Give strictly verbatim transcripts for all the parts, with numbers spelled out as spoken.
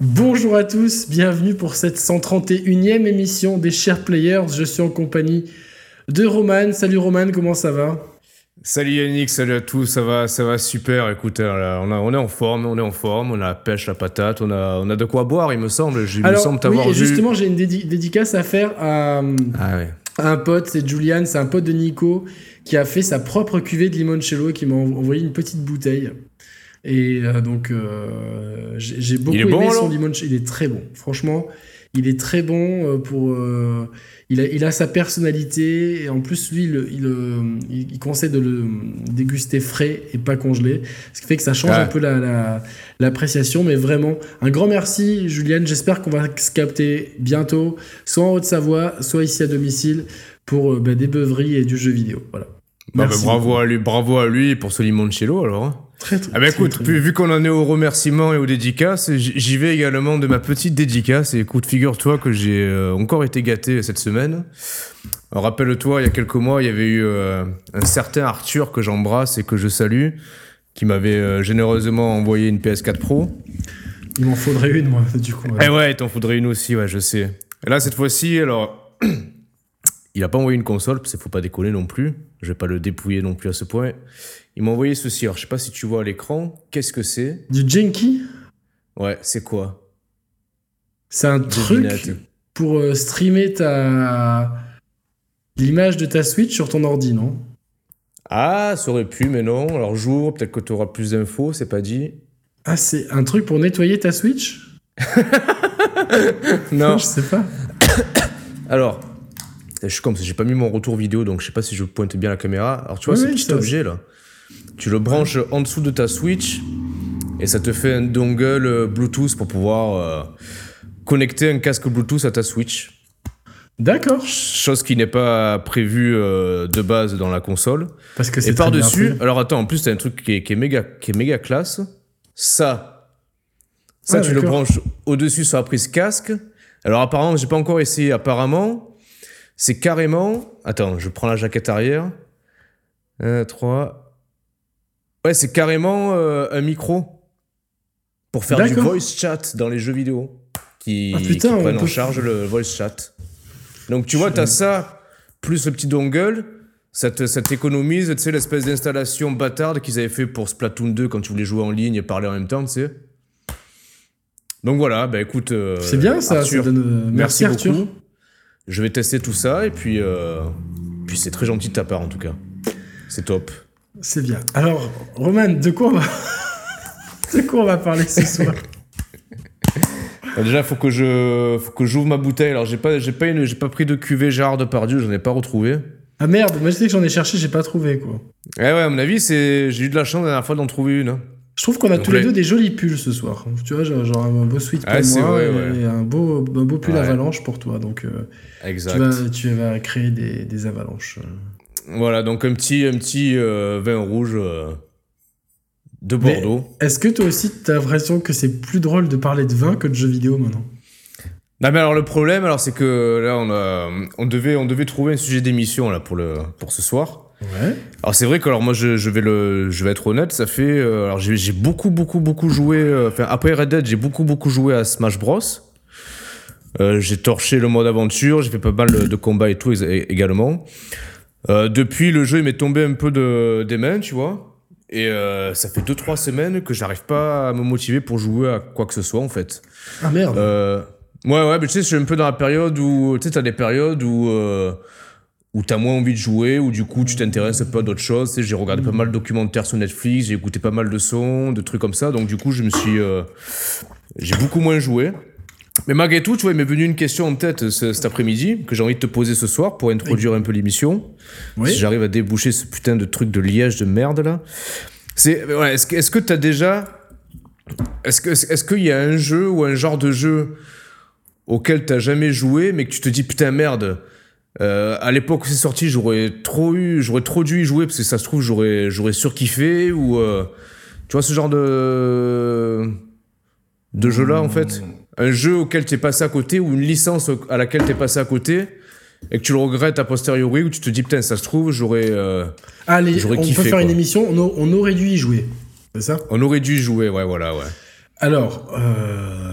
Bonjour à tous, bienvenue pour cette cent trente et unième émission des Chers Players. Je suis en compagnie de Roman. Salut Roman, comment ça va ? Salut Yannick, salut à tous, ça va, ça va super. Écoute, là, on, a, on est en forme, on est en forme, on a la pêche, la patate, on a, on a de quoi boire, il me semble. Il Alors, me semble t'avoir oui, et vu. justement, j'ai une dédi- dédicace à faire à, Ah ouais. à un pote, c'est Julian, c'est un pote de Nico qui a fait sa propre cuvée de limoncello et qui m'a envoyé une petite bouteille. Et euh, donc, euh, j'ai, j'ai beaucoup Il est aimé bon, son alors limoncello. Il est très bon. Franchement, il est très bon euh, pour... Euh, il, a, il a sa personnalité. Et en plus, lui, il, il, il, il conseille de le déguster frais et pas congelé. Ce qui fait que ça change Ah. un peu la, la, l'appréciation. Mais vraiment, un grand merci, Julien. J'espère qu'on va se capter bientôt, soit en Haute-Savoie, soit ici à domicile, pour euh, bah, des beuveries et du jeu vidéo. Voilà. Bah, bah, Merci bravo beaucoup. à lui, bravo à lui pour ce limoncello alors. hein. Très, très, Ah bah très, écoute, très vu, bien. vu qu'on en est aux remerciements et aux dédicaces, j- j'y vais également de ma petite dédicace. Et écoute, figure-toi que j'ai euh, encore été gâté cette semaine. Alors, rappelle-toi, il y a quelques mois, il y avait eu euh, un certain Arthur que j'embrasse et que je salue, qui m'avait euh, généreusement envoyé une P S quatre Pro. Il m'en faudrait une, moi, du coup. Eh ouais, il t'en faudrait une aussi, ouais, je sais. Et là, cette fois-ci, alors, il a pas envoyé une console, parce qu'il faut pas déconner non plus. Je vais pas le dépouiller non plus à ce point. Il m'a envoyé ceci. Alors, je sais pas si tu vois à l'écran. Qu'est-ce que c'est ? Du Genki, Ouais, c'est quoi ? c'est un Devinette. truc pour euh, streamer ta... l'image de ta Switch sur ton ordi, non ? Ah, ça aurait pu, mais non. Alors, jour, peut-être que tu auras plus d'infos, c'est pas dit. Ah, c'est un truc pour nettoyer ta Switch ? Non. Je sais pas. Alors, je suis comme ça, j'ai pas mis mon retour vidéo, donc je sais pas si je pointe bien la caméra. Alors, tu vois, Oui, ce oui, petit ça, objet là, tu le branches en dessous de ta Switch et ça te fait un dongle euh, Bluetooth pour pouvoir euh, connecter un casque Bluetooth à ta Switch. D'accord. Chose qui n'est pas prévue euh, de base dans la console. Parce que c'est Et très bien par-dessus, fait. alors attends, en plus, t'as un truc qui est, qui est, méga, qui est méga classe. Ça, ça Ah, tu le d'accord. branches au-dessus sur la prise casque. Alors apparemment, j'ai pas encore essayé. Apparemment, c'est carrément... Attends, je prends la jaquette arrière. un, trois... Ouais, c'est carrément euh, un micro pour faire du D'accord. voice chat dans les jeux vidéo qui, Ah, putain, qui on prennent en peut- charge le voice chat. Donc tu vois, Je- t'as ça, plus le petit dongle, ça, te, ça t'économise, tu sais, l'espèce d'installation bâtarde qu'ils avaient fait pour Splatoon deux quand tu voulais jouer en ligne et parler en même temps, tu sais. Donc voilà, bah écoute... euh, C'est bien ça, Arthur, ça donne... euh, Merci, merci Arthur. beaucoup. Je vais tester tout ça et puis, euh, puis c'est très gentil de ta part en tout cas. C'est top. C'est bien. Alors, Roman, de quoi on va... de quoi on va parler ce soir ? Alors déjà, faut que je, faut que j'ouvre ma bouteille. Alors j'ai pas, j'ai pas une, j'ai pas pris de cuvée Gérard Depardieu, j'en ai pas retrouvé. Ah merde, moi je sais que j'en ai cherché, j'ai pas trouvé, quoi. Eh ouais, à mon avis, c'est, j'ai eu de la chance la dernière fois d'en trouver une. hein. Je trouve qu'on a Donc tous les là- deux des jolis pulls ce soir. Tu vois, genre, genre un beau sweat pour Ah, c'est moi vrai, et ouais. un beau, un beau pull Ouais. avalanche pour toi. Donc euh, Exact. tu, vas, tu vas créer des, des avalanches. Voilà, donc un petit, un petit euh, vin rouge euh, de Mais Bordeaux. est-ce que toi aussi t'as l'impression que c'est plus drôle de parler de vin que de jeux vidéo maintenant ? Non mais alors le problème, alors c'est que là on a, on devait, on devait trouver un sujet d'émission là pour le, pour ce soir. Ouais. Alors c'est vrai que alors moi je, je vais le, je vais être honnête, ça fait, euh, alors j'ai, j'ai beaucoup, beaucoup, beaucoup joué. euh, Enfin après Red Dead, j'ai beaucoup, beaucoup joué à Smash Bros. Euh, j'ai torché le mode aventure, j'ai fait pas mal de, de combats et tout ex- également. Euh, depuis, le jeu il m'est tombé un peu de, des mains, tu vois. Et euh, ça fait deux trois semaines que j'arrive pas à me motiver pour jouer à quoi que ce soit en fait. Ah merde. Euh, ouais, ouais, mais tu sais, je suis un peu dans la période où, tu sais, t'as des périodes où, euh, où t'as moins envie de jouer, où du coup tu t'intéresses un peu à d'autres choses. Tu sais, j'ai regardé pas mal de documentaires sur Netflix, j'ai écouté pas mal de sons, de trucs comme ça. Donc du coup, je me suis, euh, j'ai beaucoup moins joué. Mais malgré tout, tu vois, il m'est venu une question en tête ce- cet après-midi que j'ai envie de te poser ce soir pour introduire un peu l'émission. Oui. Si j'arrive à déboucher ce putain de truc de liège de merde là. C'est, ouais, est-ce que, est-ce que t'as déjà, est-ce que, est-ce qu'il y a un jeu ou un genre de jeu auquel t'as jamais joué, mais que tu te dis putain merde, euh, à l'époque où c'est sorti, j'aurais trop eu, j'aurais trop dû y jouer parce que ça se trouve j'aurais, j'aurais surkiffé ou, euh, tu vois ce genre de, de jeu là en fait, un jeu auquel t'es passé à côté ou une licence à laquelle t'es passé à côté et que tu le regrettes a posteriori ou tu te dis putain ça se trouve j'aurais, euh, Allez, j'aurais on kiffé, peut faire quoi. une émission, on, a- on aurait dû y jouer. C'est ça ? On aurait dû y jouer, ouais voilà ouais. Alors, euh,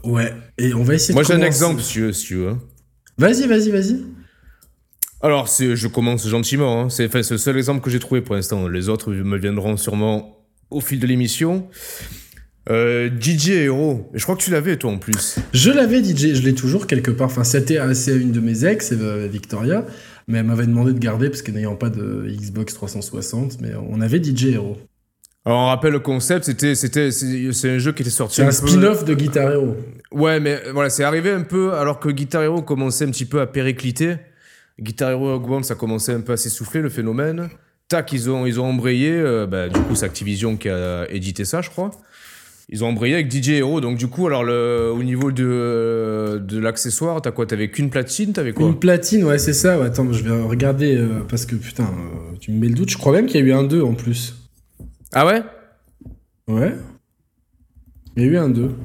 Ouais, et on va essayer Moi, de j'ai un commencer. exemple, si tu veux. Si tu veux. Vas-y, vas-y, vas-y. Alors, c'est, je commence gentiment. Hein. C'est, enfin, c'est le seul exemple que j'ai trouvé pour l'instant. Les autres me viendront sûrement au fil de l'émission. Euh, D J Hero. Je crois que tu l'avais, toi, en plus. Je l'avais D J, je l'ai toujours quelque part. Enfin, c'était assez une de mes ex, euh, Victoria, mais elle m'avait demandé de garder parce que n'ayant pas de Xbox trois cent soixante, mais on avait D J Hero. Alors, on rappelle le concept, c'était, c'était, c'est, c'est un jeu qui était sorti C'est un, un spin-off peu... de Guitar Hero. Ouais, mais voilà, c'est arrivé un peu alors que Guitar Hero commençait un petit peu à péricliter. Guitar Hero Rock Band, ça commençait un peu à s'essouffler, le phénomène. Tac, ils ont, ils ont embrayé. Euh, bah, du coup, c'est Activision qui a édité ça, je crois. Ils ont embrayé avec D J Hero. Donc, du coup, alors, le, au niveau de, de l'accessoire, t'as quoi? T'avais qu'une platine? T'avais quoi? Une platine, ouais, c'est ça. Ouais, attends, je vais regarder euh, parce que putain, euh, tu me mets le doute. Je crois même qu'il y a eu un deux en plus. Ah ouais? Ouais. Il y a eu un deux.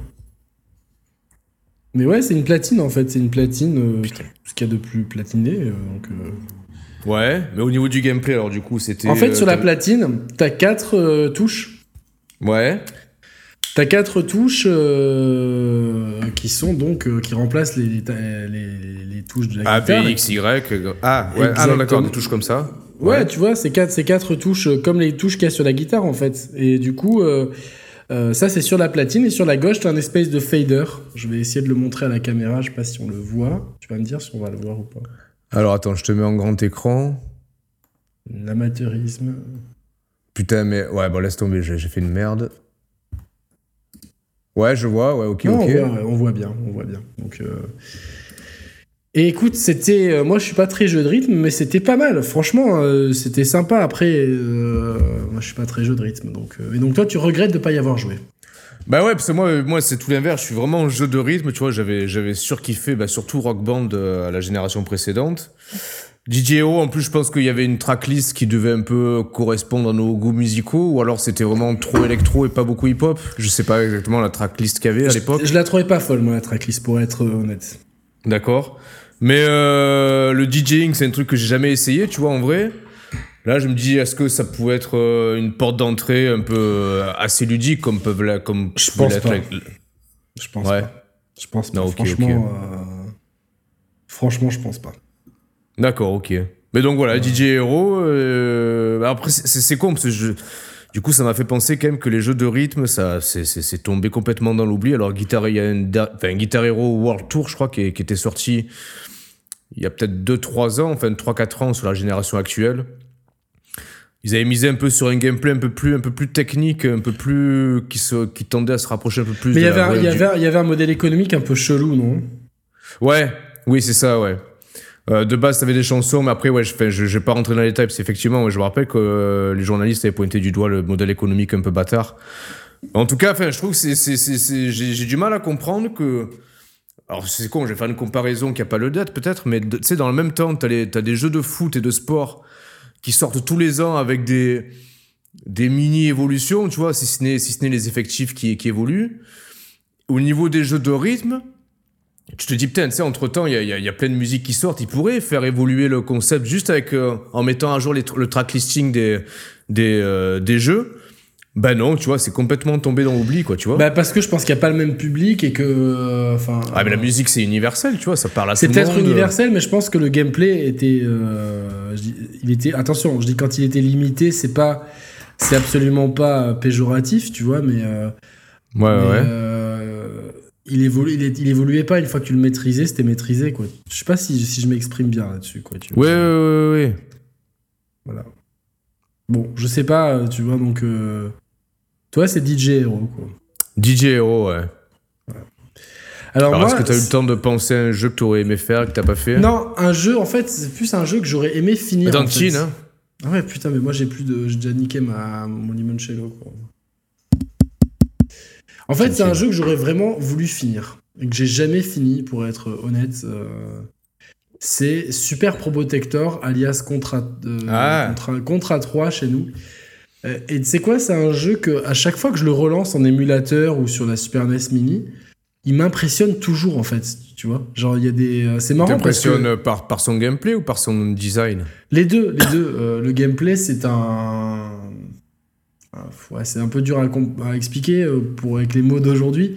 Mais ouais, c'est une platine en fait. C'est une platine. Euh, ce qu'il y a de plus platiné. Euh, donc, euh... Ouais, mais au niveau du gameplay, alors, du coup, c'était. En fait, euh, sur la t'as- platine, t'as quatre euh, touches. Ouais. T'as quatre touches euh, qui sont donc euh, qui remplacent les, les, les, les touches de la A, guitare. B, X, Y. euh, Ah, ouais. Ah non, d'accord, Exactement. des touches comme ça. Ouais, tu vois, c'est quatre, c'est quatre touches euh, comme les touches qu'il y a sur la guitare en fait. Et du coup, euh, euh, ça c'est sur la platine et sur la gauche t'as un espèce de fader. Je vais essayer de le montrer à la caméra. Je sais pas si on le voit. Tu vas me dire si on va le voir ou pas. Alors, attends, je te mets en grand écran. L'amateurisme. Putain, mais. Ouais, bon, laisse tomber, j'ai, j'ai fait une merde. Ouais, je vois, ouais, ok, Non, ok. on, voit, ouais, on voit bien, on voit bien. Donc, euh... Et écoute, c'était, euh, moi je suis pas très jeu de rythme, mais c'était pas mal. Franchement, euh, c'était sympa. Après, euh, moi je suis pas très jeu de rythme, donc. Euh... Et donc toi, tu regrettes de pas y avoir joué. Bah ouais, parce que moi, moi c'est tout l'inverse. Je suis vraiment en jeu de rythme, tu vois. J'avais, j'avais surkiffé, bah, surtout Rock Band euh, à la génération précédente. D J Hero, en plus, je pense qu'il y avait une tracklist qui devait un peu correspondre à nos goûts musicaux, ou alors c'était vraiment trop électro et pas beaucoup hip-hop. Je sais pas exactement la tracklist qu'il y avait à l'époque. Je, je la trouvais pas folle, moi, la tracklist, pour être euh, honnête. D'accord. Mais euh, le DJing, c'est un truc que j'ai jamais essayé, tu vois, en vrai. Là, je me dis, est-ce que ça pouvait être euh, une porte d'entrée un peu euh, assez ludique, comme peuvent la, comme Je peut pense l'être pas. la- Je pense Ouais. pas. Je pense pas. Non, ok, franchement, ok. euh, franchement, je pense pas. D'accord, ok. Mais donc voilà, Ouais. D J Hero. Euh, après, c'est, c'est, c'est con parce que je, du coup, ça m'a fait penser quand même que les jeux de rythme, ça, c'est, c'est, c'est tombé complètement dans l'oubli. Alors, Guitar, il y a une, da- enfin, Guitar Hero World Tour, je crois, qui, est- qui était sorti il y a peut-être deux trois ans, enfin trois quatre ans sur la génération actuelle. Ils avaient misé un peu sur un gameplay un peu plus, un peu plus technique, un peu plus qui, se, qui tendait à se rapprocher un peu plus Mais il de y la avait, un- il y vraie- du- avait, un- il y avait un modèle économique un peu chelou, non? Ouais, oui, c'est ça, ouais. Euh, de base, t'avais des chansons, mais après, ouais, je, je, je vais pas rentrer dans les détails, parce qu'effectivement, ouais, je me rappelle que euh, les journalistes avaient pointé du doigt le modèle économique un peu bâtard. En tout cas, enfin, je trouve que c'est, c'est, c'est, c'est- j'ai, j'ai du mal à comprendre que. Alors, c'est con, je vais faire une comparaison qui a pas le date, peut-être, mais tu sais, dans le même temps, t'as, les, t'as des jeux de foot et de sport qui sortent tous les ans avec des, des mini-évolutions, tu vois, si ce n'est, si ce n'est les effectifs qui, qui évoluent. Au niveau des jeux de rythme, tu te dis, putain, tu sais, entre-temps, il y a, y, a, y a plein de musiques qui sortent. Ils pourraient faire évoluer le concept juste avec, euh, en mettant à jour les, le tracklisting des, des, euh, des jeux. Ben non, tu vois, c'est complètement tombé dans l'oubli, quoi, tu vois. Bah parce que je pense qu'il n'y a pas le même public et que, enfin. Ah, mais la musique, c'est universel, tu vois, ça parle à C'est tout le peut-être monde. universel, mais je pense que le gameplay était, euh, je dis- il était. Attention, je dis quand il était limité, c'est pas, c'est absolument pas péjoratif, tu vois, mais. Euh, Ouais, ouais, mais, ouais. euh, il, évolu, il, est- il évoluait pas une fois que tu le maîtrisais, c'était maîtrisé, quoi. Je sais pas si, si je m'exprime bien là-dessus, quoi. Tu vois. Ouais, ouais, ouais, ouais. Voilà. Bon, je sais pas, euh, tu vois, donc. Euh, toi, c'est D J Hero, quoi. D J Hero, ouais. Alors, Alors, moi, est-ce que t'as eu le c'est- temps de penser à un jeu que t'aurais aimé faire, que t'as pas fait? Non, un jeu, en fait, c'est plus un jeu que j'aurais aimé finir. Dans en fait. Teen, hein. Ah ouais, putain, mais moi j'ai plus de. J'ai déjà niqué ma... mon limoncello, quoi. En fait, c'est un jeu que j'aurais vraiment voulu finir. Et que j'ai jamais fini, pour être honnête. Euh, C'est Super Probotector, alias Contra, euh, Ah. Contra, Contra trois chez nous. Euh, Et tu sais quoi, c'est un jeu que, à chaque fois que je le relance en émulateur ou sur la Super N E S Mini, il m'impressionne toujours, en fait. Tu vois, genre, il y a des. euh, C'est marrant parce que. T'impressionnes par, par son gameplay ou par son design? Les deux, les deux. Euh, le gameplay, c'est un. un- Ouais, c'est un peu dur à, comp- à expliquer euh, pour, avec les mots d'aujourd'hui.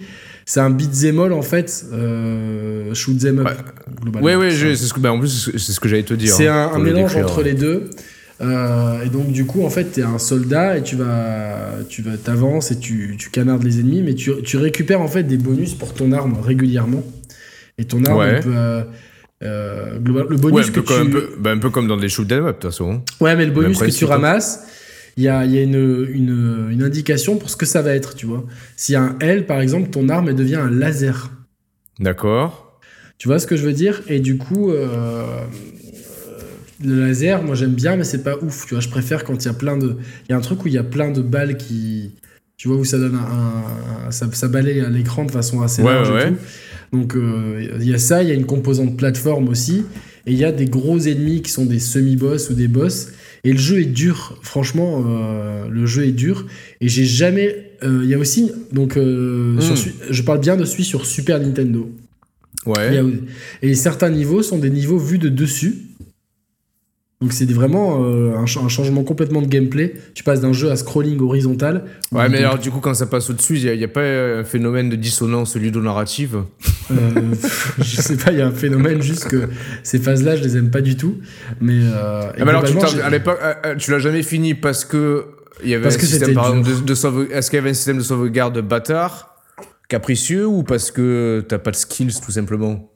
c'est un beat'em all en fait, euh, shoot'em up. Ouais. Globalement. Ouais, ouais, je, c'est ce que, bah, en plus, c'est ce que j'allais te dire. C'est hein, un, un mélange entre les deux. Euh, et donc du coup en fait t'es un soldat et tu vas tu vas t'avances et tu, tu canardes les ennemis, mais tu, tu récupères en fait des bonus pour ton arme régulièrement. Et ton arme Ouais. elle peut, euh, euh, global, le bonus ouais, un que peu, comme, tu un, peu, bah, un peu comme dans des shoot'em up de toute façon. ouais mais le bonus que principe, tu ramasses, il y a, y a une, une, une indication pour ce que ça va être, tu vois. S'il y a un L par exemple, ton arme elle devient un laser. D'accord. Tu vois ce que je veux dire? Et du coup euh, le laser, moi j'aime bien, mais c'est pas ouf. Tu vois, je préfère quand il y a plein de. Il y a un truc où il y a plein de balles qui. Tu vois, où ça donne un. un ça, ça balaye à l'écran de façon assez Ouais, large ouais, et ouais. tout. Donc euh, il y a ça, il y a une composante plateforme aussi. Et il y a des gros ennemis qui sont des semi-boss ou des boss. Et le jeu est dur. Franchement, euh, le jeu est dur. Et j'ai jamais. euh, Il y a aussi. Donc, euh, Mm. sur Su- je parle bien de celui sur Super Nintendo. Il y Ouais. a- Et certains niveaux sont des niveaux vus de dessus. Donc c'est vraiment euh, un, ch- un changement complètement de gameplay. Tu passes d'un jeu à scrolling horizontal. où Ouais, mais donc, alors du coup, quand ça passe au-dessus, il n'y a, a pas un phénomène de dissonance ludonarrative? euh, je sais pas, il y a un phénomène juste que ces phases-là, je les aime pas du tout. Mais, euh, et Ah, mais alors, tu, globalement, t'as- j'ai- à l'époque, euh, euh, tu l'as jamais fini parce que il y avait Parce un que système, c'était par exemple, dur. de, de sauve... Est-ce qu'il y avait un système de sauvegarde bâtard, capricieux, ou parce que t'as pas de skills tout simplement?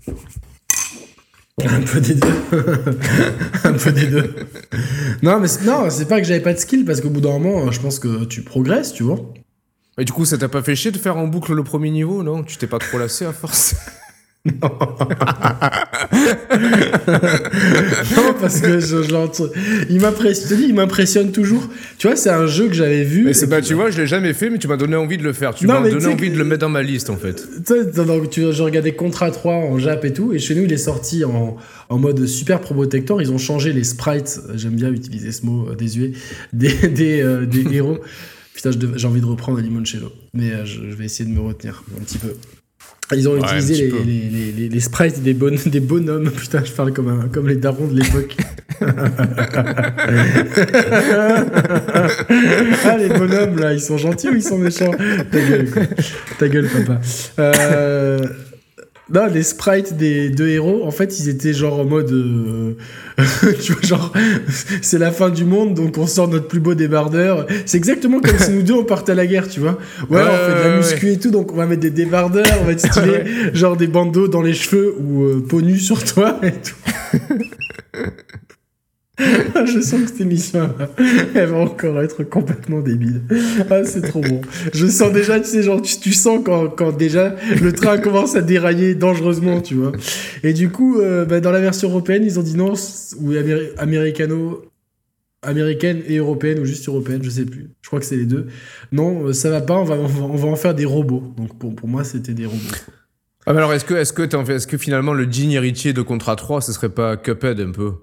Un peu des deux. Un peu des deux. Non, mais c'est, non, c'est pas que j'avais pas de skill, parce qu'au bout d'un moment, je pense que tu progresses, tu vois. Et du coup, ça t'a pas fait chier de faire en boucle le premier niveau, non? Tu t'es pas trop lassé à force? Non, parce que je, je l'entends. Il m'impressionne, je te dis, il m'impressionne toujours. Tu vois, c'est un jeu que j'avais vu. Mais c'est, et bah, puis- tu vois, je l'ai jamais fait, mais tu m'as donné envie de le faire. Tu Non, m'as mais donné tu sais envie que- de le mettre dans ma liste, en fait. Tu sais, donc, tu- je regardais Contra trois en Jap et tout, et chez nous, il est sorti en, en mode super probotector. Ils ont changé les sprites, j'aime bien utiliser ce mot euh, désuet, des, des, euh, des héros. Putain, je dev- j'ai envie de reprendre Limoncello, mais euh, je, je vais essayer de me retenir un petit peu. Ils ont Ouais, utilisé un petit les, peu. les, les, les, les sprites des, bon, des bonhommes. Putain, je parle comme, un, comme les darons de l'époque. Ah, les bonhommes, là, ils sont gentils ou ils sont méchants? Ta gueule, quoi. Ta gueule, papa. Euh... Non, les sprites des deux héros, en fait, ils étaient genre en mode... euh, tu vois, genre, c'est la fin du monde, donc on sort notre plus beau débardeur. C'est exactement comme si nous deux, on partait à la guerre, tu vois. Ouais, Ouais, on fait de la ouais, muscu et tout, donc on va mettre des débardeurs, on va être stylé, genre des bandeaux dans les cheveux ou euh, peau nue sur toi et tout. Je sens que cette émission, elle va encore être complètement débile. Ah, c'est trop bon. Je sens déjà, tu sais, genre, tu, tu sens quand, quand déjà le train commence à dérailler dangereusement, tu vois. Et du coup, euh, bah, dans la version européenne, ils ont dit non, ou améri- américano, américaine et européenne, ou juste européenne, je sais plus. Je crois que c'est les deux. Non, euh, ça va pas, on va, on va, on va en faire des robots. Donc pour, pour moi, c'était des robots. Ah, mais alors, est-ce que, est-ce que, t'en fais- est-ce que finalement, le digne héritier de Contra trois, ce serait pas Cuphead un peu?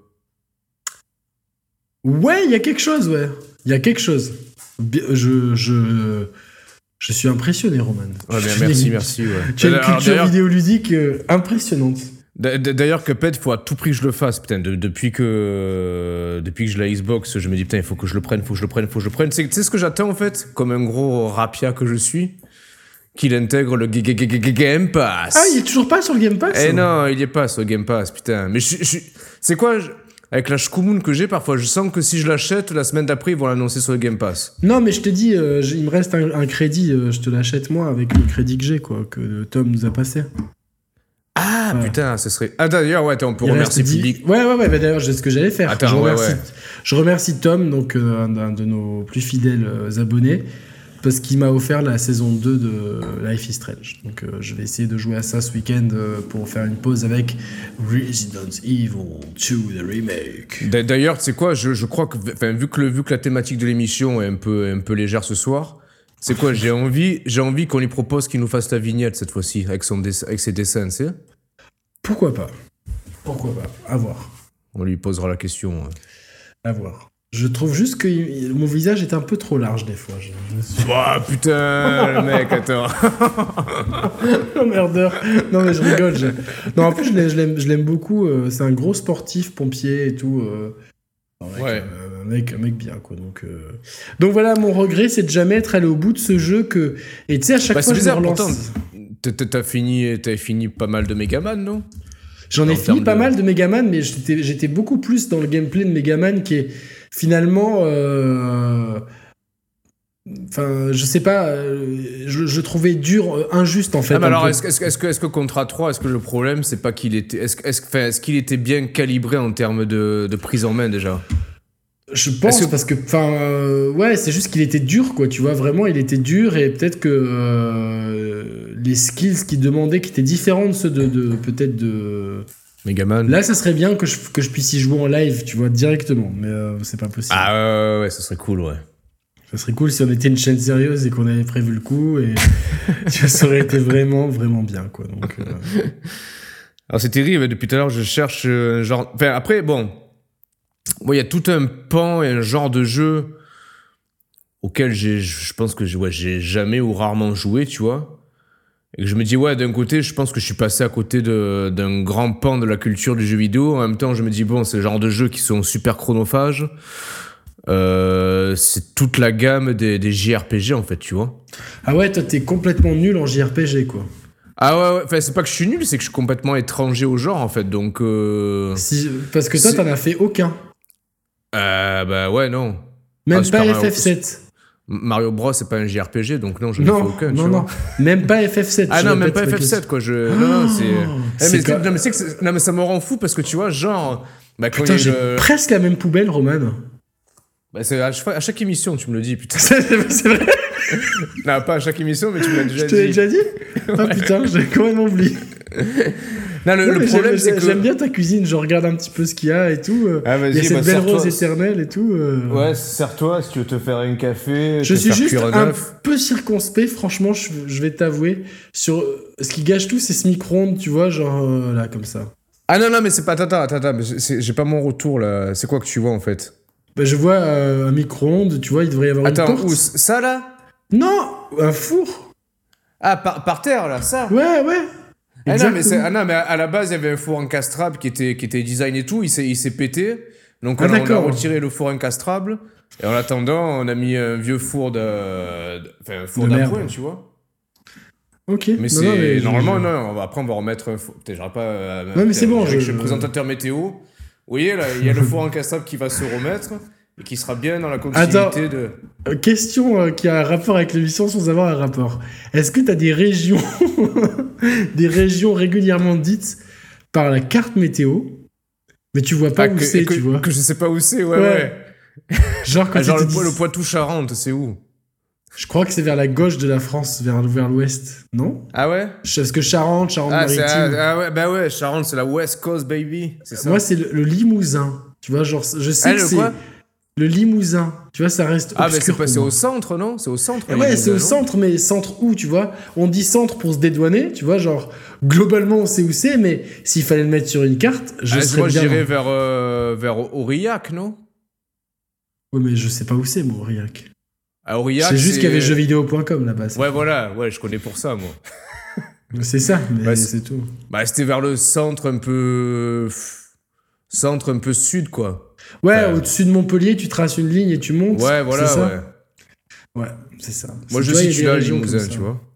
Ouais, il y a quelque chose, ouais. Il y a quelque chose. Bi- Je, je, je suis impressionné, Roman. Ouais, Tu bien, as merci, une- merci, ouais. Tu as une Alors, culture d'ailleurs- vidéoludique euh, impressionnante. D'a- D'ailleurs, Cuphead, il faut à tout prix que je le fasse. Putain, de- depuis que euh, depuis que j'ai la Xbox, je me dis putain, il faut que je le prenne, il faut que je le prenne, il faut que je le prenne. Tu sais ce que j'attends en fait, comme un gros rapia que je suis, qu'il intègre le G- G- G- G- Game Pass. Ah, il est toujours pas sur le Game Pass? Eh hein non, il y est pas sur le Game Pass, putain. Mais je, je, c'est quoi je- avec la shkumun que j'ai parfois, je sens que si je l'achète, la semaine d'après, ils vont l'annoncer sur le Game Pass. Non, mais je te dis, euh, j'ai- il me reste un, un crédit, euh, je te l'achète moi avec le crédit que j'ai, quoi, que Tom nous a passé. Ah Ouais. putain, ce serait. Ah d'ailleurs, ouais, attends, on peut Il remercier reste dix- public. Ouais, ouais, ouais, bah, d'ailleurs, c'est ce que j'allais faire. Attends, je, ouais, remercie, ouais. je remercie Tom, donc euh, un, un de nos plus fidèles euh, abonnés, parce qu'il m'a offert la saison deux de Life is Strange. Donc euh, je vais essayer de jouer à ça ce week-end euh, pour faire une pause avec Resident Evil deux, the remake. D'a- D'ailleurs, tu sais quoi, je, je crois que, enfin, vu que, le, vu que la thématique de l'émission est un peu, un peu légère ce soir, c'est quoi, j'ai envie, j'ai envie qu'on lui propose qu'il nous fasse la vignette cette fois-ci, avec, son dess- avec ses dessins, tu sais. Pourquoi pas? Pourquoi pas? À voir. On lui posera la question. ouais. À voir. Je trouve juste que il- mon visage est un peu trop large des fois. Je, je suis... Ouah, putain, le mec, attends. Oh merdeur. Non mais je rigole. je- Non en plus je l'aime, je l'aime, je l'aime beaucoup. euh, c'est un gros sportif, pompier et tout. euh, un mec, Ouais. euh, un mec, un mec bien quoi. Donc, euh... donc voilà, mon regret c'est de jamais être allé au bout de ce jeu que. Et tu sais à chaque Bah, fois c'est je me bizarre, relance. pourtant, t'as fini, t'as fini pas mal de Megaman, non? J'en ai fini pas de... mal de Megaman, mais j'étais, j'étais beaucoup plus dans le gameplay de Megaman qui est finalement... Euh... Enfin, je sais pas, je, je trouvais dur, injuste en fait. Ah, mais alors, est-ce, est-ce, est-ce, que, est-ce que Contra trois, est-ce que le problème, c'est pas qu'il était. Est-ce, est-ce, enfin, est-ce qu'il était bien calibré en termes de, de prise en main déjà? Je pense, que... parce que, enfin, euh, ouais, c'est juste qu'il était dur, quoi, tu vois, vraiment, il était dur et peut-être que euh, les skills qu'il demandait, qui étaient différents de ceux de, de peut-être de. Megaman. Là, ça serait bien que je, que je puisse y jouer en live, tu vois, directement, mais euh, c'est pas possible. Ah ouais, ouais, ouais, ça serait cool, ouais. Ça serait cool si on était une chaîne sérieuse et qu'on avait prévu le coup. Et tu vois, ça aurait été vraiment, vraiment bien, quoi. Donc, euh... Alors, c'est terrible. Depuis tout à l'heure, je cherche un genre... Enfin, après, bon... Il bon, y a tout un pan et un genre de jeu auquel j'ai, je pense que j'ai, ouais, j'ai jamais ou rarement joué, tu vois. Et que je me dis, ouais, d'un côté, je pense que je suis passé à côté de, d'un grand pan de la culture du jeu vidéo. En même temps, je me dis, bon, c'est le genre de jeux qui sont super chronophages. Euh, c'est toute la gamme des, des J R P G en fait, tu vois. Ah ouais, toi t'es complètement nul en J R P G, quoi. Ah ouais, ouais. Enfin, c'est pas que je suis nul, c'est que je suis complètement étranger au genre en fait, donc. Euh... Si, parce que toi c'est... t'en as fait aucun. Euh, bah ouais, non. Même ah, pas Mario... F F sept. Mario Bros c'est pas un J R P G, donc non, je n'ai fait aucun. Non, tu non, vois. même pas F F sept. Ah non, même pas F F sept, quoi. Je... Oh, non, non, c'est. c'est eh, mais, quand... non, mais c'est que c'est... non, mais ça me rend fou parce que tu vois, genre. Bah, quand putain, j'ai le... presque la même poubelle, Roman. Bah, c'est à, chaque, à chaque émission, tu me le dis, putain. c'est, c'est vrai. Non, pas à chaque émission, mais tu me l'as déjà je dit. Je te l'ai déjà dit. Ah ouais. Putain, j'ai complètement oublié. Non, le, non, le problème, j'aime, c'est que... J'aime bien ta cuisine, je regarde un petit peu ce qu'il y a et tout. Ah, il y a cette bah, belle rose éternelle et tout. Euh... Ouais, sers-toi si tu veux te faire un café. Je suis juste un, un œuf. peu circonspect, franchement, je, je vais t'avouer. Sur ce qui gâche tout, c'est ce micro-ondes, tu vois, genre euh, là, comme ça. Ah non, non, mais c'est pas... Attends, attends, attends, mais c'est, j'ai pas mon retour, là. C'est quoi que tu vois, en fait? Bah, je vois euh, un micro-ondes, tu vois, il devrait y avoir attends, une porte. Où, ça, là? Non, un four. Ah, par, par terre, là, ça? Ouais, ouais. Ah non, mais c'est, ah non, mais à la base, il y avait un four incastrable qui était, qui était design et tout, il s'est, il s'est pété. Donc on, ah, a, on a retiré le four incastrable. Et en attendant, on a mis un vieux four de... de enfin, un four de d'appoint, tu vois. Ok. Mais non, c'est... Non, mais normalement, je... non, après on va remettre un four... Peut-être, j'aurais pas... Euh, ouais, mais c'est bon, je... je... suis le présentateur météo. Vous voyez, là, il y a le four incastrable qui va se remettre. Et qui sera bien dans la continuité Attends, de... Euh, question euh, qui a un rapport avec l'émission sans avoir un rapport. Est-ce que tu as des régions des régions régulièrement dites par la carte météo, mais tu vois pas ah, où que, c'est, que, tu vois que je sais pas où c'est, ouais, ouais. ouais. Genre, quand ah, genre le, dis... le Poitou-Charentes, c'est où? Je crois que c'est vers la gauche de la France, vers, vers l'ouest, non? Ah ouais? Parce que Charente, Charente-Maritime... Ah, c'est, ah ouais, bah ouais, Charente, c'est la West Coast, baby. C'est ça. Moi, c'est le, le Limousin. Tu vois, genre, je sais ah, que le c'est... Quoi Le Limousin, tu vois, ça reste ah, obscur. Ah, mais c'est, pas, c'est moi. au centre, non? C'est au centre. Ouais, Limousin, c'est au non centre, mais centre où, tu vois? On dit centre pour se dédouaner, tu vois, genre, globalement, on sait où c'est, mais s'il fallait le mettre sur une carte, je ah, serais moi, bien... Moi, j'irais vers, euh, vers Aurillac, non? Ouais, mais je sais pas où c'est, moi, Aurillac. À Aurillac, c'est juste c'est... qu'il y avait jeux vidéo point com là-bas. Ouais, voilà, ouais, je connais pour ça, moi. C'est ça, mais bah, c'est... c'est tout. Bah, c'était vers le centre un peu... Centre un peu sud, quoi. Ouais, enfin, au-dessus de Montpellier, tu traces une ligne et tu montes. Ouais, voilà, c'est ça ouais. Ouais, c'est ça. Moi, c'est je sais que je suis là, Limousin, tu vois.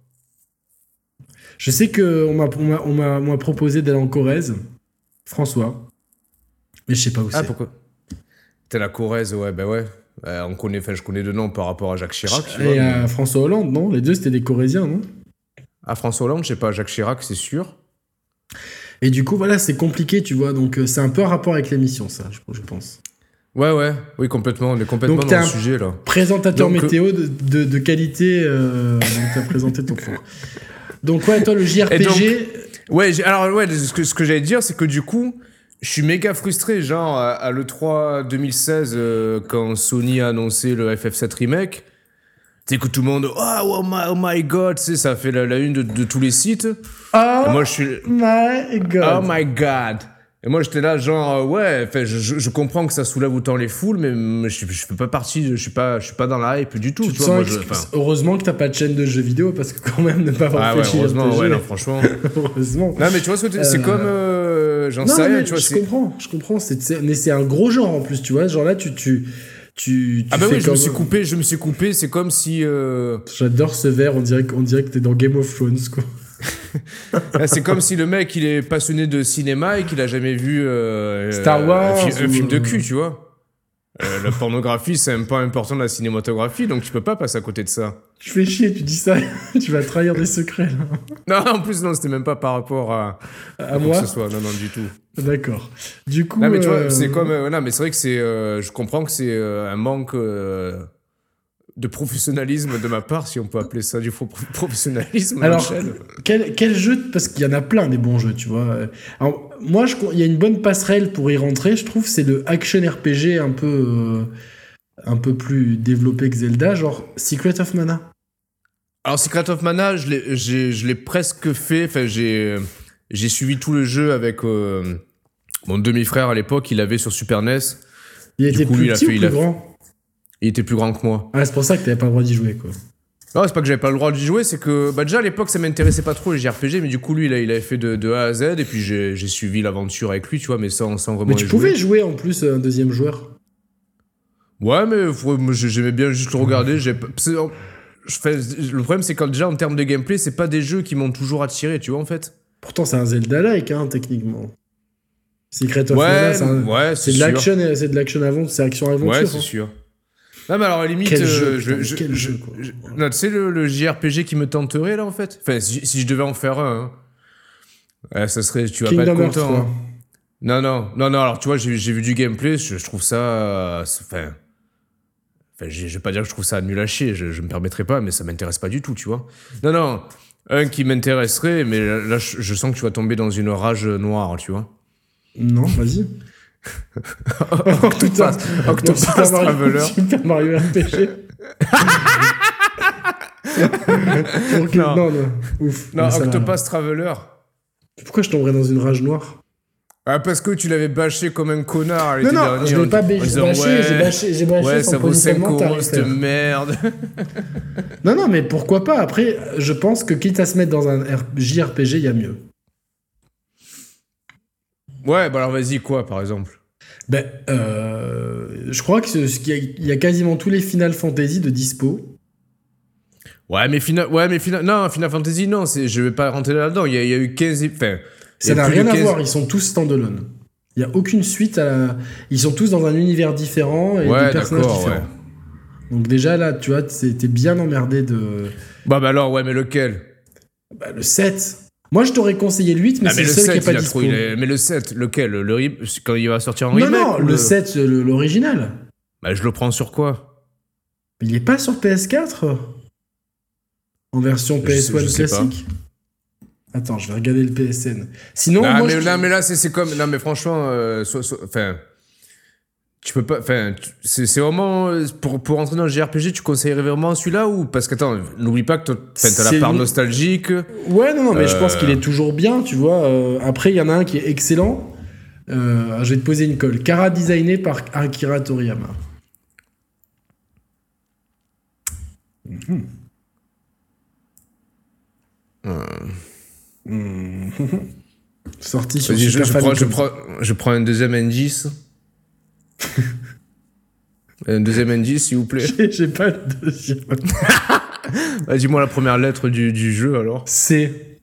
Je sais qu'on m'a, on m'a, on m'a, on m'a proposé d'aller en Corrèze, François, mais je sais pas où ah, c'est. Ah, pourquoi? T'es la Corrèze, ouais, bah ouais. Euh, on connaît, enfin, je connais deux noms par rapport à Jacques Chirac. Et vois, à mais... François Hollande, non? Les deux, c'était des Corréziens, non? À François Hollande, je sais pas, Jacques Chirac, c'est sûr. Et du coup, voilà, c'est compliqué, tu vois, donc euh, c'est un peu un rapport avec l'émission, ça, je, je pense. Ouais, ouais, oui, complètement, on est complètement donc, dans le sujet, là. Présentateur donc, météo de, de, de qualité, euh, donc t'as présenté ton fond. Donc, ouais, toi, le J R P G... Donc, ouais, j'ai, alors, ouais, ce que, ce que j'allais dire, c'est que du coup, je suis méga frustré, genre, à, à l'E trois deux mille seize, euh, quand Sony a annoncé le F F sept Remake, tu sais que tout le monde, oh, oh, my, oh my god, tu sais, ça fait la, la une de, de tous les sites. Oh et moi, je suis... my god. Oh my god. Et moi, j'étais là, genre, euh, ouais, je, je, je comprends que ça soulève autant les foules, mais je, je fais pas partie, je suis pas, je suis pas dans la hype du tout. Tu, tu te vois, sens moi, ex- je, heureusement que t'as pas de chaîne de jeux vidéo, parce que quand même, ne pas avoir ah, fait ouais, chier heureusement, ouais, non, franchement. Heureusement. Non, mais tu vois, c'est, euh... c'est comme, euh, j'en non, sais rien, mais tu vois. Je c'est... comprends, je comprends, c'est, c'est, mais c'est un gros genre en plus, tu vois, genre là, tu, tu, tu, tu ah bah oui, je comme... me suis coupé, je me suis coupé, c'est comme si... Euh... J'adore ce verre, on dirait, on dirait que t'es dans Game of Thrones, quoi. C'est comme si le mec, il est passionné de cinéma et qu'il a jamais vu euh, Star Wars un, fi- un ou... film de cul, tu vois. Euh, la pornographie, c'est un point important de la cinématographie, donc tu peux pas passer à côté de ça. Tu fais chier, tu dis ça, tu vas trahir des secrets, là. Non, en plus, non, c'était même pas par rapport à... À moi que ce soit, non, non, du tout. D'accord. Du coup... Non, mais tu vois, euh, c'est comme... euh, non, mais c'est vrai que c'est... euh, je comprends que c'est euh, un manque... euh, de professionnalisme de ma part, si on peut appeler ça du faux pro- professionnalisme. Alors, Michel. quel, quel jeu, parce qu'il y en a plein des bons jeux, tu vois. Alors, moi, je- il y a une bonne passerelle pour y rentrer, je trouve, c'est le action R P G un peu, euh, un peu plus développé que Zelda, genre Secret of Mana. Alors, Secret of Mana, je l'ai, j'ai, je l'ai presque fait. Enfin, j'ai, j'ai suivi tout le jeu avec euh, mon demi-frère à l'époque. Il l'avait sur Super N E S. Il Du était coup, plus lui, il a petit fait- ou il plus a fait- grand? Il était plus grand que moi. Ah, c'est pour ça que t'avais pas le droit d'y jouer, quoi. Non, c'est pas que j'avais pas le droit d'y jouer, c'est que bah, déjà à l'époque ça m'intéressait pas trop les J R P G, mais du coup lui il, a- il avait fait de, de A à Z et puis j'ai, j'ai suivi l'aventure avec lui, tu vois, mais sans, sans vraiment Mais y tu jouer. pouvais jouer en plus un deuxième joueur. Ouais, mais faut- moi, j'ai- j'aimais bien juste le regarder. J'ai, pas- c'est- je fais- le problème c'est quand déjà en termes de gameplay, c'est pas des jeux qui m'ont toujours attiré, tu vois en fait. Pourtant, c'est un Zelda-like, hein, techniquement. Secret of Ouais, Mana, c'est, un- ouais, c'est c'est de sûr. l'action, c'est de l'action avant, c'est action-aventure. Ouais, c'est hein. sûr. Non, mais alors à la limite, Quel euh, jeu, je, putain, je- quel je- jeu, quoi. je- non, tu sais le, le J R P G qui me tenterait là en fait. Enfin, si, si je devais en faire un, hein. Ouais, ça serait, tu vas Kingdom pas être Hearts content. trois. hein. Non, non, non, non. Alors tu vois, j'ai, j'ai vu du gameplay, je, je trouve ça, euh, c'est- enfin, enfin, je je vais pas dire que je trouve ça nul à chier, je, je me permettrai pas, mais ça m'intéresse pas du tout, tu vois. Non, non, un qui m'intéresserait, mais là, là, je, je sens que tu vas tomber dans une rage noire, tu vois. Non, vas-y. Octopath, Octopath Super Mario- Traveler. Super Mario R P G. Ok, Non. non, non, ouf. Non, Mais ça va, Octopath Traveler. là. Pourquoi je tomberais dans une rage noire? Ah, parce que tu l'avais bâché comme un connard l'été Non, non, dernier. je en l'ai pas dis- en bâché, disant, bâché, ouais, j'ai bâché, j'ai bâché ouais, sans ça vaut cinq positionnement euros cette tarifaire. merde. Non, non, mais pourquoi pas? Après, je pense que quitte à se mettre dans un R- J R P G, il y a mieux. Ouais, bah alors vas-y, quoi, par exemple? Ben, euh, je crois que ce- ce qu'il y a- il y a quasiment tous les Final Fantasy de dispo. Ouais, mais Final, ouais, mais Final, non, Final Fantasy, non, c'est, je vais pas rentrer là-dedans. Il y a, il y a eu quinze, enfin. il y Ça a n'a plus rien de à quinze voir, ils sont tous standalone. Il n'y a aucune suite à la... Ils sont tous dans un univers différent et Ouais, des personnages d'accord, différents. ouais. Donc déjà là, tu vois, t'es t'es bien emmerdé de... Bah, bah alors, ouais, mais lequel? Bah, le sept. Moi, je t'aurais conseillé le huit, mais Ah, c'est mais le le seul qui sept, n'est pas il a dispo. trop, il est- mais le sept, lequel? Le re- quand il va sortir en Non, remake? non, ou le sept, le- l'original. Bah, je le prends sur quoi? Il n'est pas sur P S quatre? En version Je P S sais- un je sais pas. classique? Attends, je vais regarder le P S N. Sinon, non, moi, mais, je... non, mais là, c'est, c'est comme. Non, mais franchement, euh, so- so- enfin. Tu peux pas. Enfin, tu- c'est, c'est vraiment. euh, Pour, pour entrer dans le J R P G, tu conseillerais vraiment celui-là ou. Parce que, attends, n'oublie pas que t'as, enfin, t'as C'est la part une- nostalgique. Ouais, non, non, mais je pense Euh. qu'il est toujours bien, tu vois. Euh, après, il y en a un qui est excellent. Euh, je vais te poser une colle. Kara designé par Akira Toriyama. Mhm. Mhm. Sorti sur Vas-y, je, Super je, prends, je, Famicom. prends, je prends un deuxième indice. Un deuxième indice, s'il vous plaît. J'ai- J'ai pas le deuxième. Ah, dis-moi la première lettre du, du jeu alors. C'est.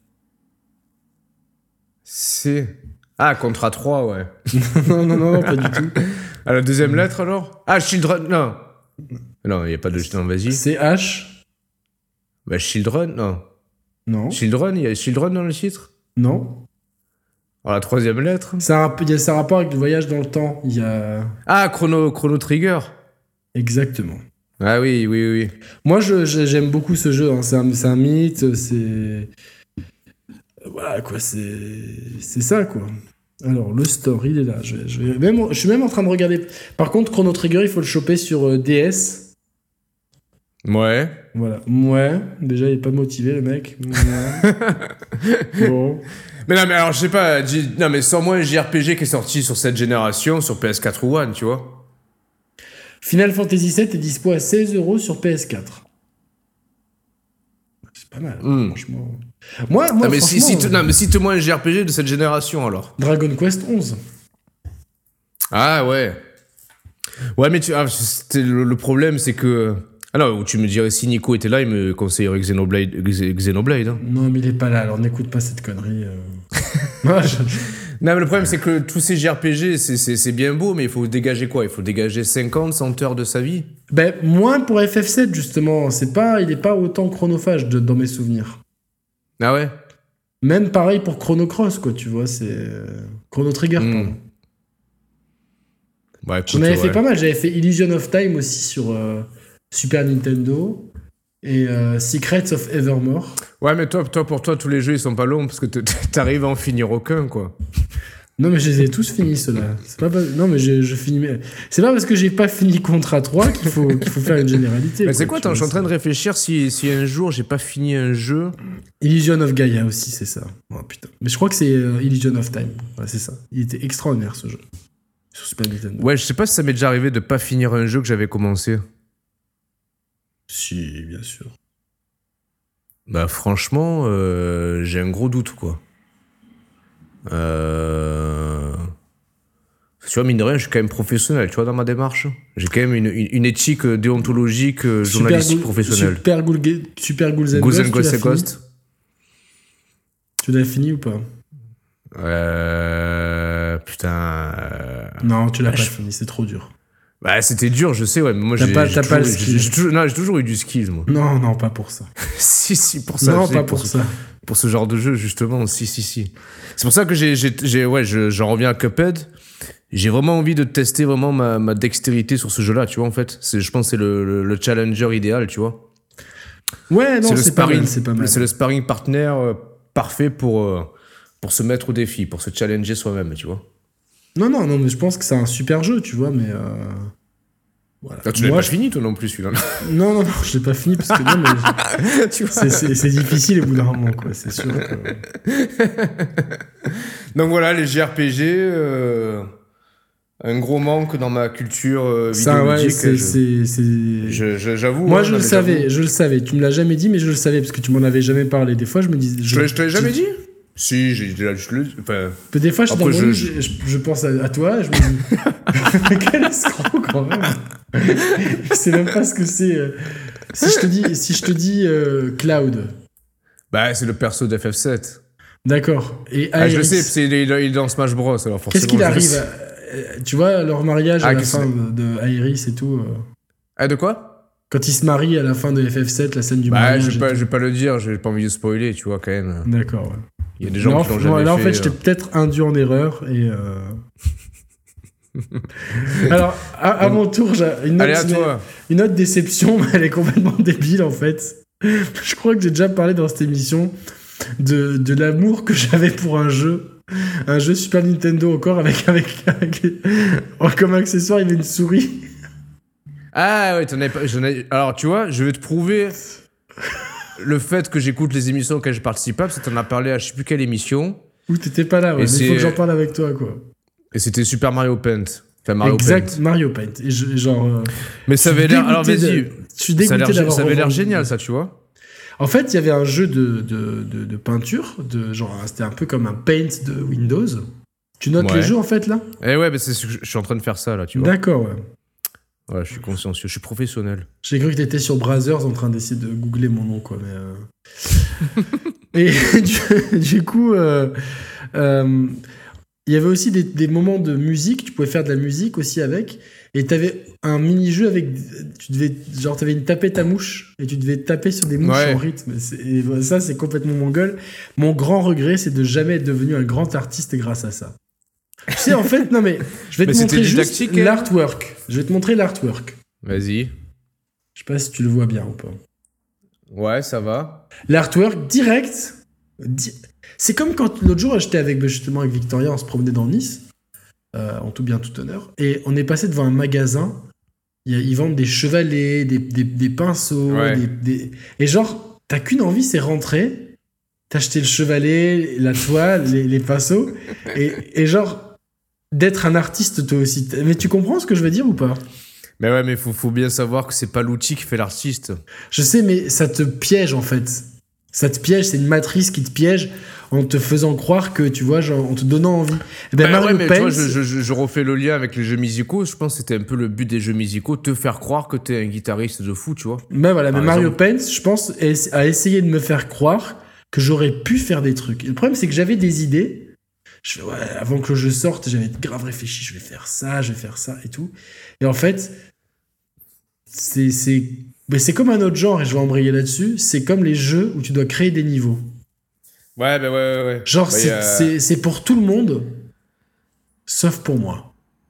C'est. Ah, Contra trois, ouais. non, non, non, pas du tout. Ah, la deuxième lettre alors. Ah, Children, non. Non, il n'y a pas de. Non, vas-y. C'est H. Bah, Children, non. Non. Children, il y a Children dans le titre. Non. Alors, la troisième lettre. Ça a, un peu- il y a ça a rapport avec le voyage dans le temps. Il y a. Ah, Chrono, Chrono Trigger. Exactement. Ah oui, oui, oui. Moi, je, je- j'aime beaucoup ce jeu. hein. C'est un, c'est un mythe. C'est. Voilà, quoi. C'est, c'est ça, quoi. Alors, le store, il est là. Je, vais- je, vais même, je suis même en train de regarder. Par contre, Chrono Trigger, il faut le choper sur euh, D S. Ouais. Voilà. Ouais. Déjà, il est pas motivé, le mec. Ouais. Bon. Mais non, mais alors, je sais pas. J- Non, mais sans moi, un J R P G qui est sorti sur cette génération, sur P S quatre ou One, tu vois. Final Fantasy sept est dispo à seize euros sur P S quatre. C'est pas mal, Mm. franchement. Moi, moi non, mais si, franchement, si, non, mais cite-moi un J R P G de cette génération alors. Dragon Quest onze. Ah ouais. Ouais, mais tu, ah, c'était le, le problème, c'est que Ah non, ou tu me dirais, si Nico était là, il me conseillerait Xenoblade. Xenoblade hein. Non, mais il est pas là, alors n'écoute pas cette connerie. Euh... Moi, je... Non, mais le problème, c'est que tous ces J R P G, c'est, c'est, c'est bien beau, mais il faut dégager quoi? Il faut dégager cinquante, cent heures de sa vie? Ben, moins pour F F sept, justement. C'est pas, il est pas autant chronophage de, dans mes souvenirs. Ah ouais? Même pareil pour Chrono Cross, quoi, tu vois, c'est... Chrono Trigger, mmh. pardon. Bah, écoute, J'en avais ouais. fait pas mal, j'avais fait Illusion of Time aussi sur euh, Super Nintendo et euh, Secrets of Evermore. Ouais, mais toi, toi, pour toi, tous les jeux, ils sont pas longs parce que t'arrives à en finir aucun, quoi. Non, mais je les ai tous finis, ceux-là. C'est pas, pas... Non, mais je, je finis... C'est pas parce que j'ai pas fini Contra trois qu'il faut, qu'il faut faire une généralité. Mais quoi, c'est quoi, attends, je suis en train de réfléchir si, si un jour j'ai pas fini un jeu... Illusion of Gaia aussi, c'est ça. Oh putain. Mais je crois que c'est euh, Illusion of Time. Ouais, c'est ça. Il était extraordinaire, ce jeu. Sur Super Nintendo. Ouais, je sais pas si ça m'est déjà arrivé de pas finir un jeu que j'avais commencé. Si, bien sûr. Bah franchement, euh, j'ai un gros doute, quoi. Euh... Tu vois, mine de rien, je suis quand même professionnel, tu vois, dans ma démarche. J'ai quand même une, une, une éthique déontologique, euh, journalistique Super professionnelle. Super Ghoul, Super Ghouls and Ghouls and Ghosts, Ghosts Ghost. Tu l'as fini ou pas? Euh... Putain... Euh... Non, tu l'as bah, pas je... fini, c'est trop dur. Bah, c'était dur, je sais, ouais, mais moi, t'as j'ai, pas, j'ai, t'as toujours, pas le skill. j'ai, j'ai, toujours, non, j'ai toujours eu du skill, moi. Non, non, pas pour ça. si, si, pour ça. Non, pas pour, pour ce, ça. Pour ce genre de jeu, justement, si, si, si. C'est pour ça que j'ai, j'ai, j'ai ouais, je, j'en reviens à Cuphead. J'ai vraiment envie de tester vraiment ma, ma dextérité sur ce jeu-là, tu vois, en fait. C'est, je pense que c'est le, le, le challenger idéal, tu vois. Ouais, non, c'est, c'est, sparring, pas mal, c'est pas mal. C'est le sparring partner euh, parfait pour, euh, pour se mettre au défi, pour se challenger soi-même, tu vois. Non, non, non, mais je pense que c'est un super jeu, tu vois, mais... Euh... Voilà. Ah, tu l'as pas je... fini, toi, non plus, celui-là. Non, non, non, je l'ai pas fini, parce que non, mais... tu vois, c'est, c'est, c'est difficile au bout d'un moment, quoi, c'est sûr que... Donc voilà, les J R P G... Euh... Un gros manque dans ma culture euh, ça, vidéoludique. Ouais, c'est, je... c'est, c'est... Je, je, j'avoue. Moi, hein, je le savais, j'avoue. je le savais. Tu me l'as jamais dit, mais je le savais parce que tu m'en avais jamais parlé. Des fois, je me disais. Je, je, je te l'ai jamais dit. Si, j'ai déjà je le. Enfin. Des fois, je, après, dans je, mon je... Lit, je, je pense à, à toi, je me dis. Quel escroc quand même. Je sais même pas ce que c'est. Euh... Si je te dis, si je te dis euh, Cloud. Bah, c'est le perso de F F sept. D'accord. Et ah, je le sais, c'est, il, il est dans Smash Bros. Alors forcément. Qu'est-ce qu'il arrive à... Tu vois, leur mariage ah, à la fin de, de Aeris et tout. Euh... Ah, de quoi? Quand ils se marient à la fin de F F sept, la scène du bah, mariage. Je vais, pas, je vais pas le dire, j'ai pas envie de spoiler, tu vois, quand même. D'accord, ouais. Il y a des gens non, qui l'ont jamais là, fait. En fait, j'étais euh... peut-être induit en erreur et. Euh... Alors, à, à mon tour, j'ai une Allez, autre, à toi. Une autre déception, mais elle est complètement débile en fait. Je crois que j'ai déjà parlé dans cette émission de, de l'amour que j'avais pour un jeu. Un jeu Super Nintendo encore avec, avec, avec comme accessoire, il y avait une souris. Ah ouais, t'en avais pas. J'en ai... Alors tu vois, je vais te prouver le fait que j'écoute les émissions auxquelles je participe pas, parce que t'en as parlé à je sais plus quelle émission. Où t'étais pas là, ouais, mais il faut que j'en parle avec toi, quoi. Et c'était Super Mario Paint. Enfin, Mario exact, Paint. Mario Paint. Et je, genre. Euh, mais ça avait l'air. Alors vas-y. De... Je suis dégoûté ça d'avoir. Ça avait l'air génial, ça, tu vois. En fait, il y avait un jeu de, de, de, de peinture, de, genre, c'était un peu comme un paint de Windows. Tu notes ouais. les jeux, en fait, là ? Eh ouais, mais c'est, je suis en train de faire ça, là, tu vois. D'accord, ouais. Ouais, je suis consciencieux, je suis professionnel. J'ai cru que t'étais sur Brazzers en train d'essayer de googler mon nom, quoi, mais... Euh... Et du, du coup, euh, euh, il y avait aussi des, des moments de musique, tu pouvais faire de la musique aussi avec... Et t'avais un mini-jeu avec... Tu devais, genre, t'avais une tapette à mouche et tu devais taper sur des mouches ouais. en rythme. C'est, et ça, c'est complètement mon gueule. Mon grand regret, c'est de jamais être devenu un grand artiste grâce à ça. Tu sais, en fait, non mais... Je vais mais te montrer juste hein. l'artwork. Je vais te montrer l'artwork. Vas-y. Je sais pas si tu le vois bien ou pas. Ouais, ça va. L'artwork, direct... Di... C'est comme quand l'autre jour, j'étais avec, justement avec Victoria, on se promenait dans Nice. Euh, en tout bien, tout honneur. Et on est passé devant un magasin. Ils vendent des chevalets, des, des, des pinceaux. Ouais. Des, des... Et genre, t'as qu'une envie, c'est rentrer, t'acheter le chevalet, la toile, les, les pinceaux. Et, et genre, d'être un artiste toi aussi. Mais tu comprends ce que je veux dire ou pas ? Mais ouais, mais faut, faut bien savoir que c'est pas l'outil qui fait l'artiste. Je sais, mais ça te piège en fait. Ça te piège, c'est une matrice qui te piège. en te faisant croire que, tu vois, genre, en te donnant envie. Et ben, Bah Mario ouais, mais Paint, tu vois, je, je, je- je refais le lien avec les jeux musicaux. Je pense que c'était un peu le but des jeux musicaux, te faire croire que t'es un guitariste de fou, tu vois. ben voilà, Par mais Mario exemple. Paint, je pense, es- a essayé de me faire croire que j'aurais pu faire des trucs. Et le problème, c'est que j'avais des idées. Je fais, ouais, avant que le jeu sorte, j'avais grave réfléchi, je vais faire ça, je vais faire ça et tout. Et en fait, c'est, c'est, ben, c'est comme un autre genre, et je vais embrayer là-dessus, c'est comme les jeux où tu dois créer des niveaux. Ouais, bah ouais, ouais. ouais. Genre, Bah, c'est, y a- c'est, c'est pour tout le monde, sauf pour moi.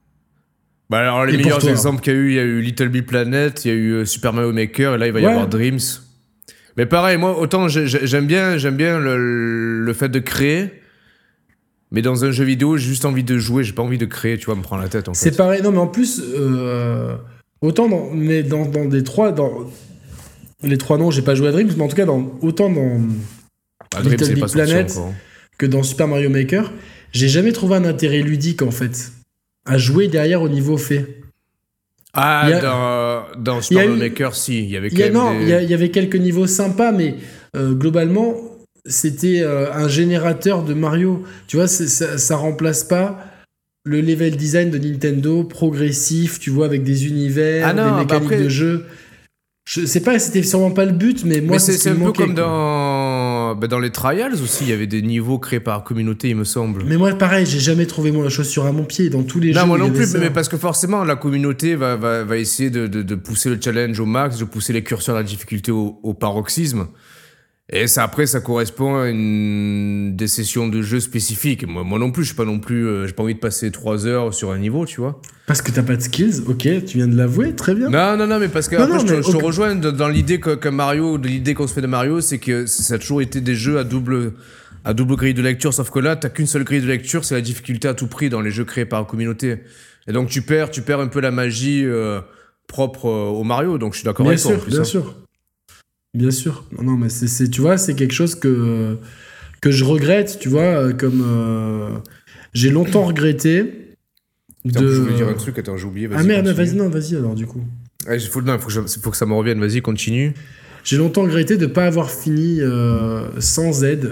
bah alors, les Et pour meilleurs toi. exemples qu'il y a eu, il y a eu Little Big Planet, il y a eu euh, Super Mario Maker, et là, il va y Ouais. avoir Dreams. Mais pareil, moi, autant j'ai- j'ai- j'aime bien, j'aime bien le, le fait de créer, mais dans un jeu vidéo, j'ai juste envie de jouer, j'ai pas envie de créer, tu vois, me prendre la tête, en C'est fait. pareil, non, mais en plus, euh, autant dans, mais dans, dans des trois, dans les trois noms, j'ai pas joué à Dreams, mais en tout cas, dans, autant dans Ah, Dreams, Little c'est Big pas sorti Planet encore. que dans Super Mario Maker, j'ai jamais trouvé un intérêt ludique, en fait, à jouer derrière au niveau fait. Ah, Il y a- dans, dans il y Super a Mario eu- Maker, si, il y avait quand Il y a, même non, des... il y, a- il y avait quelques niveaux sympas, mais euh, globalement, c'était euh, un générateur de Mario. Tu vois, c'est- ça, ça remplace pas le level design de Nintendo progressif, tu vois, avec des univers, Ah non, des bah mécaniques après- de jeu. Je sais pas, c'était sûrement pas le but, mais moi, Mais c'est c'est ce c'est qui un me peu manquait, comme quoi. dans... bah, dans les Trials aussi, il y avait des niveaux créés par la communauté, il me semble. Mais moi, pareil, j'ai jamais trouvé moi la chaussure à mon pied dans tous les jeux. Non, moi où il y non avait plus, ça. mais parce que forcément, la communauté va, va, va essayer de, de, de pousser le challenge au max, de pousser les curseurs de la difficulté au, au paroxysme. Et ça, après, ça correspond à une des sessions de jeu spécifiques. Et moi, moi non plus, je suis pas non plus, euh, j'ai pas envie de passer trois heures sur un niveau, tu vois. Parce que t'as pas de skills, ok, tu viens de l'avouer, très bien. Non, non, non, mais parce que Non, après, non, je, te, mais je te ok. rejoins de- dans l'idée que, que Mario, de l'idée qu'on se fait de Mario, c'est que ça a toujours été des jeux à double, à double grille de lecture, sauf que là, t'as qu'une seule grille de lecture, c'est la difficulté à tout prix dans les jeux créés par la communauté. Et donc, tu perds, tu perds un peu la magie euh, propre euh, au Mario, donc je suis d'accord Bien avec toi. en sûr, plus, bien hein. sûr. Bien sûr. Non, non, mais c'est, c'est- tu vois, c'est quelque chose que, que je regrette, tu vois, euh, comme euh, j'ai longtemps regretté Putain, de... je voulais dire un truc, attends, j'ai oublié, vas-y. Ah merde, continue. vas-y, non, vas-y alors du coup. Ouais, il faut, non, faut, que je- faut que ça me revienne, vas-y, continue. J'ai longtemps regretté de ne pas avoir fini euh, sans aide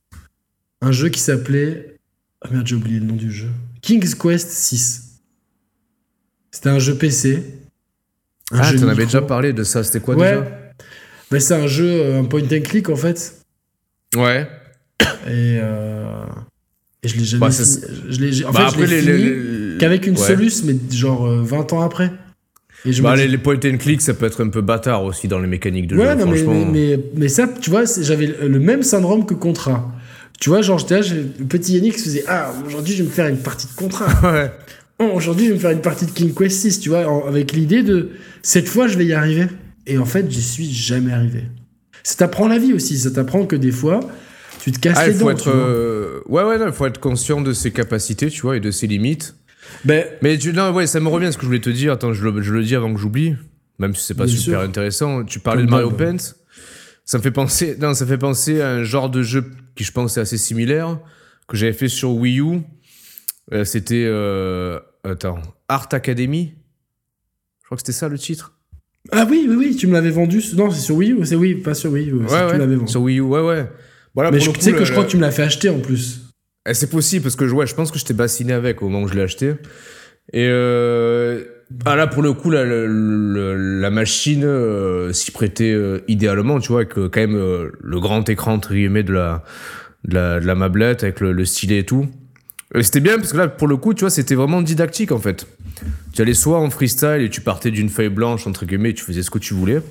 un jeu qui s'appelait... Ah merde, j'ai oublié le nom du jeu. King's Quest six. C'était un jeu P C. Un Ah, jeu t'en avais micro. déjà parlé de ça, c'était quoi Ouais. déjà Bah, c'est un jeu, euh, un point and click en fait. Ouais. Et, euh, et je l'ai jamais Bah, fini. c'est- Je l'ai, j'ai- en Bah, fait, je l'ai les- fini les- les- qu'avec une ouais. soluce, mais genre euh, vingt ans après. Et je Bah, me les, dis- les point and click, ça peut être un peu bâtard aussi dans les mécaniques de Ouais, jeu, non, mais, franchement. mais, mais, mais ça, tu vois, c'est- j'avais le même syndrome que Contra. Tu vois, genre, j'étais là, j'ai- le petit Yannick se faisait Ah, aujourd'hui, je vais me faire une partie de Contra. Ouais. Oh, aujourd'hui, je vais me faire une partie de King Quest six, tu vois, en- avec l'idée de cette fois, je vais y arriver. Et en fait, j'y suis jamais arrivé. Ça t'apprend la vie aussi. Ça t'apprend que des fois, tu te casses Ah, les il faut dents. être, tu vois. euh, ouais, ouais, non, il faut être conscient de ses capacités, tu vois, et de ses limites. Ben, Mais tu, non, ouais, ça me revient ce que je voulais te dire. Attends, je le, je le dis avant que j'oublie, même si c'est pas Bien super sûr. intéressant. Tu parlais Comme de Mario d'hab. Paint. Ça me fait penser, non, ça fait penser à un genre de jeu qui, je pense, est assez similaire que j'avais fait sur Wii U. Euh, c'était, euh, attends, Art Academy. Je crois que c'était ça le titre. Ah oui, oui, oui, tu me l'avais vendu. Non, c'est sur Wii U. C'est oui, pas sur Wii U. c'est Ouais, que tu me l'avais ouais. vendu. Sur Wii U, ouais, ouais. Voilà, Mais pour je le tu sais coup, que le- je crois que tu me l'as fait acheter en plus. Eh, c'est possible parce que ouais, je pense que je t'ai bassiné avec au moment où je l'ai acheté. Et euh, ah là, pour le coup, la, la, la- la machine euh, s'y prêtait euh, idéalement, tu vois, avec euh, quand même euh, le grand écran entre guillemets de la, de la, de la mablette, avec le, le stylet et tout. Et c'était bien parce que là, pour le coup, tu vois, c'était vraiment didactique en fait. Tu allais soit en freestyle et tu partais d'une feuille blanche, entre guillemets, et tu faisais ce que tu voulais.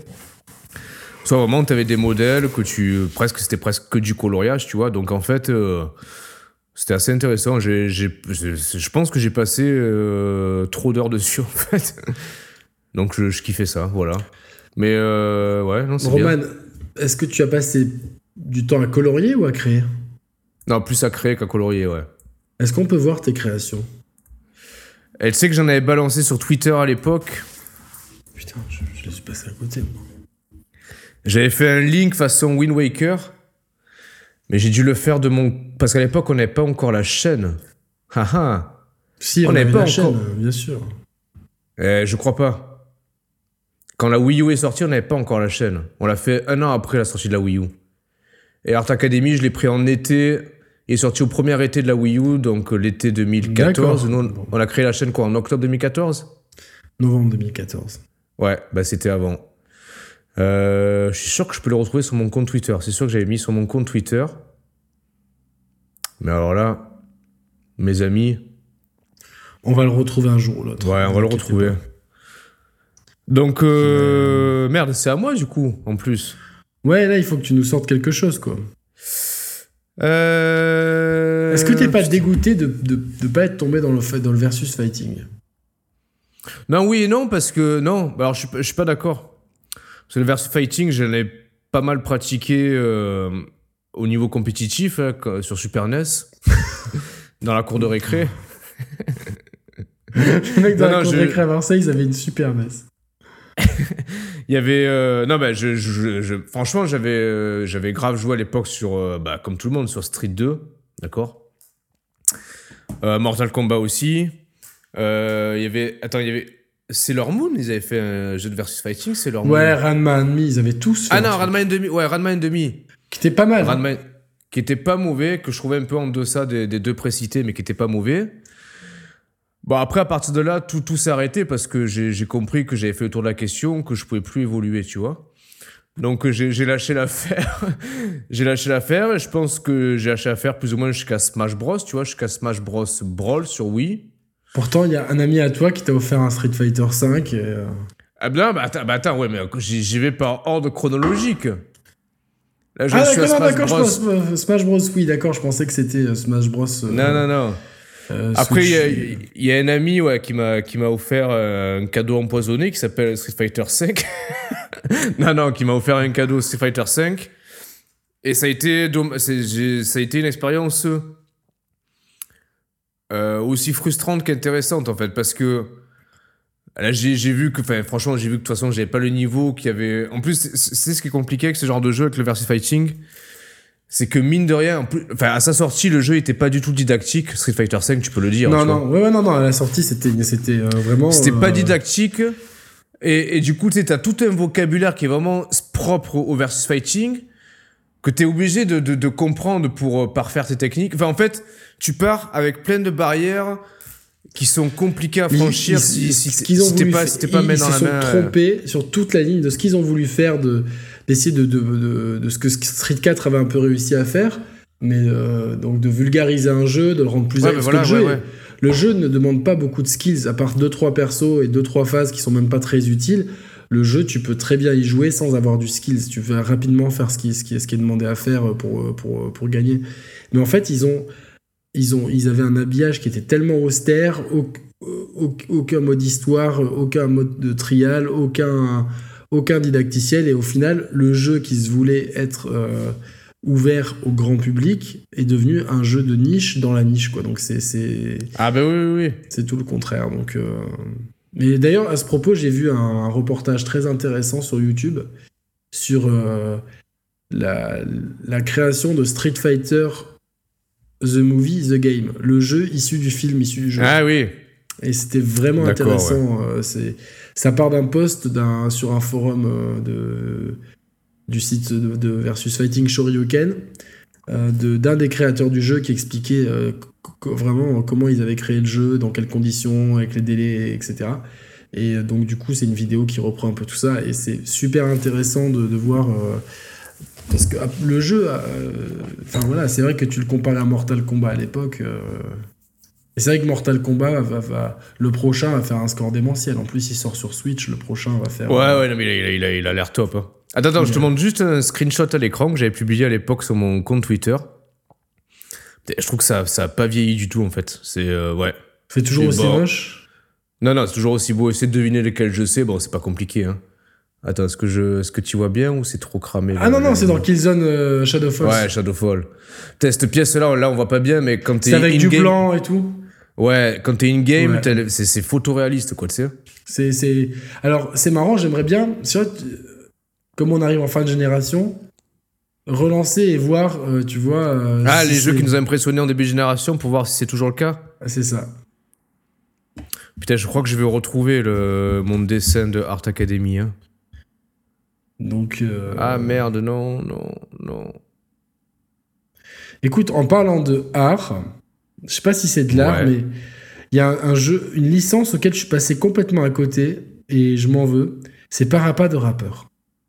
Soit vraiment, tu avais des modèles que tu. Presque, c'était presque que du coloriage, tu vois. Donc en fait. euh, C'était assez intéressant. J'ai, j'ai, je, je pense que j'ai passé euh, trop d'heures dessus, en fait. Donc, je, je kiffais ça, voilà. Mais, euh, ouais, non, c'est Roman, bien. est-ce que tu as passé du temps à colorier ou à créer? Non, plus à créer qu'à colorier, ouais. Est-ce qu'on peut voir tes créations? Elle sait que j'en avais balancé sur Twitter à l'époque. Putain, je, je les suis passé à côté. moi. J'avais fait un link façon Wind Waker. Mais j'ai dû le faire de mon... Parce qu'à l'époque, on n'avait pas encore la chaîne. Haha. Si, On on, n'avait avait pas la encore- chaîne, euh, bien sûr. Eh, je crois pas. Quand la Wii U est sortie, on n'avait pas encore la chaîne. On l'a fait un an après la sortie de la Wii U. Et Art Academy, je l'ai pris en été. Il est sorti au premier été de la Wii U, donc l'été deux mille quatorze. Nous, on, on a créé la chaîne quoi, en octobre deux mille quatorze? Novembre deux mille quatorze. Ouais, bah c'était avant. Euh, je suis sûr que je peux le retrouver sur mon compte Twitter. C'est sûr que j'avais mis sur mon compte Twitter. Mais alors là, mes amis... On va le retrouver un jour ou l'autre. Ouais, on va le retrouver. Pas. Donc, euh... merde, c'est à moi du coup, en plus. Ouais, là, il faut que tu nous sortes quelque chose, quoi. Euh... Est-ce que t'es pas dégoûté de, de, de pas être tombé dans le, dans le versus fighting? Non, oui et non, parce que... Non, alors je suis, je suis pas d'accord. Parce que le versus fighting, je l'ai pas mal pratiqué euh, au niveau compétitif, hein, sur Super N E S, dans la cour de récré. Le mec dans non, la non, cour je... de récré à Marseille, ils avaient une Super N E S. Il y avait... Euh... Non, bah, je, je, je... franchement, j'avais, euh, j'avais grave joué à l'époque sur, euh, bah, comme tout le monde, sur Street deux, d'accord euh, Mortal Kombat aussi. Euh, il y avait... Attends, il y avait... Sailor Moon, ils avaient fait un jeu de versus fighting, Sailor Moon. Ouais, Ranma and Me, ils avaient tous fait. Ah non, Ranma and Me, ouais, Ranma and Me. Qui était pas mal. Ranma, qui était pas mauvais, que je trouvais un peu en deçà des, des deux précités, mais qui était pas mauvais. Bon, après, à partir de là, tout, tout s'est arrêté parce que j'ai, j'ai compris que j'avais fait le tour de la question, que je pouvais plus évoluer, tu vois. Donc, j'ai, j'ai lâché l'affaire. j'ai lâché l'affaire et je pense que j'ai lâché l'affaire plus ou moins jusqu'à Smash Bros, tu vois, jusqu'à Smash Bros Brawl sur Wii. Pourtant, il y a un ami à toi qui t'a offert un Street Fighter cinq. Et euh... Ah ben, bah attends, bah attends, ouais, mais j'y, j'y vais par ordre chronologique. Là, je ah suis d'accord, d'accord, je pense, euh, Smash Bros, oui, d'accord, je pensais que c'était euh, Smash Bros. Euh, non, non, non. Euh, Après, il y, y a un ami ouais, qui, m'a, qui m'a offert euh, un cadeau empoisonné qui s'appelle Street Fighter cinq. non, non, qui m'a offert un cadeau Street Fighter cinq. Et ça a été, c'est, j'ai, ça a été une expérience... Euh, aussi frustrante qu'intéressante en fait parce que là j'ai, j'ai vu que enfin franchement j'ai vu que de toute façon j'avais pas le niveau qu'il y avait en plus c'est, c'est ce qui est compliqué avec ce genre de jeu avec le versus fighting, c'est que mine de rien en plus, enfin à sa sortie le jeu était pas du tout didactique. Street Fighter cinq tu peux le dire non non ouais, ouais non non à la sortie c'était c'était euh, vraiment c'était euh... pas didactique et, et du coup tu as tout un vocabulaire qui est vraiment propre au versus fighting que t'es obligé de, de, de comprendre pour euh, parfaire tes techniques. Enfin, en fait, tu pars avec plein de barrières qui sont compliquées à franchir ils, si, ils, si, si, si t'es pas, si t'es pas main dans la main. Ils se sont trompés sur toute la ligne de ce qu'ils ont voulu faire, de, d'essayer de, de, de, de ce que Street quatre avait un peu réussi à faire, mais euh, donc de vulgariser un jeu, de le rendre plus... Ouais, parce voilà, que le, ouais, jeu, ouais. le jeu ne demande pas beaucoup de skills, à part deux trois persos et deux trois phases qui sont même pas très utiles. Le jeu, tu peux très bien y jouer sans avoir du skills. Tu peux rapidement faire ce qui, ce qui, ce qui est demandé à faire pour, pour, pour gagner. Mais en fait, ils, ont, ils, ont, ils avaient un habillage qui était tellement austère, aucun mode histoire, aucun mode de trial, aucun, aucun didacticiel. Et au final, le jeu qui se voulait être euh, ouvert au grand public est devenu un jeu de niche dans la niche, quoi. Donc c'est... c'est ah ben oui, oui, oui. C'est tout le contraire. Donc... Euh... Mais d'ailleurs, à ce propos, j'ai vu un, un reportage très intéressant sur YouTube sur euh, la, la création de Street Fighter The Movie, The Game, le jeu issu du film, issu du jeu. Ah oui. Et c'était vraiment D'accord, intéressant. Ouais. Euh, c'est, ça part d'un post d'un, sur un forum euh, de, du site de, de Versus Fighting Shoryuken, euh, de, d'un des créateurs du jeu qui expliquait... Euh, vraiment comment ils avaient créé le jeu, dans quelles conditions, avec les délais, et cetera. Et donc du coup c'est une vidéo qui reprend un peu tout ça et c'est super intéressant de, de voir euh, parce que le jeu, enfin euh, voilà, c'est vrai que tu le compares à Mortal Kombat à l'époque. Euh, et c'est vrai que Mortal Kombat va, va, le prochain va faire un score démentiel. En plus il sort sur Switch, le prochain va faire. Ouais euh, ouais non, mais il a, il a, il a l'air top. Hein. Attends attends, ouais. Je te montre juste un screenshot à l'écran que j'avais publié à l'époque sur mon compte Twitter. Je trouve que ça ça a pas vieilli du tout en fait. C'est euh, ouais. C'est toujours c'est aussi bon. Moche. Non non, c'est toujours aussi beau. Essaye de deviner lequel je sais. Bon, c'est pas compliqué. Hein. Attends, est-ce que je est-ce que tu vois bien ou c'est trop cramé? Ah là, non non, là, c'est dans Killzone euh, Shadowfall. Ouais, Shadowfall. Putain, cette pièce là, là on voit pas bien, mais quand t'es c'est avec in-game, du blanc et tout. Ouais, quand t'es in game, ouais. c'est c'est photoréaliste quoi, tu sais. C'est c'est alors c'est marrant. J'aimerais bien. Sur comme on arrive en fin de génération. Relancer et voir, euh, tu vois... Euh, ah, si les c'est... jeux qui nous ont impressionnés en début de génération pour voir si c'est toujours le cas. Ah, c'est ça. Putain, je crois que je vais retrouver le... mon dessin de Art Academy. Hein. Donc... Euh... Ah merde, non, non, non. Écoute, en parlant de art, je sais pas si c'est de l'art, Ouais. mais il y a un, un jeu, une licence auquel je suis passé complètement à côté et je m'en veux. C'est Parappa de rappeur.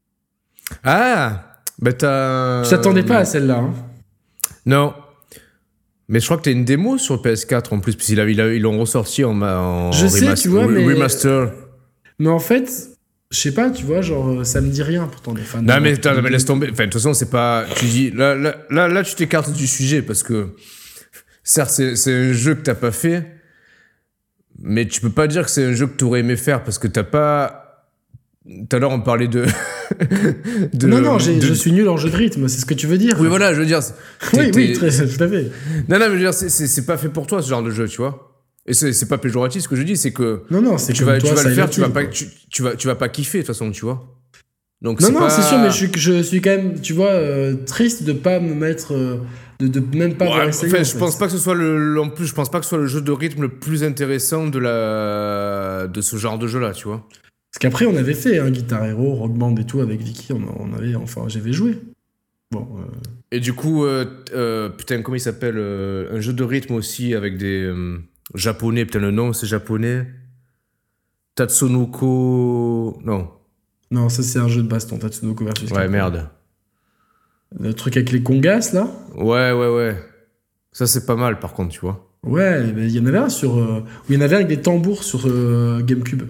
Ah bah t'as... Je t'attendais pas à celle-là. Hein. Non. Mais je crois que t'as une démo sur le P S quatre en plus, puisqu'ils a- il a- ils l'ont ressorti en, ma- en Je sais, tu vois, re- mais- remaster. Mais en fait, je sais pas, tu vois, genre, ça me dit rien pourtant des fans. Non de mais, rap. attends, mais laisse tomber. Enfin, de toute façon, c'est pas... Tu dis... Là, là, là, là, tu t'écartes du sujet, parce que... Certes, c'est, c'est un jeu que t'as pas fait, mais tu peux pas dire que c'est un jeu que t'aurais aimé faire, parce que t'as pas... Tout à l'heure, on parlait de... de non, non, j'ai- de- je suis nul en jeu de rythme, c'est ce que tu veux dire. Oui, voilà, je veux dire... Oui, t'es- oui, t'es- très, tout à fait. Non, non, mais je veux dire, c'est, c'est, c'est pas fait pour toi, ce genre de jeu, tu vois. Et c'est, c'est pas péjoratif, ce que je dis, c'est que... Non, non, c'est tu comme vas, toi, tu vas le Silent faire, tu vas, Hill, pas, quoi. tu, tu, vas, tu vas pas kiffer, de toute façon, tu vois. Donc, Non, c'est non, pas... c'est sûr, mais je suis, je suis quand même, tu vois, euh, triste de pas me mettre, euh, de, de même pas Ouais, avoir en essayé. fait, en je fait. pense pas que ce soit le, en plus, je pense pas que ce soit le jeu de rythme le plus intéressant de la, de ce genre de jeu-là, tu vois. Parce qu'après, on avait fait un hein, Guitar Hero, Rock Band et tout avec Vicky, on, on avait, enfin, j'avais joué. Bon. Euh... Et du coup, euh, euh, putain, comment il s'appelle euh, un jeu de rythme aussi avec des euh, japonais, putain, le nom c'est japonais. Tatsunoko. Non. Non, ça c'est un jeu de baston, Tatsunoko versus Ouais, Capcom. merde. Le truc avec les congas, là. Ouais, ouais, ouais. Ça, c'est pas mal, par contre, tu vois. Ouais, il y en avait un sur. Euh... Il y en avait un avec des tambours sur euh, GameCube.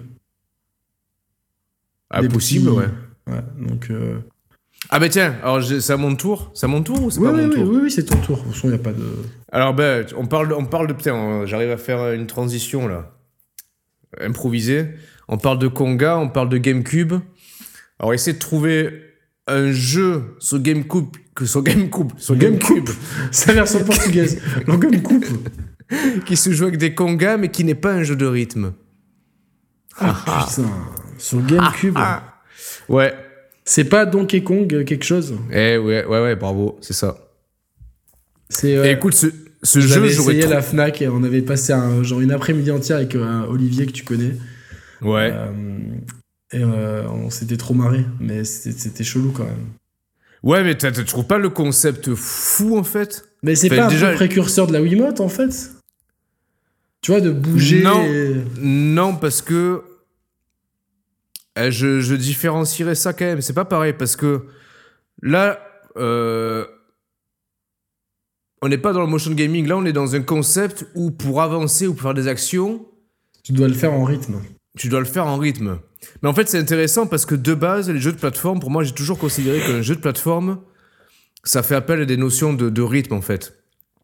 Ah, Des possible, petits- ouais. Ouais, donc. Euh... Ah, bah tiens, alors j'ai- c'est à mon tour C'est à mon tour ou c'est Oui, pas à oui, mon oui, tour oui, oui, c'est ton tour. Au fond, il n'y a pas de. Alors, ben, on parle, de- on parle de. Putain, on- j'arrive à faire une transition, là. Improvisée. On parle de Conga, on parle de GameCube. Alors, essayez de trouver un jeu sur GameCube. Que sur GameCube. Sur GameCube. Sa version portugaise. Le GameCube. qui se joue avec des congas, mais qui n'est pas un jeu de rythme. Ah, putain. Sur GameCube. Ah. Ouais. C'est pas Donkey Kong euh, quelque chose. Eh, ouais, ouais, ouais, bravo, c'est ça. C'est. euh, Et écoute, ce, ce jeu, J'avais j'aurais essayé trop... à la Fnac et on avait passé un, genre une après-midi entière avec euh, Olivier que tu connais. Ouais. Euh, et euh, on s'était trop marré, mais c'était c'était chelou quand même. Ouais, mais t'as- tu trouves pas le concept fou, en fait? Mais c'est Enfin, pas un déjà- peu précurseur de la Wiimote en fait? Tu vois, de bouger. Non. et- Non, parce que euh, je, je différencierais ça quand même. C'est pas pareil parce que là, euh, on n'est pas dans le motion gaming. Là, on est dans un concept où pour avancer ou pour faire des actions, Tu dois le faire en rythme. tu dois le faire en rythme. Mais en fait, c'est intéressant parce que de base, les jeux de plateforme, pour moi, j'ai toujours considéré qu'un jeu de plateforme, ça fait appel à des notions de, de rythme en fait.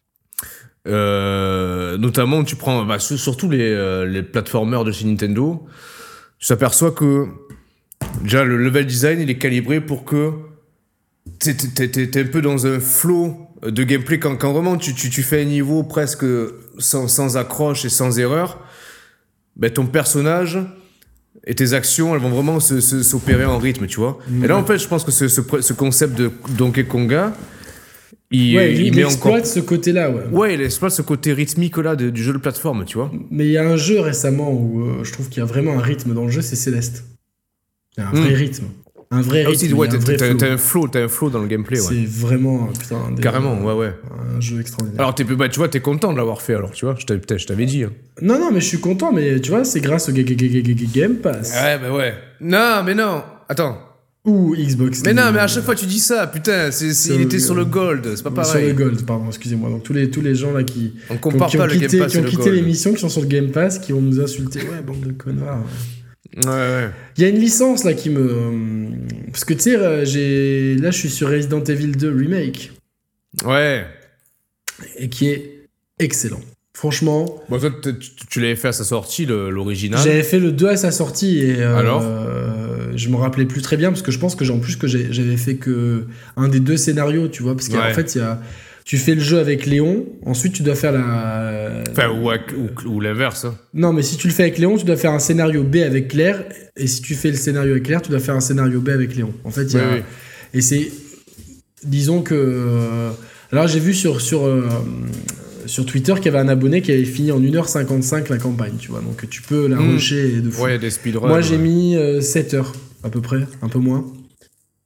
Euh, notamment, tu prends bah, sur- surtout les, euh, les plateformeurs de chez Nintendo, tu t'aperçois que déjà le level design il est calibré pour que t'es, t'es, t'es, t'es un peu dans un flow de gameplay quand, quand vraiment tu, tu, tu fais un niveau presque sans, sans accroche et sans erreur, ben ton personnage et tes actions elles vont vraiment se, se, s'opérer en rythme, tu vois. Mmh. Et là en fait je pense que ce, ce, ce concept de Donkey Konga il, Ouais, il, il il met exploite encore... ce côté-là, ouais. Ouais, il exploite ce côté rythmique là de- du jeu de plateforme, tu vois. Mais il y a un jeu récemment où euh, je trouve qu'il y a vraiment un rythme dans le jeu, c'est Céleste. Il y a un vrai Mm. rythme. Un vrai Ah rythme. aussi, ouais, il y a un t'as, vrai t'as- flow. t'as un flow, t'as un flow dans le gameplay, ouais. C'est vraiment euh, putain, un des- Carrément, ouais, ouais. un jeu extraordinaire. Alors, t'es, bah, tu vois, t'es content de l'avoir fait, alors, tu vois, je t'avais, putain, je t'avais dit. Hein. Non, non, mais je suis content, mais tu vois, c'est grâce au Ga- Ga- Ga- Ga- Ga- Game Pass. Ouais, bah ouais. Non, mais non, attends. Ou Xbox. Mais Live. non, mais à chaque fois tu dis ça, putain, c'est, c'est- Sur il le- était sur le gold, c'est pas Sur pareil. le Gold, pardon, excusez-moi. Donc tous les, tous les gens là qui, On qui ont, compare qui ont pas le quitté, Game Pass qui et ont le quitté gold. l'émission, qui sont sur le Game Pass, qui vont nous insulter. Ouais, bande de connards. Ouais, ouais. Il y a une licence là qui me. Parce que tu sais, euh, j'ai... là je suis sur Resident Evil deux Remake Ouais. et qui est excellent. Franchement, Bon, toi, tu, tu- tu l'avais fait à sa sortie, le- l'original. j'avais fait le deux à sa sortie et euh, Alors euh, je me rappelais plus très bien parce que je pense que j'ai en plus que j'ai- j'avais fait que un des deux scénarios, tu vois, parce qu'en Ouais. fait il y a tu fais le jeu avec Léon, ensuite tu dois faire la Enfin, ou, avec- ou, ou l'inverse. Hein. non mais si tu le fais avec Léon, tu dois faire un scénario B avec Claire et si tu fais le scénario avec Claire, tu dois faire un scénario B avec Léon. En fait, il y a Oui, oui. et c'est disons que euh, alors j'ai vu sur sur euh, sur Twitter qu'il y avait un abonné qui avait fini en une heure cinquante-cinq la campagne, tu vois. Donc tu peux la Mm. rusher de fou. Ouais, il y a des speedruns. Moi, j'ai ouais. mis euh, sept heures, à peu près, un peu moins.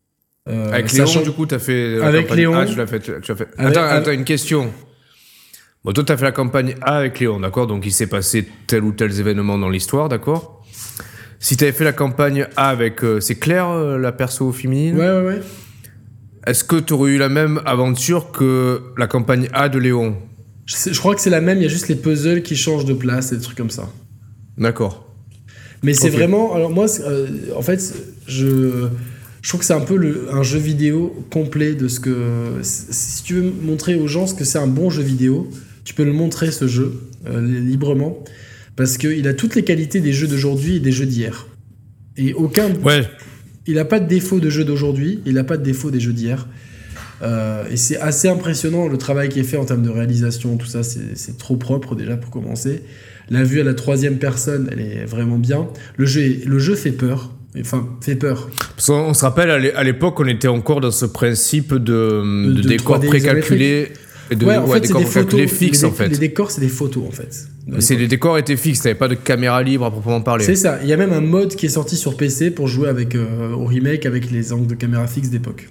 Euh, avec Léon, sachant... du coup, t'as fait la avec campagne Léon, A, tu l'as fait. Tu l'as fait. Avec... Attends, attends, une question. Bon, toi, t'as fait la campagne A avec Léon, d'accord? Donc, il s'est passé tel ou tel événement dans l'histoire, d'accord? Si t'avais fait la campagne A avec... Euh, c'est Claire, euh, la perso féminine? Ouais, ouais, ouais. Est-ce que t'aurais eu la même aventure que la campagne A de Léon? je, sais, je crois que c'est la même, il y a juste les puzzles qui changent de place et des trucs comme ça. D'accord. Mais c'est okay. vraiment... Alors moi, euh, en fait, je... Je trouve que c'est un peu le, un jeu vidéo complet de ce que... Si tu veux montrer aux gens ce que c'est un bon jeu vidéo, tu peux le montrer, ce jeu, euh, librement, parce qu'il a toutes les qualités des jeux d'aujourd'hui et des jeux d'hier. Et aucun... Ouais. Il n'a pas de défaut de jeux d'aujourd'hui, il n'a pas de défaut des jeux d'hier. Euh, et c'est assez impressionnant, le travail qui est fait en termes de réalisation, tout ça, c'est, c'est trop propre déjà pour commencer. La vue à la troisième personne, elle est vraiment bien. Le jeu, est, le jeu fait peur. Enfin, fait peur. Parce qu'on, on se rappelle, à l'époque, on était encore dans ce principe de, de, de, de décors précalculés. Et de ouais, en ouais, fait, décors c'est des photos fixes, les, en fait. Les décors, c'est des photos, en fait. Mais c'est, les décors étaient fixes, t'avais pas de caméra libre à proprement parler. C'est ça. Il y a même un mode qui est sorti sur P C pour jouer avec, euh, au remake avec les angles de caméra fixe d'époque.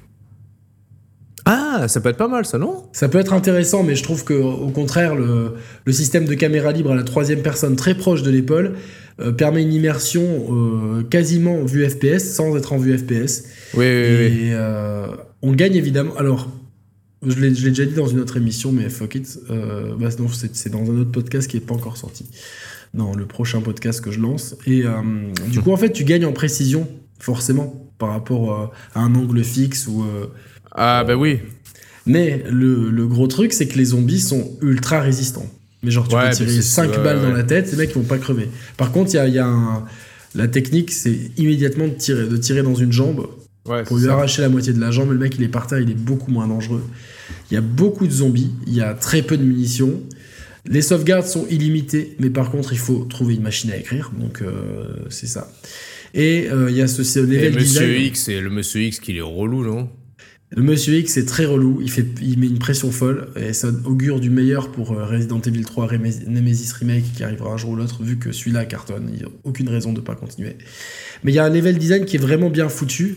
Ah, ça peut être pas mal, ça, non? Ça peut être intéressant, mais je trouve que, au contraire, le, le système de caméra libre à la troisième personne, très proche de l'épaule, euh, permet une immersion euh, quasiment en vue F P S, sans être en vue F P S. Oui, oui, Et oui. euh, on gagne évidemment... Alors, je l'ai, je l'ai déjà dit dans une autre émission, mais fuck it. Euh, bah, non, c'est, c'est dans un autre podcast qui n'est pas encore sorti. Dans le prochain podcast que je lance. Et euh, du coup, en fait, tu gagnes en précision, forcément, par rapport euh, à un angle fixe ou... Euh, Ah, bah oui. Mais le, le gros truc, c'est que les zombies sont ultra résistants. Mais genre, tu ouais, peux tirer cinq ouais, balles ouais. dans la tête, les mecs ils vont pas crever. Par contre, il y a, y a un... la technique, c'est immédiatement de tirer, de tirer dans une jambe ouais, pour lui ça. arracher la moitié de la jambe. Le mec, il est par terre, il est beaucoup moins dangereux. Il y a beaucoup de zombies, il y a très peu de munitions. Les sauvegardes sont illimitées, mais par contre, il faut trouver une machine à écrire. Donc, euh, c'est ça. Et il euh, y a ce, ce level et Monsieur design. X, c'est le Monsieur X qui est relou, non? Le Monsieur X, c'est très relou, il, fait, il met une pression folle, et ça augure du meilleur pour Resident Evil trois Nemesis Remake, qui arrivera un jour ou l'autre, vu que celui-là cartonne, il n'y a aucune raison de ne pas continuer. Mais il y a un level design qui est vraiment bien foutu.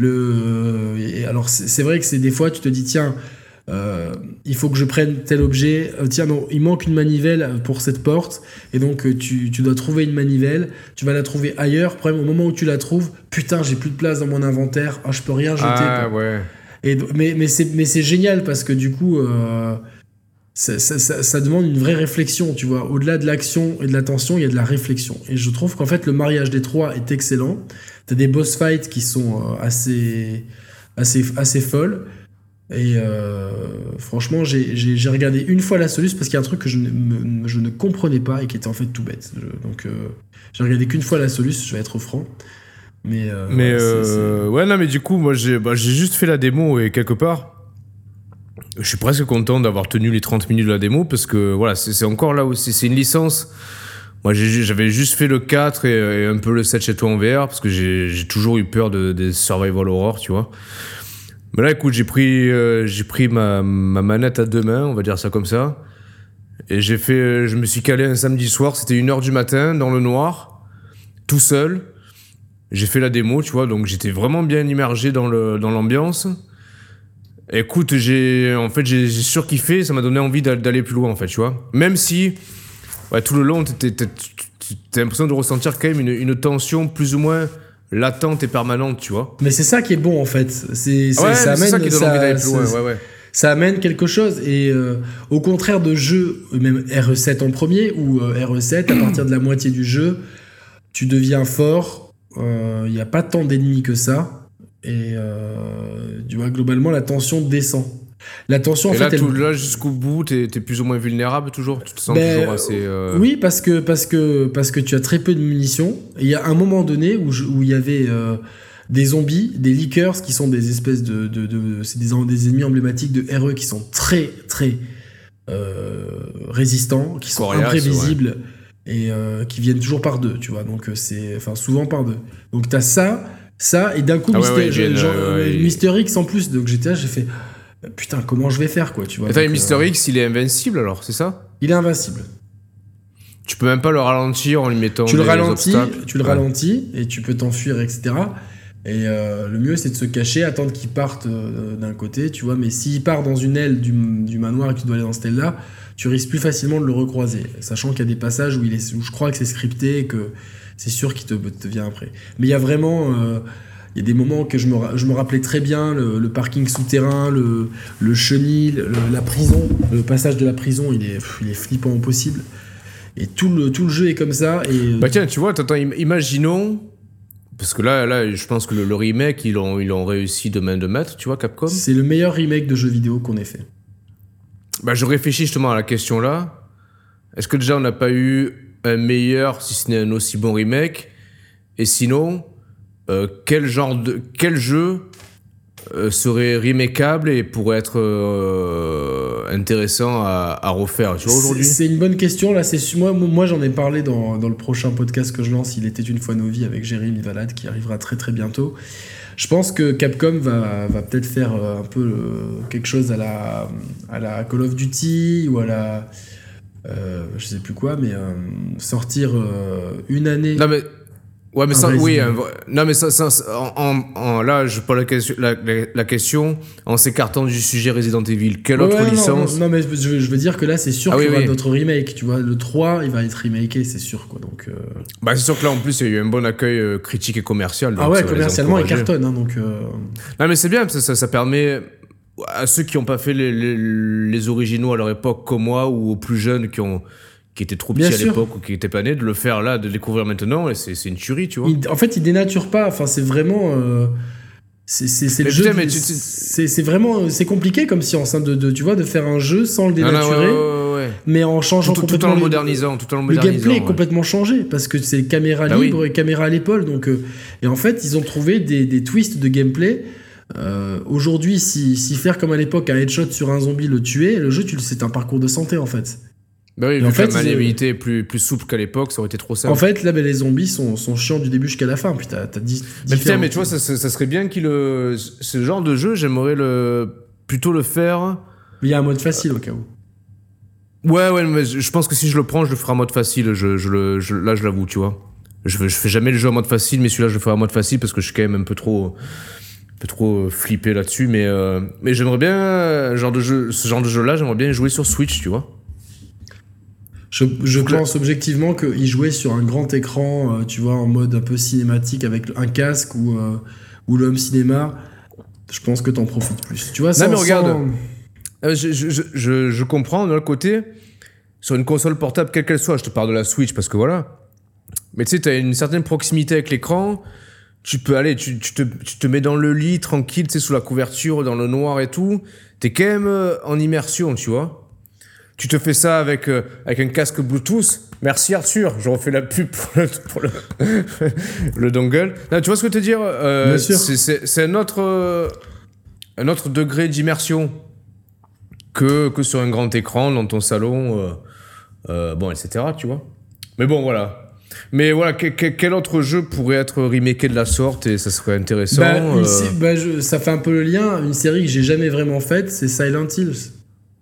Le... Et alors, c'est, c'est vrai que c'est des fois, tu te dis, tiens, euh, il faut que je prenne tel objet, euh, tiens, non, il manque une manivelle pour cette porte, et donc tu, tu dois trouver une manivelle, tu vas la trouver ailleurs, problème, au moment où tu la trouves, putain, j'ai plus de place dans mon inventaire, ah, je peux rien jeter. Ah, quoi. ouais. Et, mais, mais, c'est, mais c'est génial parce que du coup, euh, ça, ça, ça, ça demande une vraie réflexion, tu vois. Au-delà de l'action et de la tension, il y a de la réflexion. Et je trouve qu'en fait, le mariage des trois est excellent. T'as des boss fights qui sont euh, assez, assez, assez folles. Et euh, franchement, j'ai, j'ai, j'ai regardé une fois la Solus parce qu'il y a un truc que je ne, me, je ne comprenais pas et qui était en fait tout bête. Je, donc, euh, j'ai regardé qu'une fois la Solus, je vais être franc. Mais, euh, mais ouais, euh, c'est, c'est... ouais, non, mais du coup, moi, j'ai, bah, j'ai juste fait la démo et quelque part, je suis presque content d'avoir tenu les trente minutes de la démo parce que voilà, c'est, c'est encore là aussi, c'est une licence. Moi, j'ai, j'avais juste fait le quatre et, et un peu le sept chez toi en V R parce que j'ai, j'ai toujours eu peur de, des survival horror, tu vois. Mais là, écoute, j'ai pris, euh, j'ai pris ma, ma manette à deux mains, on va dire ça comme ça. Et j'ai fait, je me suis calé un samedi soir, c'était une heure du matin, dans le noir, tout seul. J'ai fait la démo, tu vois, donc j'étais vraiment bien immergé dans, le, dans l'ambiance. Écoute, j'ai, en fait, j'ai, j'ai surkiffé, ça m'a donné envie d'aller plus loin, en fait, tu vois. Même si, ouais, tout le long, t'as l'impression de ressentir quand même une, une tension plus ou moins latente et permanente, tu vois. Mais c'est ça qui est bon, en fait. C'est, c'est, ouais, ça amène, c'est ça qui donne ça, envie d'aller plus loin, ouais, ouais. Ça amène quelque chose. Et euh, au contraire de jeux, même R E sept en premier, ou euh, R E sept, à partir de la moitié du jeu, tu deviens fort. Il euh, n'y a pas tant d'ennemis que ça et euh, tu vois globalement la tension descend la tension en et fait là, elle... tout, là jusqu'au bout t'es, t'es plus ou moins vulnérable toujours tu te sens ben, toujours assez euh... oui parce que, parce, que, parce que tu as très peu de munitions et il y a un moment donné où il où y avait euh, des zombies, des leakers qui sont des espèces de, de, de c'est des, des ennemis emblématiques de R E qui sont très très euh, résistants, qui sont Coriace, imprévisibles ouais. Et euh, qui viennent toujours par deux, tu vois, donc c'est, enfin souvent par deux. Donc t'as ça, ça, et d'un coup, ah Mister, ouais, ouais, genre, genre, ouais, Mister X en plus, donc j'étais là, j'ai fait, putain, comment je vais faire, quoi, tu vois. Attends, donc, Mister euh... X, il est invincible alors, c'est ça ? Il est invincible. Tu peux même pas le ralentir en lui mettant tu des le ralentis, obstacles. Tu le ouais. ralentis, et tu peux t'enfuir, et cetera. Et euh, le mieux, c'est de se cacher, attendre qu'il parte euh, d'un côté, tu vois. Mais s'il part dans une aile du, du manoir et que tu dois aller dans cette aile-là, tu risques plus facilement de le recroiser. Sachant qu'il y a des passages où, il est, où je crois que c'est scripté et que c'est sûr qu'il te, te vient après. Mais il y a vraiment... Euh, il y a des moments que je me, je me rappelais très bien, le, le parking souterrain, le, le chenil, le, la prison. Le passage de la prison, il est, il est flippant au possible. Et tout le, tout le jeu est comme ça. Et... Bah tiens, tu vois, attends, imaginons... Parce que là, là, je pense que le, le remake, ils l'ont, ils l'ont réussi de main de maître, tu vois, Capcom. C'est le meilleur remake de jeux vidéo qu'on ait fait. Bah, je réfléchis justement à la question là. Est-ce que déjà on n'a pas eu un meilleur, si ce n'est un aussi bon remake ? Et sinon, euh, quel genre de, quel jeu euh, serait remakeable et pourrait être euh, intéressant à, à refaire, tu vois, aujourd'hui ? C'est, c'est une bonne question. Là, c'est moi, moi, j'en ai parlé dans, dans le prochain podcast que je lance. Il était une fois nos vies avec Jérémy Valade qui arrivera très très bientôt. Je pense que Capcom va, va peut-être faire un peu euh, quelque chose à la, à la Call of Duty ou à la euh, je sais plus quoi, mais euh, sortir euh, une année. Non mais ouais, mais ça, oui, un, non, mais ça, ça en, en, là, je pose la question, la, la, la question en s'écartant du sujet Resident Evil. Quelle ouais, autre ouais, licence ? Non, non, non, mais je, je veux dire que là, c'est sûr ah, qu'il oui, y aura oui. d'autres remakes. Tu vois, le trois, il va être remaké, c'est sûr, quoi. Donc, euh... bah, c'est sûr que là, en plus, il y a eu un bon accueil euh, critique et commercial. Ah ouais, commercialement, il cartonne, hein, donc. Euh... Non, mais c'est bien, ça, ça, ça permet à ceux qui n'ont pas fait les, les, les originaux à leur époque, comme moi, ou aux plus jeunes qui ont. qui étaient trop petits à l'époque ou qui étaient pas nés, de le faire là, de découvrir maintenant, et c'est, c'est une tuerie, tu vois. Il, en fait, il dénature pas, enfin, c'est vraiment... Euh, c'est, c'est, c'est le jeu... Putain, du, tu, tu... C'est, c'est vraiment... C'est compliqué comme science, hein, de, de, tu vois, de faire un jeu sans le dénaturer, ah non, ouais, ouais, ouais. mais en changeant tout, complètement... Tout en le modernisant, tout en le modernisant. Le gameplay ouais. est complètement changé, parce que c'est caméra bah libre oui. et caméra à l'épaule, donc... Euh, et en fait, ils ont trouvé des, des twists de gameplay... Euh, aujourd'hui, si, si faire comme à l'époque un headshot sur un zombie, le tuer, le jeu, tu, c'est un parcours de santé, en fait. Bah oui, et vu en que fait, la maniabilité est plus, plus souple qu'à l'époque, ça aurait été trop simple. En fait, là, bah, les zombies sont, sont chiants du début jusqu'à la fin. Puis t'as, t'as dix, mais putain, mais tu vois, ça, ça, ça serait bien qu'il le... Ce genre de jeu, j'aimerais le... plutôt le faire... Mais il y a un mode facile au cas où. Ouais, ouais, mais je pense que si je le prends, je le ferai en mode facile. Je, je le, je, là, je l'avoue, tu vois. Je, je fais jamais le jeu en mode facile, mais celui-là, je le ferai en mode facile parce que je suis quand même un peu trop... un peu trop flippé là-dessus. Mais, euh, mais j'aimerais bien... Genre de jeu, ce genre de jeu-là, j'aimerais bien jouer sur Switch, tu vois. Je, je pense objectivement qu'il jouait sur un grand écran, euh, tu vois, en mode un peu cinématique avec un casque ou, euh, ou le home cinéma. Je pense que t'en profites plus. Tu vois, sans, non, mais regarde, sans... euh, je, je, je, je comprends de l'autre côté, sur une console portable, quelle qu'elle soit, je te parle de la Switch parce que voilà. Mais tu sais, t'as une certaine proximité avec l'écran. Tu peux aller, tu, tu, te, tu te mets dans le lit tranquille, tu sais, sous la couverture, dans le noir et tout. T'es quand même euh, en immersion, tu vois. Tu te fais ça avec, euh, avec un casque Bluetooth. Merci Arthur, je refais la pub pour le, pour le, le dongle. Non, tu vois ce que je veux te dire euh, Bien sûr. C'est, c'est, c'est un, autre, euh, un autre degré d'immersion que, que sur un grand écran dans ton salon, euh, euh, bon, et cetera. Tu vois. Mais bon, voilà. Mais voilà, que, que, quel autre jeu pourrait être remaké de la sorte et ça serait intéressant bah, euh... sé- bah, je, ça fait un peu le lien. Une série que j'ai jamais vraiment faite, c'est Silent Hills.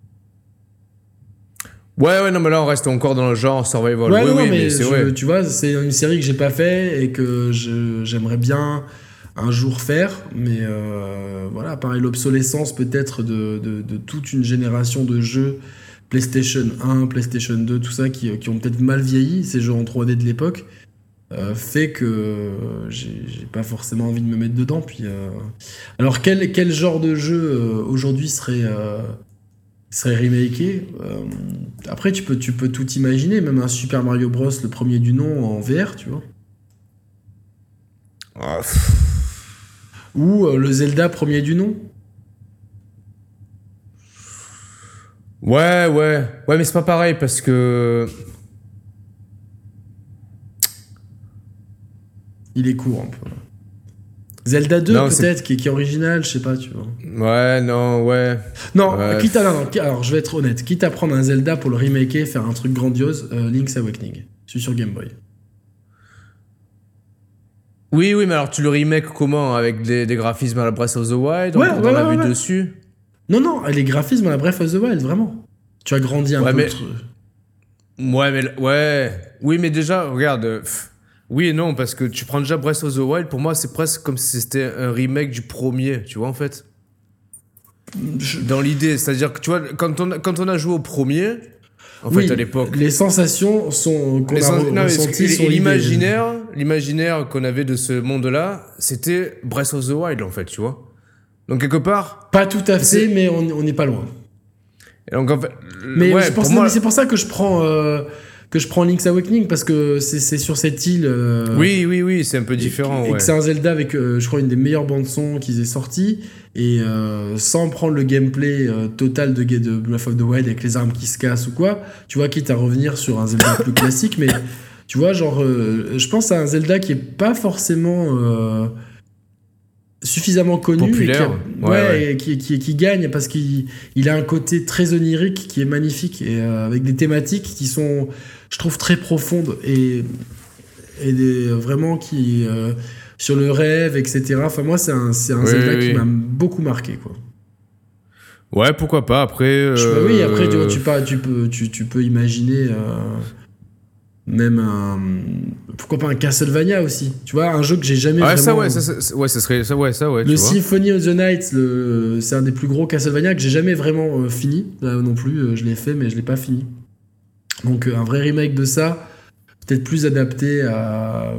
Ouais, ouais, non, mais là, on reste encore dans le genre survival. Ouais, oui, non, oui, mais, mais c'est je, vrai. tu vois, c'est une série que j'ai pas fait et que je, j'aimerais bien un jour faire. Mais euh, voilà, pareil, l'obsolescence peut-être de, de, de toute une génération de jeux PlayStation un, PlayStation deux, tout ça, qui, qui ont peut-être mal vieilli, ces jeux en trois D de l'époque, euh, fait que j'ai, j'ai pas forcément envie de me mettre dedans. Puis, euh... Alors, quel, quel genre de jeu euh, aujourd'hui serait... Euh, serait remaké. Euh, après, tu peux, tu peux tout imaginer, même un Super Mario Bros, le premier du nom, en V R, tu vois. Oh. Ou euh, le Zelda premier du nom. Ouais, ouais. Ouais, mais c'est pas pareil parce que... Il est court un peu. Zelda deux, non, peut-être, c'est... qui, qui est original, je sais pas, tu vois. Ouais, non, ouais. Non, ouais. quitte à... Non, non, alors, je vais être honnête. Quitte à prendre un Zelda pour le remaker, faire un truc grandiose, euh, Link's Awakening. Celui sur Game Boy. Oui, oui, mais alors tu le remake comment ? Avec des, des graphismes à la Breath of the Wild ? Ouais, on ouais, a ouais, vu ouais. dessus ? Non, non, les graphismes à la Breath of the Wild, vraiment. Tu as grandi un ouais, peu. Mais... Le truc. Ouais, mais... Ouais. Oui, mais déjà, regarde... Pff, Oui et non, parce que tu prends déjà Breath of the Wild, pour moi, c'est presque comme si c'était un remake du premier, tu vois, en fait. Je... Dans l'idée, c'est-à-dire que, tu vois, quand on a, quand on a joué au premier, en oui, fait, à l'époque... les sensations sont, qu'on les a sens... non, ressenties sont l'imaginaire, l'imaginaire qu'on avait de ce monde-là, c'était Breath of the Wild, en fait, tu vois. Donc, quelque part... Pas tout à fait, mais on n'est pas loin. Et donc, en fait... Mais, ouais, je pense, pour moi... mais c'est pour ça que je prends... Euh... que je prends Link's Awakening parce que c'est, c'est sur cette île. Euh, oui, oui, oui, c'est un peu différent. Et, et ouais. que c'est un Zelda avec, euh, je crois, une des meilleures bandes-son qu'ils aient sorties. Et euh, sans prendre le gameplay euh, total de, de Breath of the Wild avec les armes qui se cassent ou quoi, tu vois, quitte à revenir sur un Zelda plus classique. Mais tu vois, genre, euh, je pense à un Zelda qui est pas forcément. Euh, suffisamment connu populaire, et, qui, ouais, ouais. Et qui, qui, qui gagne parce qu'il il a un côté très onirique qui est magnifique et euh, avec des thématiques qui sont, je trouve, très profondes et, et des, vraiment qui euh, sur le rêve, et cetera. Enfin moi c'est un, c'est un oui, Zelda oui, qui oui. m'a beaucoup marqué quoi. Ouais, pourquoi pas après. Euh... Je, oui, après tu, tu, pas, tu peux tu, tu peux imaginer. Euh, Même un... Pourquoi pas un Castlevania aussi. Tu vois, un jeu que j'ai jamais ouais, vraiment... Ça, ouais, ça, ça, ouais, ça serait... Ça, ouais, ça, ouais, le Symphony of the Night, le... c'est un des plus gros Castlevania que j'ai jamais vraiment euh, fini. Là non plus, euh, je l'ai fait, mais je l'ai pas fini. Donc euh, un vrai remake de ça, peut-être plus adapté à...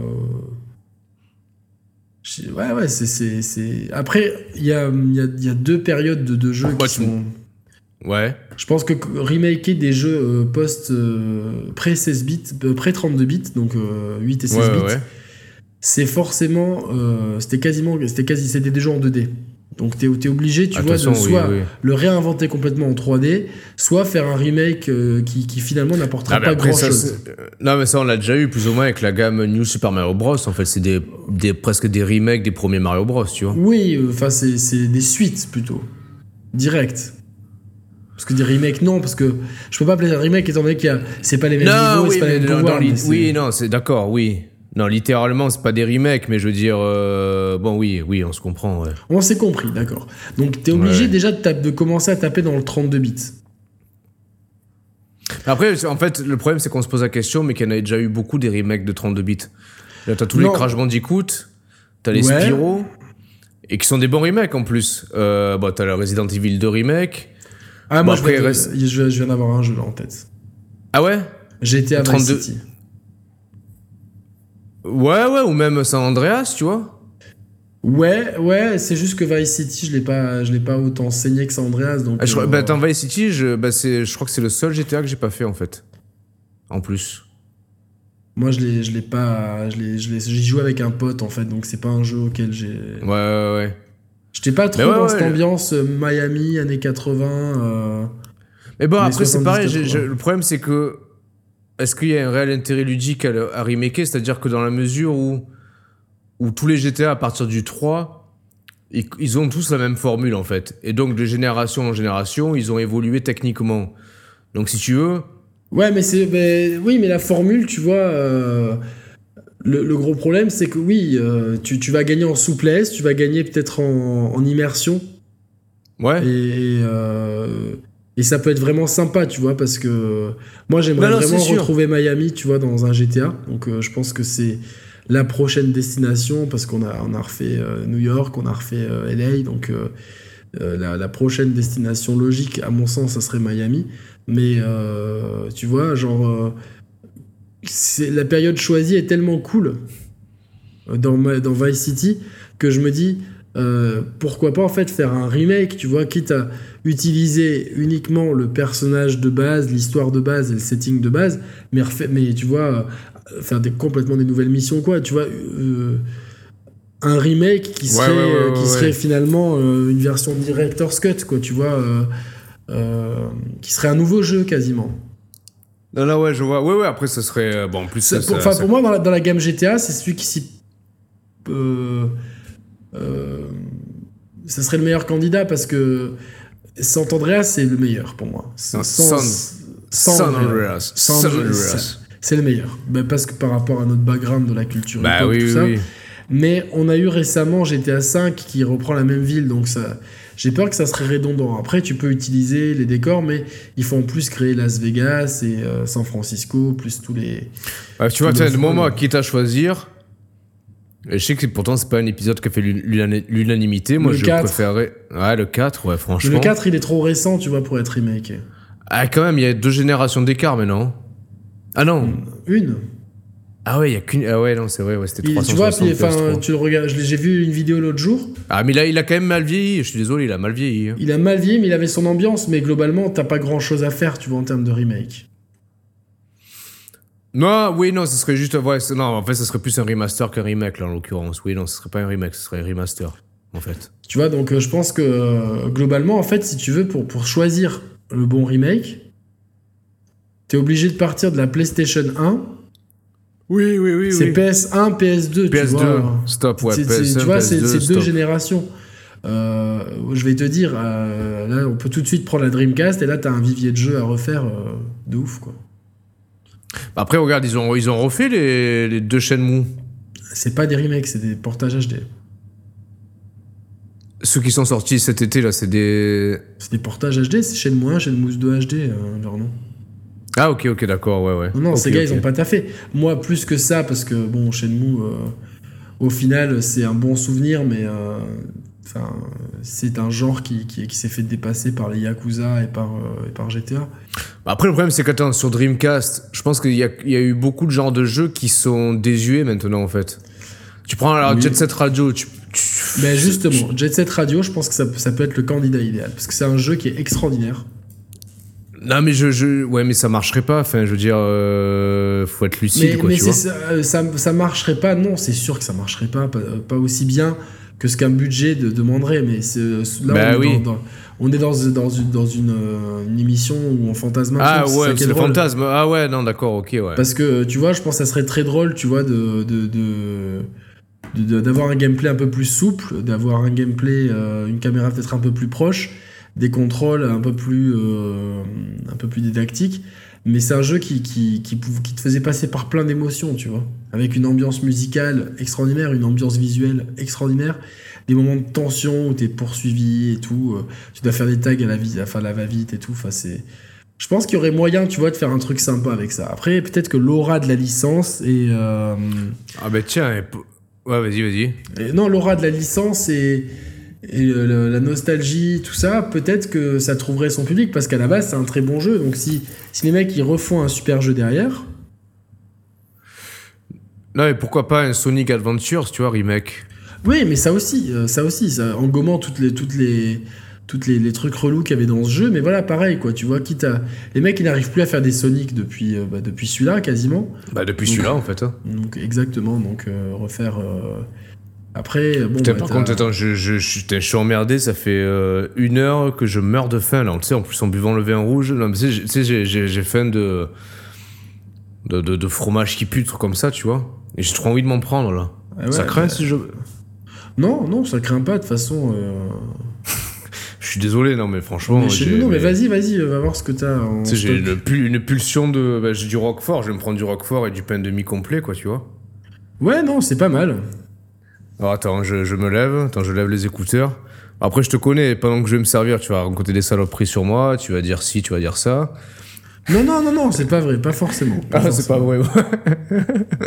Ouais, ouais, c'est... c'est, c'est... Après, il y a, y, a, y a deux périodes de, de jeux ouais, qui sont... Ouais. Je pense que remaker des jeux euh, post euh, pré seize bits, euh, pré trente-deux bits, donc euh, huit et seize ouais, bits, ouais. c'est forcément, euh, c'était quasiment, c'était quasi, c'était des jeux en deux D. Donc t'es, t'es obligé, tu ah, vois, de façon, soit oui, oui. le réinventer complètement en trois D, soit faire un remake euh, qui, qui finalement n'apportera ah, pas grand ça, chose. Non mais ça on l'a déjà eu plus ou moins avec la gamme New Super Mario Bros. En fait c'est des, des presque des remakes des premiers Mario Bros. Tu vois. Oui, enfin euh, c'est, c'est des suites plutôt, direct. Parce que des remakes, non, parce que je peux pas appeler un remake étant donné qu'il y a, c'est pas les mêmes non, niveaux, oui, c'est pas les mêmes pouvoirs. Li- oui, non, c'est d'accord, oui. Non, littéralement, c'est pas des remakes, mais je veux dire, euh, bon, oui, oui, on se comprend, ouais. On s'est compris, d'accord. Donc, t'es obligé ouais. déjà de, tape, de commencer à taper dans le trente-deux bits. Après, en fait, le problème, c'est qu'on se pose la question, mais qu'il y en a déjà eu beaucoup des remakes de trente-deux bits. Là, t'as tous non. les Crash Bandicoot, t'as les ouais. Spyro, et qui sont des bons remakes en plus. Euh, bon, t'as le Resident Evil deux remake. Ah, bon, moi, après, je, viens de, reste... je, je viens d'avoir un jeu là en tête. Ah ouais? J'ai été à trente-deux Vice City. Ouais, ouais, ou même San Andreas, tu vois. Ouais, ouais, c'est juste que Vice City, je l'ai pas, je l'ai pas autant saigné que San Andreas. Donc, ah, je, euh, bah, attends, Vice City, je, bah, c'est, je crois que c'est le seul G T A que j'ai pas fait, en fait. En plus. Moi, je l'ai, je l'ai pas... Je l'ai, je l'ai, j'y joue avec un pote, en fait, donc c'est pas un jeu auquel j'ai... Ouais, ouais, ouais. J'étais pas trop ouais, dans ouais, cette ouais. ambiance euh, Miami, années quatre-vingts... Euh, mais bon, après, c'est pareil, j'ai, je, le problème, c'est que... Est-ce qu'il y a un réel intérêt ludique à, à remaker? C'est-à-dire que dans la mesure où, où tous les G T A, à partir du trois, ils, ils ont tous la même formule, en fait. Et donc, de génération en génération, ils ont évolué techniquement. Donc, si tu veux... Ouais, mais c'est... Ben, oui, mais la formule, tu vois... Euh, le, le gros problème, c'est que oui, euh, tu, tu vas gagner en souplesse, tu vas gagner peut-être en, en immersion. Ouais. Et... Euh, Et ça peut être vraiment sympa, tu vois, parce que moi, j'aimerais non, non, vraiment retrouver Miami, tu vois, dans un G T A. Donc, euh, je pense que c'est la prochaine destination, parce qu'on a, on a refait euh, New York, on a refait euh, L A. Donc, euh, euh, la, la prochaine destination logique, à mon sens, ça serait Miami. Mais, euh, tu vois, genre, euh, c'est, la période choisie est tellement cool dans, dans Vice City que je me dis... Euh, pourquoi pas en fait faire un remake, tu vois, quitte à utiliser uniquement le personnage de base, l'histoire de base et le setting de base, mais, refait, mais tu vois, euh, faire des, complètement des nouvelles missions, quoi, tu vois, euh, un remake qui serait, ouais, ouais, ouais, qui ouais. serait finalement euh, une version director's cut, quoi, tu vois, euh, euh, qui serait un nouveau jeu quasiment. Non, là, ouais, je vois. Ouais, ouais, après, ça serait. Euh, bon, en plus, ça, ça, pour, ça, ça... pour moi, dans la, dans la gamme G T A, c'est celui qui s'y. Euh, Euh, ça serait le meilleur candidat parce que San Andreas c'est le meilleur pour moi. Sans, San, San, San Andreas. San Andreas. C'est le meilleur. Ben parce que par rapport à notre background de la culture bah, hip-hop, oui, tout oui, ça. oui. Mais on a eu récemment G T A cinq qui reprend la même ville, donc ça, j'ai peur que ça serait redondant. Après, tu peux utiliser les décors, mais il faut en plus créer Las Vegas et euh, San Francisco, plus tous les... Ouais, tu vois, tu moi, moi, quitte à choisir... Et je sais que pourtant, c'est pas un épisode qui a fait l'unanimité. Moi, le je quatre. préférais... Ouais, le quatre, ouais, franchement. Le quatre, il est trop récent, tu vois, pour être remake. Ah, quand même, il y a deux générations d'écart maintenant. Ah non. Une. Ah ouais, il y a qu'une... Ah ouais, non, c'est vrai, ouais, c'était Il, trois cent soixante. Tu vois, puis, enfin, tu le regardes... J'ai vu une vidéo l'autre jour. Ah, mais là, il a quand même mal vieilli. Je suis désolé, il a mal vieilli. Il a mal vieilli, mais il avait son ambiance. Mais globalement, t'as pas grand-chose à faire, tu vois, en termes de remake. Non, oui, non, ce serait juste... Ouais, non, en fait, ce serait plus un remaster qu'un remake, là, en l'occurrence. Oui, non, ce serait pas un remake, ce serait un remaster, en fait. Tu vois, donc euh, je pense que, euh, globalement, en fait, si tu veux, pour, pour choisir le bon remake, t'es obligé de partir de la PlayStation un. Oui, oui, oui. C'est oui. P S un, P S deux, P S deux, tu vois. stop, ouais, c'est, P S un, c'est, tu vois, P S deux, c'est, c'est deux stop. générations. Euh, je vais te dire, euh, là, on peut tout de suite prendre la Dreamcast, et là, t'as un vivier de jeux à refaire euh, de ouf, quoi. Après, regarde, ils ont, ils ont refait les, les deux Shenmue. C'est pas des remakes, c'est des portages H D. Ceux qui sont sortis cet été, là, c'est des... C'est des portages H D, c'est Shenmue un, Shenmue deux H D, euh, leur nom. Ah, ok, ok, d'accord, ouais, ouais. Non, non, okay, ces gars, okay. ils ont pas taffé. Moi, plus que ça, parce que, bon, Shenmue, euh, au final, c'est un bon souvenir, mais euh, c'est un genre qui, qui, qui s'est fait dépasser par les Yakuza et par, euh, et par G T A. Après, le problème, c'est qu'attends, sur Dreamcast, je pense qu'il y a, il y a eu beaucoup de genres de jeux qui sont désuets maintenant, en fait. Tu prends alors oui. Jet Set Radio, tu... tu Mais justement, tu... Jet Set Radio, je pense que ça, ça peut être le candidat idéal, parce que c'est un jeu qui est extraordinaire. Non, mais je, je... Ouais, mais ça marcherait pas, enfin, je veux dire, euh... faut être lucide, mais, quoi, mais tu vois. Ça, ça, ça marcherait pas, non, c'est sûr que ça marcherait pas, pas, pas aussi bien que ce qu'un budget de, demanderait, mais c'est, là, bah on, est oui. dans, dans, on est dans, dans, une, dans une, une émission où on fantasme un ah peu. Ah ouais, c'est le fantasme. Ah ouais, non, d'accord, ok, ouais. Parce que, tu vois, je pense que ça serait très drôle, tu vois, de... de, de De, d'avoir un gameplay un peu plus souple, d'avoir un gameplay, euh, une caméra peut-être un peu plus proche, des contrôles un peu plus, euh, un peu plus didactiques, mais c'est un jeu qui, qui, qui, qui te faisait passer par plein d'émotions, tu vois, avec une ambiance musicale extraordinaire, une ambiance visuelle extraordinaire, des moments de tension où t'es poursuivi et tout, euh, tu dois faire des tags à la, vie, enfin, la va-vite et tout, enfin c'est... Je pense qu'il y aurait moyen, tu vois, de faire un truc sympa avec ça. Après, peut-être que l'aura de la licence et... Euh... Ah bah tiens... Et... Ouais, vas-y, vas-y. Et non, l'aura de la licence et, et le, la nostalgie, tout ça, peut-être que ça trouverait son public, parce qu'à la base, c'est un très bon jeu. Donc si, si les mecs, ils refont un super jeu derrière... Non, mais pourquoi pas un Sonic Adventures, tu vois, remake. Oui, mais ça aussi, ça aussi, ça, en gommant toutes les... Toutes les toutes les, les trucs relous qu'il y avait dans ce jeu, mais voilà, pareil, quoi, tu vois, quitte à... Les mecs, ils n'arrivent plus à faire des Sonic depuis, euh, bah, depuis celui-là, quasiment. Bah, depuis donc, celui-là, en fait. Hein. Donc, exactement, donc, euh, refaire... Euh... Après, bon... Putain, bah, par t'as... contre, attends, je, je, je, je suis emmerdé, ça fait euh, une heure que je meurs de faim, là, tu sais, en plus, en buvant le vin rouge, non, mais tu sais, j'ai, j'ai, j'ai faim de de, de... de fromage qui pue, truc comme ça, tu vois, et j'ai trop envie de m'en prendre, là. Ah ouais, ça craint, bah... si je... Non, non, ça craint pas, de toute façon... Euh... Je suis désolé, non, mais franchement. Mais j'ai, non, mais, mais vas-y, vas-y, va voir ce que t'as. En tu sais, j'ai une, une pulsion de. Bah, j'ai du Roquefort, je vais me prendre du Roquefort et du pain demi-complet, quoi, tu vois. Ouais, non, c'est pas mal. Alors attends, je, je me lève, attends, je lève les écouteurs. Après, je te connais, pendant que je vais me servir, tu vas raconter des saloperies sur moi, tu vas dire ci, tu vas dire ça. Non, non, non, non, c'est pas vrai, pas forcément. Pas ah, forcément. C'est pas vrai, ouais.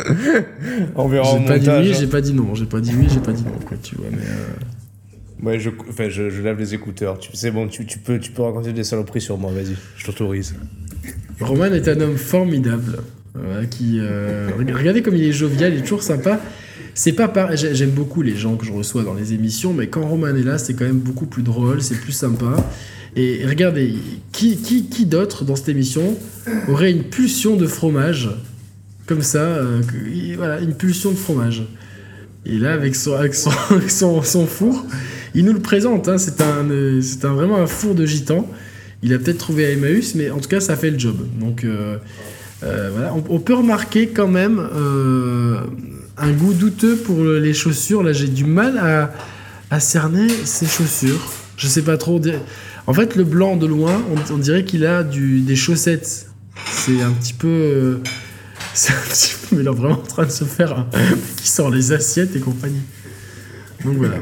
On verra j'ai au pas montage. Dit oui, hein. J'ai pas dit non, j'ai pas dit oui, j'ai pas dit non, quoi, tu vois, mais. Euh... Ouais, je, enfin, je, je lève les écouteurs. Tu, c'est bon, tu, tu, peux, tu peux raconter des saloperies sur moi, vas-y, je t'autorise. Roman est un homme formidable. Euh, qui, euh, regardez comme il est jovial, il est toujours sympa. C'est pas par... J'aime beaucoup les gens que je reçois dans les émissions, mais quand Roman est là, c'est quand même beaucoup plus drôle, c'est plus sympa. Et regardez, qui, qui, qui d'autre dans cette émission aurait une pulsion de fromage comme ça, euh, voilà, une pulsion de fromage. Et là, avec son, avec son, avec son, son four, il nous le présente. Hein, c'est, un, c'est un, vraiment un four de gitan. Il a peut-être trouvé à Emmaüs, mais en tout cas, ça fait le job. Donc, euh, euh, voilà. On, on peut remarquer quand même euh, un goût douteux pour les chaussures. Là, j'ai du mal à, à cerner ses chaussures. Je sais pas trop. En fait, le blanc de loin, on, on dirait qu'il a du, des chaussettes. C'est un petit peu... Euh, C'est un petit peu, mais il est vraiment en train de se faire un... qui sort les assiettes et compagnie. Donc voilà.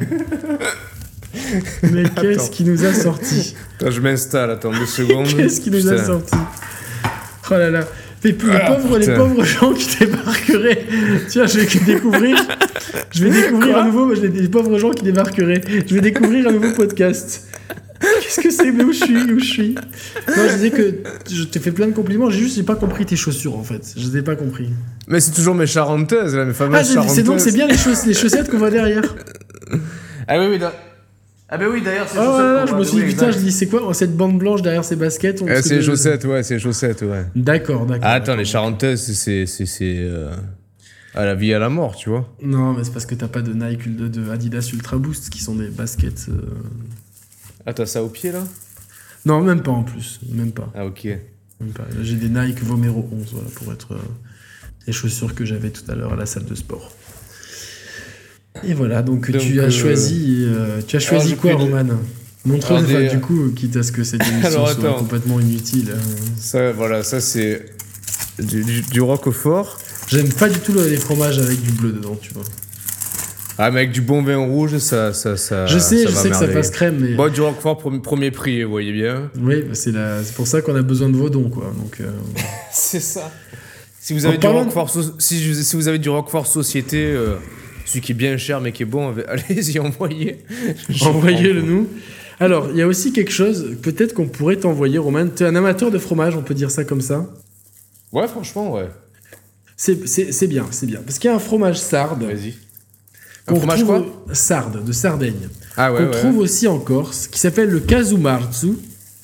Mais qu'est-ce qui nous a sorti? Attends, je m'installe, attends deux secondes. Qu'est-ce qui nous a sorti? Oh là là. Les, les, ah, pauvres, les pauvres gens qui débarqueraient. Tiens, je vais découvrir. Je vais découvrir Quoi un nouveau. Les, les pauvres gens qui débarqueraient. Je vais découvrir un nouveau podcast. Qu'est-ce que c'est? Mais où je suis? Où je suis? Non, je disais que je t'ai fait plein de compliments. J'ai juste j'ai pas compris tes chaussures en fait. Je les ai pas compris. Mais c'est toujours mes charentaises, là, mes fameuses ah, charentaises. C'est donc c'est bien les, chauss- les chaussettes qu'on voit derrière. Ah oui, oui, là. Ah bah oui, d'ailleurs, c'est oh, chaussettes. Là, je me suis dit, putain, je dis, c'est quoi cette bande blanche derrière ces baskets? eh, C'est les chaussettes, ouais, c'est les chaussettes, ouais. D'accord, d'accord. Ah, attends, d'accord. les charentaises, c'est... c'est, c'est euh, à la vie, à la mort, tu vois. Non, mais c'est parce que t'as pas de Nike, de, de Adidas Ultra Boost, qui sont des baskets... Euh... Ah, t'as ça au pied, là? Non, même pas, en plus. Même pas. Ah, ok. Même pas. J'ai des Nike Vomero onze, voilà, pour être... Euh, les chaussures que j'avais tout à l'heure à la salle de sport. Et voilà, donc, donc tu as euh... choisi, euh, tu as choisi Alors, quoi, Roman? Montre-nous, des... du coup, quitte à ce que cette émission Alors, soit complètement inutile. Euh... Ça, voilà, ça c'est du, du, du Roquefort. J'aime pas du tout les fromages avec du bleu dedans, tu vois. Ah, mais avec du bon vin rouge, ça, ça, ça. Je sais, ça je sais que ça passe crème, mais. Bon, du Roquefort premier prix, vous voyez bien. Oui, c'est la, c'est pour ça qu'on a besoin de vos dons, quoi. Donc. Euh... c'est ça. Si vous avez en du Roquefort, de... so- si, si vous avez du Roquefort Société. Euh... Celui qui est bien cher mais qui est bon, allez-y, envoyez. Envoyez-le nous. Alors, il y a aussi quelque chose, peut-être qu'on pourrait t'envoyer, Roman. Tu es un amateur de fromage, on peut dire ça comme ça? Ouais, franchement, ouais. C'est, c'est, c'est bien, c'est bien. Parce qu'il y a un fromage sarde. Vas-y. Un fromage quoi? Sarde, de Sardaigne. Ah ouais, qu'on ouais. trouve aussi en Corse, qui s'appelle le casu marzu.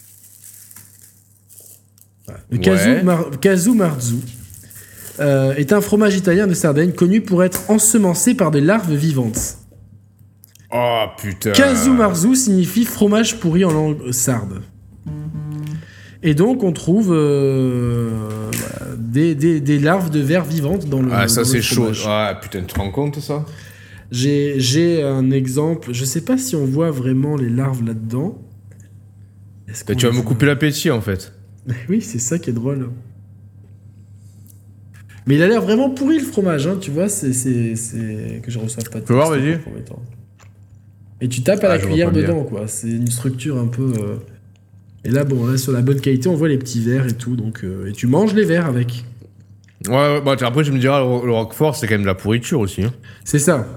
Le casu, ouais. mar, casu marzu. Euh, est un fromage italien de Sardaigne connu pour être ensemencé par des larves vivantes. Oh putain. Casu marzu signifie fromage pourri en langue sarde. Et donc on trouve euh, voilà, des, des, des larves de vers vivantes dans le Ah ça dans c'est le chaud. Ah putain, tu te rends compte ça? J'ai, j'ai un exemple, je sais pas si on voit vraiment les larves là-dedans. Bah, tu vas me couper l'appétit en fait. Oui, c'est ça qui est drôle. Mais il a l'air vraiment pourri le fromage, hein, tu vois, c'est, c'est, c'est... que je reçoive pas de texte. Voir, vas-y. Et tu tapes à ah, la cuillère dedans, quoi. C'est une structure un peu... Euh... Et là, bon, là, sur la bonne qualité, on voit les petits verres et tout, donc... Euh... Et tu manges les verres avec. Ouais, ouais bah, après, je me dirais, le, le Roquefort, c'est quand même de la pourriture aussi. Hein. C'est ça.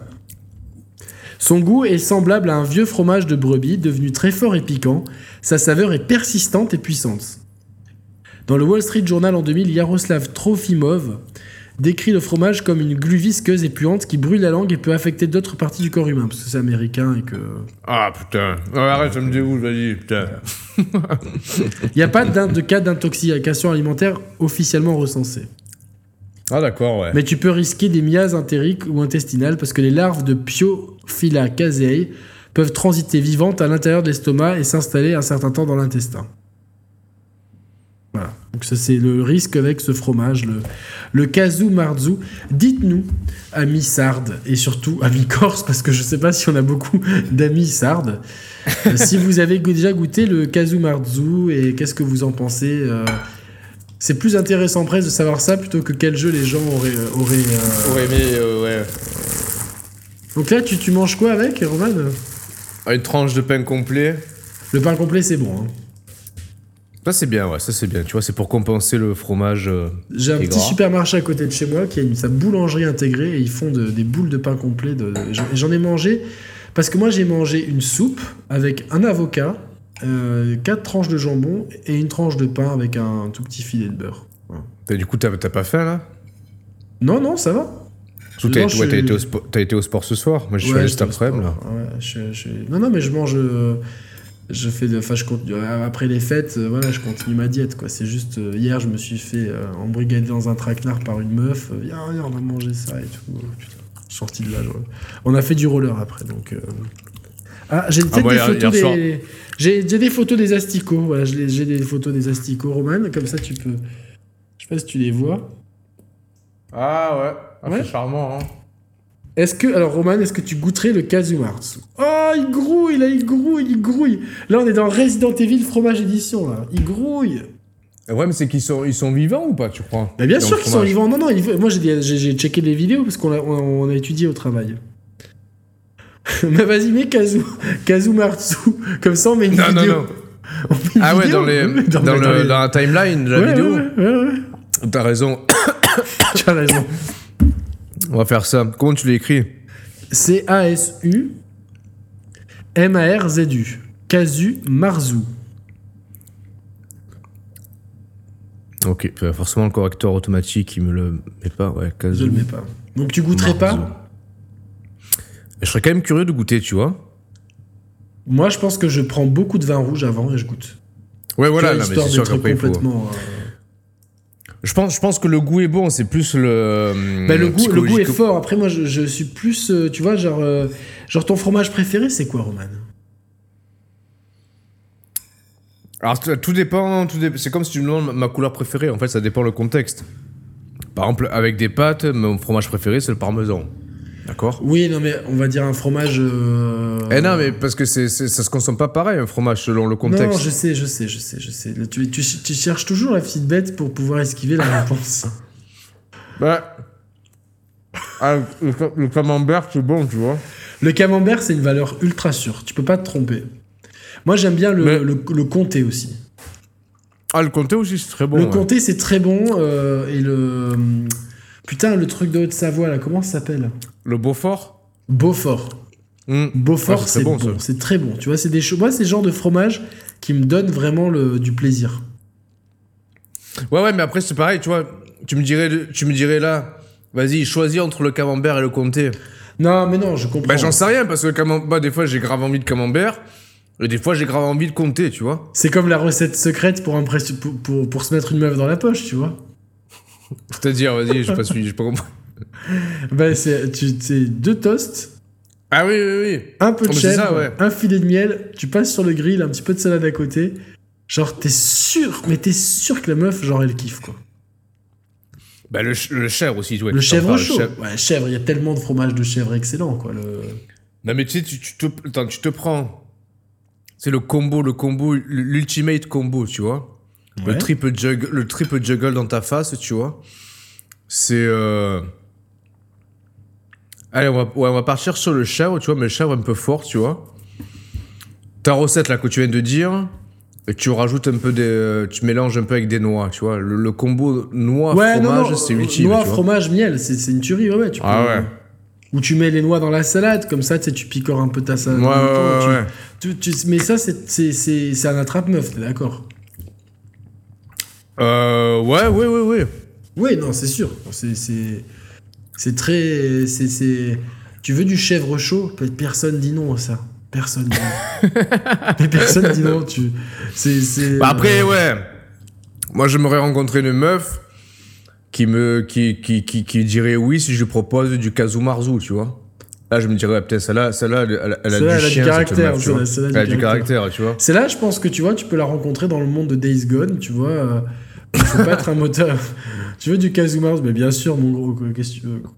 Son goût est semblable à un vieux fromage de brebis, devenu très fort et piquant. Sa saveur est persistante et puissante. Dans le Wall Street Journal en deux mille, Yaroslav Trofimov décrit le fromage comme une glu visqueuse et puante qui brûle la langue et peut affecter d'autres parties du corps humain, parce que c'est américain et que... Ah putain, ouais, arrête, ça me dégoûte, vas-y, putain. Il n'y a pas de cas d'intoxication alimentaire officiellement recensés. Ah d'accord, ouais. Mais tu peux risquer des miases entériques ou intestinales, parce que les larves de Pyophila casei peuvent transiter vivantes à l'intérieur de l'estomac et s'installer un certain temps dans l'intestin. Voilà, donc ça c'est le risque avec ce fromage, le, le casu marzu. Dites-nous, amis sardes, et surtout amis corses, parce que je sais pas si on a beaucoup d'amis sardes, euh, si vous avez déjà goûté le casu marzu et qu'est-ce que vous en pensez. euh, C'est plus intéressant presque de savoir ça plutôt que quel jeu les gens auraient... Euh, auraient euh... Ouais, mais euh, ouais. Donc là, tu, tu manges quoi avec, Roman? Une tranche de pain complet. Le pain complet, c'est bon, hein. Ça c'est bien, ouais, ça c'est bien. Tu vois, c'est pour compenser le fromage. Euh, J'ai un petit gras. supermarché à côté de chez moi qui a une, sa boulangerie intégrée et ils font de, des boules de pain complet. De, de, et j'en ai mangé parce que moi j'ai mangé une soupe avec un avocat, euh, quatre tranches de jambon et une tranche de pain avec un tout petit filet de beurre. Voilà. Et du coup, t'as, t'as pas faim là? Non, non, ça va. Surtout, t'as, ouais, t'as, été au spo- t'as été au sport ce soir? Moi je suis ouais, allé cet après-midi là. Ouais, je, je... Non, non, mais je mange. Euh... Je fais de, enfin, je continue, après les fêtes, euh, voilà, je continue ma diète, quoi. C'est juste, euh, hier, je me suis fait euh, embrigader dans un traquenard par une meuf. Euh, viens, viens, on va manger ça et tout. Oh, putain, je suis sorti de là. Je... On a fait du roller après, donc. Euh... Ah, j'ai peut-être ah, bah, des photos des. J'ai, j'ai des photos des asticots. Voilà, j'ai, j'ai des photos des asticots, Roman. Comme ça, tu peux. Je sais pas si tu les vois. Ah ouais, ah, ouais. C'est charmant, hein. Est-ce que, alors Roman, est-ce que tu goûterais le casu marzu? Oh, il grouille, là, il grouille, il grouille. Là, on est dans Resident Evil fromage édition, là. Il grouille. Le problème, c'est qu'ils sont, ils sont vivants ou pas, tu crois? Bah bien Dans sûr le qu'ils sont fromage. vivants. Non, non, il faut- moi j'ai, des- j'ai, j'ai checké des vidéos parce qu'on a, on a, on a étudié au travail. Mais vas-y, mets Kazu, Kazu Marzu. Comme ça, on met une Non, non, vidéo. non. On met une Ah ouais, vidéo. dans, les, Ouais, dans, dans le, les- dans la timeline de la Ouais, vidéo. Ouais, ouais, ouais, ouais. T'as raison. Tu as raison. On va faire ça. Comment tu l'écris? C A S U M A R Z U. Kazu Marzu. Ok, euh, forcément le correcteur automatique, il me le met pas. Ouais, Je Kazu. le mets pas. Donc tu goûterais Marzu. pas? Je serais quand même curieux de goûter, tu vois. Moi, je pense que je prends beaucoup de vin rouge avant et je goûte. Ouais, voilà, Tu vois, non, mais histoire c'est sûr d'être qu'après, il faut... complètement. euh, Je pense, je pense que le goût est bon, c'est plus le... Bah, le, goût, le goût est psychologique- fort. Après, moi, je, je suis plus. euh, tu vois, genre, euh, genre, ton fromage préféré, c'est quoi, Roman? Alors, tout- tout dépend, tout dé- c'est comme si tu me demandes ma- ma couleur préférée, en fait, ça dépend le contexte. Par exemple, avec des pâtes, mon fromage préféré, c'est le parmesan. D'accord? Oui, non, mais on va dire un fromage. euh, Eh non, mais parce que c'est, c'est- ça se consomme pas pareil, un fromage, selon le contexte. Non, je sais, je sais, je sais, je sais. Là, Tu, tu, tu cherches toujours la petite bête pour pouvoir esquiver la réponse. Bah... Ah, le, le camembert, c'est bon, tu vois. Le camembert, c'est une valeur ultra sûre. Tu peux pas te tromper. Moi, j'aime bien le, Mais- le, le comté aussi. Ah, le comté aussi, c'est très bon. le ouais. comté, c'est très bon. euh, et le. Putain, le truc de Haute-Savoie, là, comment ça s'appelle? Le Beaufort. Beaufort. Hmm. Beaufort, Ah, c'est bon, ça. c'est très bon. Tu vois, c'est des choses. Moi, c'est le genre de fromage qui me donne vraiment le, du plaisir. Ouais, ouais, mais après, c'est pareil, tu vois. Tu me dirais, tu me dirais là, vas-y, choisis entre le camembert et le comté. Non, mais non, je comprends. Bah, j'en sais rien, parce que le camembert, bah, des fois, j'ai grave envie de camembert, et des fois, j'ai grave envie de comté, tu vois. C'est comme la recette secrète pour, impression- pour, pour, pour se mettre une meuf dans la poche, tu vois. C'est-à-dire, vas-y, je pas suivi, j'ai pas compris. Bah, c'est tu- c'est deux toasts, Ah oui, oui, oui. un peu de Oh, mais c'est chèvre, ça, ouais. un filet de miel, tu passes sur le grill, un petit peu de salade à côté. Genre, t'es sûr, mais t'es sûr que la meuf, genre, elle kiffe, quoi. Bah, le, ch- le chèvre aussi, ouais. Le tu t'en chèvre parles, chaud. chèvre. Ouais, chèvre, il y a tellement de fromage de chèvre excellent, quoi. Le... Non, mais tu sais, tu, tu te, attends, tu te prends. C'est le combo, le combo, l'ultimate combo, tu vois. Ouais. Le triple juggle, le triple juggle dans ta face, tu vois. C'est. Euh... Allez, on va, ouais, on va partir sur le chèvre, tu vois, mais le chèvre un peu fort, tu vois. Ta recette là que tu viens de dire, et tu rajoutes un peu des, tu mélanges un peu avec des noix, tu vois. Le, le combo noix Ouais, non, fromage, non, c'est utile. Noix, tu vois. fromage, miel, c'est c'est une tuerie, ouais, ouais. Tu Ah peux- ouais. Ou tu mets les noix dans la salade, comme ça, tu sais, tu picores un peu ta salade. Ouais, en même ouais, temps, ouais, tu- ouais. tu- tu- mais ça, c'est- c'est c'est- c'est un attrape-meuf, t'es d'accord? Euh, ouais, ouais, ouais, ouais. Oui, non, c'est sûr. C'est- C'est c'est très... c'est- c'est- Tu veux du chèvre chaud? Personne dit non à ça. Personne dit non. Mais personne dit non. Tu... C'est... c'est, Bah après, euh, ouais. Moi, j'aimerais rencontrer une meuf qui me, qui, qui, qui, qui dirait oui si je lui propose du Kazu Marzu, tu vois. Là, je me dirais, ah, putain, celle-là, celle-là, elle, elle, elle a Celle-là, du elle a du chien, cette caractère, meuf, tu vois. celle-là, celle-là, Elle a du du caractère, tu vois. C'est là, je pense que tu vois, tu peux la rencontrer dans le monde de Days Gone, tu vois. euh, Il faut pas être un moteur. Tu veux du Kazumars? Mais bien sûr, mon gros, quoi, qu'est-ce que tu veux?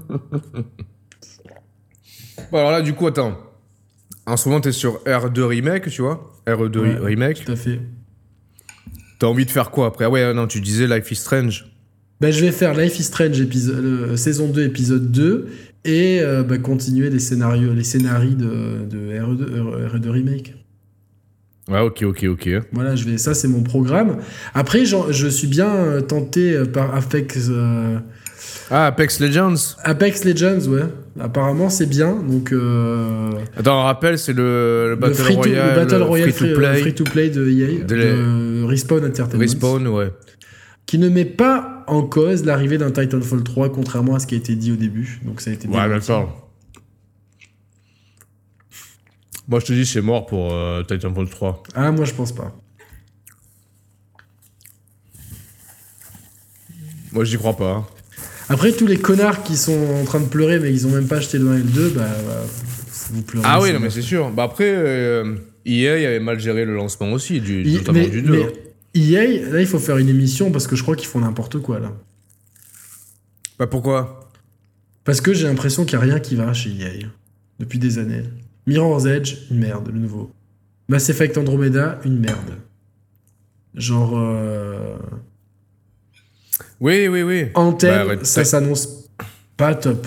Bon, alors là, du coup, attends. En ce moment, t'es sur R deux Remake, tu vois. R deux Ouais, Remake. Tout à fait. T'as envie de faire quoi après? Ah ouais, non, tu disais Life is Strange. Ben, je vais faire Life is Strange épisode, euh, saison deux, épisode deux, et euh, bah, continuer les scénarios, les scénarios de, de R deux, R deux Remake. Ouais, ok, ok, ok. Voilà, je vais, ça c'est mon programme. Après, j'en- je suis bien euh, tenté euh, par Apex, euh, Ah, Apex Legends. Apex Legends, ouais. Apparemment, c'est bien, donc... Euh, Attends, on rappelle, c'est le, le le, Battle free to, Royale, le Battle Royale free to play, free to play de E A, De de, Respawn Entertainment, Respawn, ouais. qui ne met pas en cause l'arrivée d'un Titanfall trois, contrairement à ce qui a été dit au début. Donc ça a été Ouais, démenti. d'accord. Moi, je te dis, c'est mort pour euh, Titanfall trois. Ah, moi je pense pas. Moi, j'y crois pas. hein. Après, tous les connards qui sont en train de pleurer, mais ils ont même pas acheté le un et le deux, bah, bah vous pleurez. Ah oui, c'est non, mais bon. c'est sûr. Bah après, euh, E A avait mal géré le lancement aussi, du, I- notamment mais, du deux. mais hein. E A, là, il faut faire une émission parce que je crois qu'ils font n'importe quoi, là. Bah pourquoi? Parce que j'ai l'impression qu'il n'y a rien qui va chez E A depuis des années. Mirror's Edge, une merde, le nouveau. Mass Effect Andromeda, une merde. Genre. Euh... Oui, oui, oui. Anthem, Bah, ça s'annonce pas top.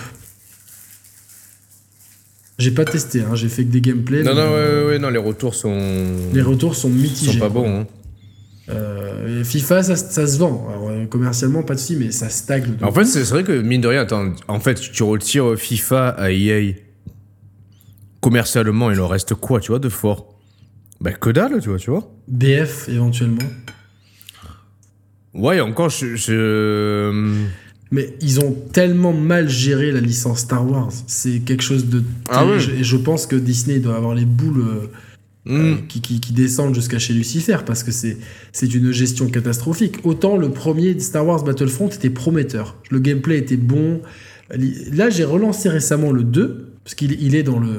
J'ai pas testé, hein, j'ai fait que des gameplays. Non, non, euh, ouais, ouais, non, les retours sont. Les retours sont mitigés. Sont pas bons, hein. Euh, FIFA, ça, ça se vend. Alors, euh, commercialement, pas de soucis, mais ça stagne. En fait, c'est vrai que, mine de rien, attends, en fait, tu retires FIFA à E A. Commercialement, il en reste quoi, tu vois, de fort? Ben, que dalle, tu vois, tu vois. B F, éventuellement. Ouais, encore, je... je... Mais ils ont tellement mal géré la licence Star Wars. C'est quelque chose de... Ah ouais. Et je pense que Disney doit avoir les boules... Euh, Mm. Euh, qui, qui, qui descendent jusqu'à chez Lucifer parce que c'est, c'est une gestion catastrophique. Autant le premier Star Wars Battlefront était prometteur. Le gameplay était bon. Là, j'ai relancé récemment le deux parce qu'il il est dans le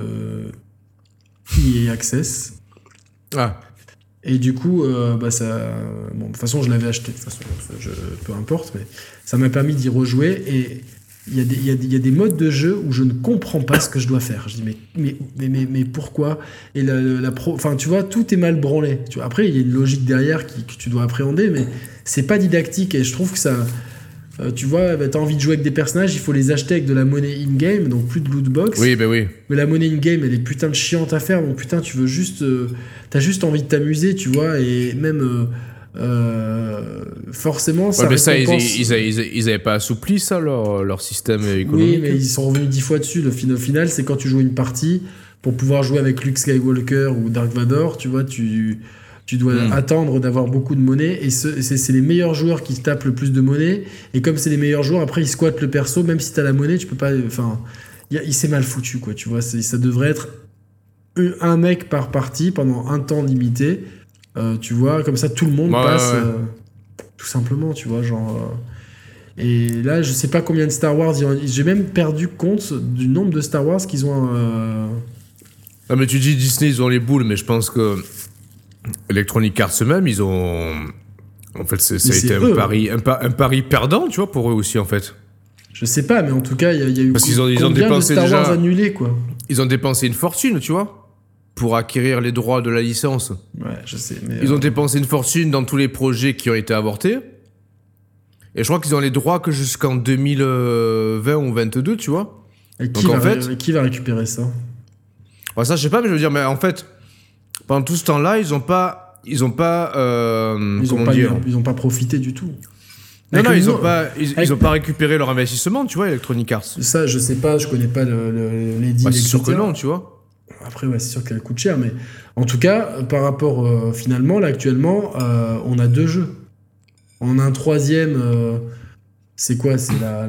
E A Access. Ah. Et du coup, euh, bah ça, bon, de toute façon, je l'avais acheté. De toute façon, je, peu importe, mais ça m'a permis d'y rejouer et il y, a des, il, y a des, il y a des modes de jeu où je ne comprends pas ce que je dois faire. Je dis, mais, mais, mais, mais, mais pourquoi? Et la, la pro... Enfin, tu vois, tout est mal branlé. Tu vois, après, il y a une logique derrière qui, que tu dois appréhender, mais c'est pas didactique. Et je trouve que ça... Euh, tu vois, bah, t'as envie de jouer avec des personnages, il faut les acheter avec de la monnaie in-game, donc plus de loot box. Oui, bah oui. Mais la monnaie in-game, elle est putain de chiante à faire. Donc putain, tu veux juste... Euh, t'as juste envie de t'amuser, tu vois, et même... Euh, Euh, forcément, ça ouais, mais ça, ils, récompense... ils, ils, ils avaient pas assoupli ça, leur, leur système économique. Oui, mais ils sont revenus dix fois dessus. Le final, final, c'est quand tu joues une partie, pour pouvoir jouer avec Luke Skywalker ou Dark Vador, tu vois, tu, tu dois mm. attendre d'avoir beaucoup de monnaie, et ce, c'est, c'est les meilleurs joueurs qui tapent le plus de monnaie, et comme c'est les meilleurs joueurs, après ils squattent le perso, même si t'as la monnaie, tu peux pas... Enfin, il s'est mal foutu, quoi, tu vois, c'est, ça devrait être un mec par partie, pendant un temps limité. Euh, tu vois, comme ça tout le monde ouais, passe ouais, ouais. Euh, tout simplement, tu vois, genre euh, et là je sais pas combien de Star Wars j'ai même perdu compte du nombre de Star Wars qu'ils ont euh... ah mais tu dis Disney ils ont les boules, mais je pense que Electronic Arts eux-mêmes ils ont en fait c'est, ça a été un pari, un, un pari perdant, tu vois, pour eux aussi en fait. Je sais pas, mais en tout cas il y, y a eu parce qu'ils ont, ils ont dépensé de Star déjà Wars annulés, quoi. Ils ont dépensé une fortune, tu vois, pour acquérir les droits de la licence. Ouais, je sais. Mais ils euh... ont dépensé une fortune dans tous les projets qui ont été avortés. Et je crois qu'ils ont les droits que jusqu'en deux mille vingt ou vingt-deux, tu vois. Et qui, Donc, va, en fait, qui va récupérer ça? Bah ça, je sais pas, mais je veux dire, mais en fait, pendant tout ce temps-là, ils ont pas... Ils ont pas... Euh, ils, ont pas dire ils ont pas profité du tout. Non, avec non, ils ont, pas, ils, ils ont pas récupéré leur investissement, tu vois, Electronic Arts. Ça, je sais pas, je connais pas le, le, les deals. Bah, c'est sûr que non, tu vois. Après, ouais, c'est sûr qu'elle coûte cher, mais en tout cas, par rapport, euh, finalement, là, actuellement, euh, on a deux jeux. On a un troisième, euh, c'est quoi? C'est la...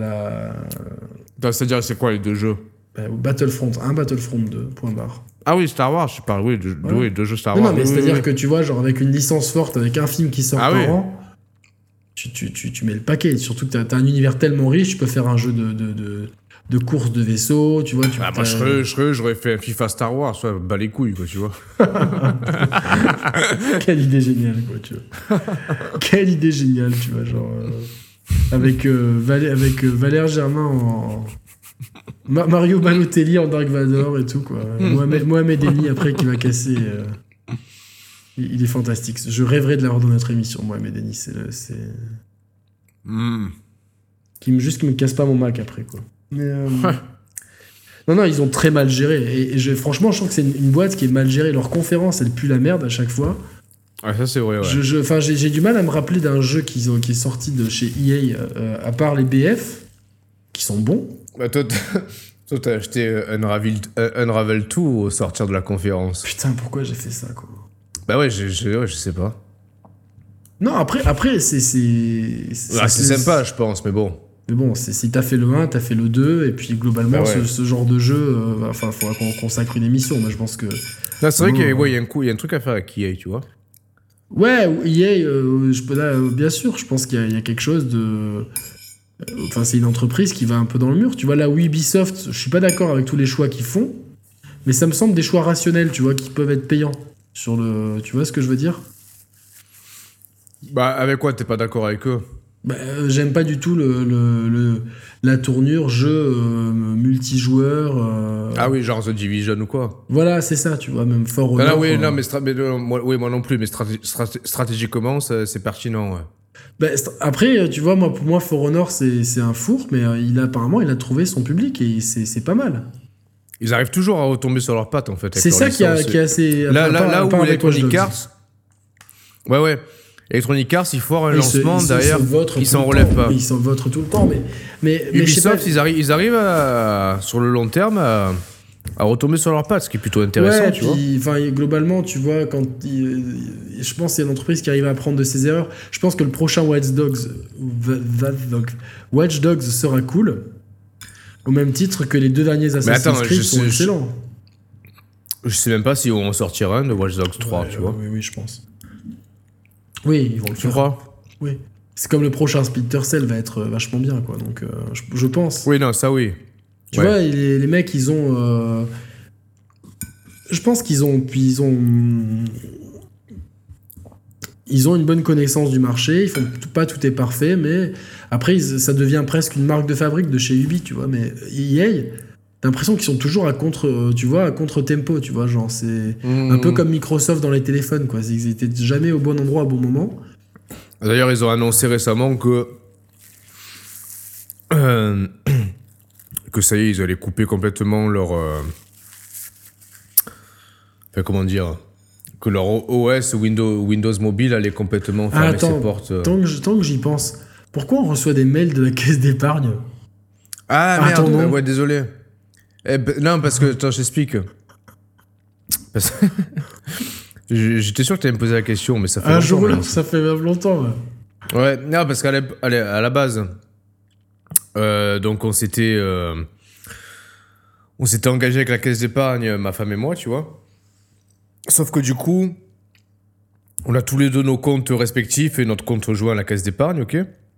la... C'est-à-dire, c'est quoi les deux jeux? bah, Battlefront un, Battlefront deux, point barre. Ah oui, Star Wars, je parle, oui, de, ouais. oui, deux jeux Star non, Wars. Non, mais oui, c'est-à-dire oui, que tu vois, genre, avec une licence forte, avec un film qui sort ah, par oui. an, tu, tu, tu, tu mets le paquet. Surtout que t'as, t'as un univers tellement riche, tu peux faire un jeu de... de, de de course de vaisseau, tu vois. Tu ah, moi, je serais, je serais, j'aurais fait un FIFA Star Wars, soit bas les couilles, quoi, tu vois. Quelle idée géniale, quoi, tu vois. Quelle idée géniale, tu vois, genre... Euh, avec, euh, Valé, avec euh, Valère Germain en... Ma- Mario Balotelli en Dark Vador et tout, quoi. Mohamed, Mohamed Eni, après, qui va casser... Euh... Il, il est fantastique. Je rêverais de l'avoir dans notre émission, Mohamed Eni. C'est... Le, c'est... Mm. Qui me, juste qui me casse pas mon Mac, après, quoi. Mais euh... non, non, ils ont très mal géré. Et, et je, franchement, je trouve que c'est une, une boîte qui est mal gérée. Leur conférence, elle pue la merde à chaque fois. Ouais, ça c'est vrai, ouais. Je, je, j'ai, j'ai du mal à me rappeler d'un jeu qu'ils ont, qui est sorti de chez E A, euh, à part les B F, qui sont bons. Bah, toi, t'as, toi, t'as acheté Unravel, Unravel deux au sortir de la conférence. Putain, pourquoi j'ai fait ça, quoi? Bah ouais, je, je, ouais, je sais pas. Non, après, après c'est... C'est, c'est, ah, c'est, c'est sympa, je pense, mais bon. Mais bon, c'est, si t'as fait le un, t'as fait le deux, et puis globalement, bah ouais. ce, ce genre de jeu, euh, enfin, il faudra qu'on consacre une émission. Moi, je pense que... Non, c'est vrai qu'il y a, ouais, y a un coup, y a un truc à faire avec E A, tu vois. Ouais, E A, euh, je peux, là, euh, bien sûr, je pense qu'il y a, y a quelque chose de... Enfin, euh, c'est une entreprise qui va un peu dans le mur. Tu vois, là où Ubisoft, je suis pas d'accord avec tous les choix qu'ils font, mais ça me semble des choix rationnels, tu vois, qui peuvent être payants. Sur le... Tu vois ce que je veux dire? Bah, avec quoi t'es pas d'accord avec eux? Bah, euh, j'aime pas du tout le, le, le- la tournure jeu euh, multijoueur. euh, Ah oui, genre The Division ou quoi. Voilà, c'est ça, tu vois, même For Non, Honor. non, oui, euh, non, mais, stra- mais, euh, moi, oui, moi non plus, mais straté- straté- stratégiquement, ça- c'est pertinent, ouais. bah, st- après, tu vois, moi, pour moi, For Honor, c'est c'est un four, mais euh, il a, apparemment, il a trouvé son public et c'est c'est pas mal. Ils arrivent toujours à retomber sur leurs pattes, en fait. avec C'est leur ça qui, a, licence. qui est assez. Là, à là, part- là à où part avec Watch Electronic Dogs. Arts. Ouais, ouais. Electronic Arts, il faut avoir un Ils se- lancement ils se- derrière. se votrent Ils tout s'en le relèvent temps. pas. Ils s'en votrent tout le temps, mais. mais, mais je sais pas- Ubisoft, ils, arrivent, ils arrivent à, sur le long terme à, à retomber sur leurs pattes, ce qui est plutôt intéressant, Ouais, tu vois. puis, enfin, globalement, tu vois, quand il- il- je pense qu'il y a une entreprise qui arrive à apprendre de ses erreurs. Je pense que le prochain Watch Dogs, va- va- donc, Watch Dogs sera cool, au même titre que les deux derniers Assassin's attends, Creed je sont sais- je- excellents. Je sais même pas si on en sortira un de Watch Dogs trois, Ouais, tu ouais, vois. Oui, oui, je pense. Oui, ils vont le Tu faire. crois? Oui. C'est comme le prochain Splinter Cell va être vachement bien, quoi. Donc, euh, je, je pense. Oui, non, ça oui. Tu Ouais. vois, les, les mecs, ils ont. euh, Je pense qu'ils ont. Puis ils ont. Ils ont une bonne connaissance du marché. Ils font tout- pas tout est parfait, mais après, ils- ça devient presque une marque de fabrique de chez Ubi, tu vois. Mais E A, t'as l'impression qu'ils sont toujours à contre. euh, Tu vois, à contre-tempo, tu vois. Genre, c'est un peu comme Microsoft dans les téléphones, quoi. Ils étaient jamais au bon endroit au bon moment. D'ailleurs, ils ont annoncé récemment que. euh, que ça y est, ils allaient couper complètement leur. euh, Enfin, comment dire. Que leur O S Windows, Windows Mobile allait complètement Ah, fermer attends, ses portes. euh. tant que je- tant que j'y pense, pourquoi on reçoit des mails de la caisse d'épargne? Ah, Ah, merde, ton nom. ouais, désolé. Eh ben, non, parce que. Attends, je t'explique. Parce- J'étais sûr que tu allais me poser la question, mais ça fait Un longtemps. jour, maintenant. ça fait même longtemps. Ouais. Ouais, non, parce qu'à la, à la- à la base, euh, donc on s'était, euh, on s'était engagé avec la caisse d'épargne, ma femme et moi, tu vois. Sauf que du coup, on a tous les deux nos comptes respectifs et notre compte joint à la caisse d'épargne, ok.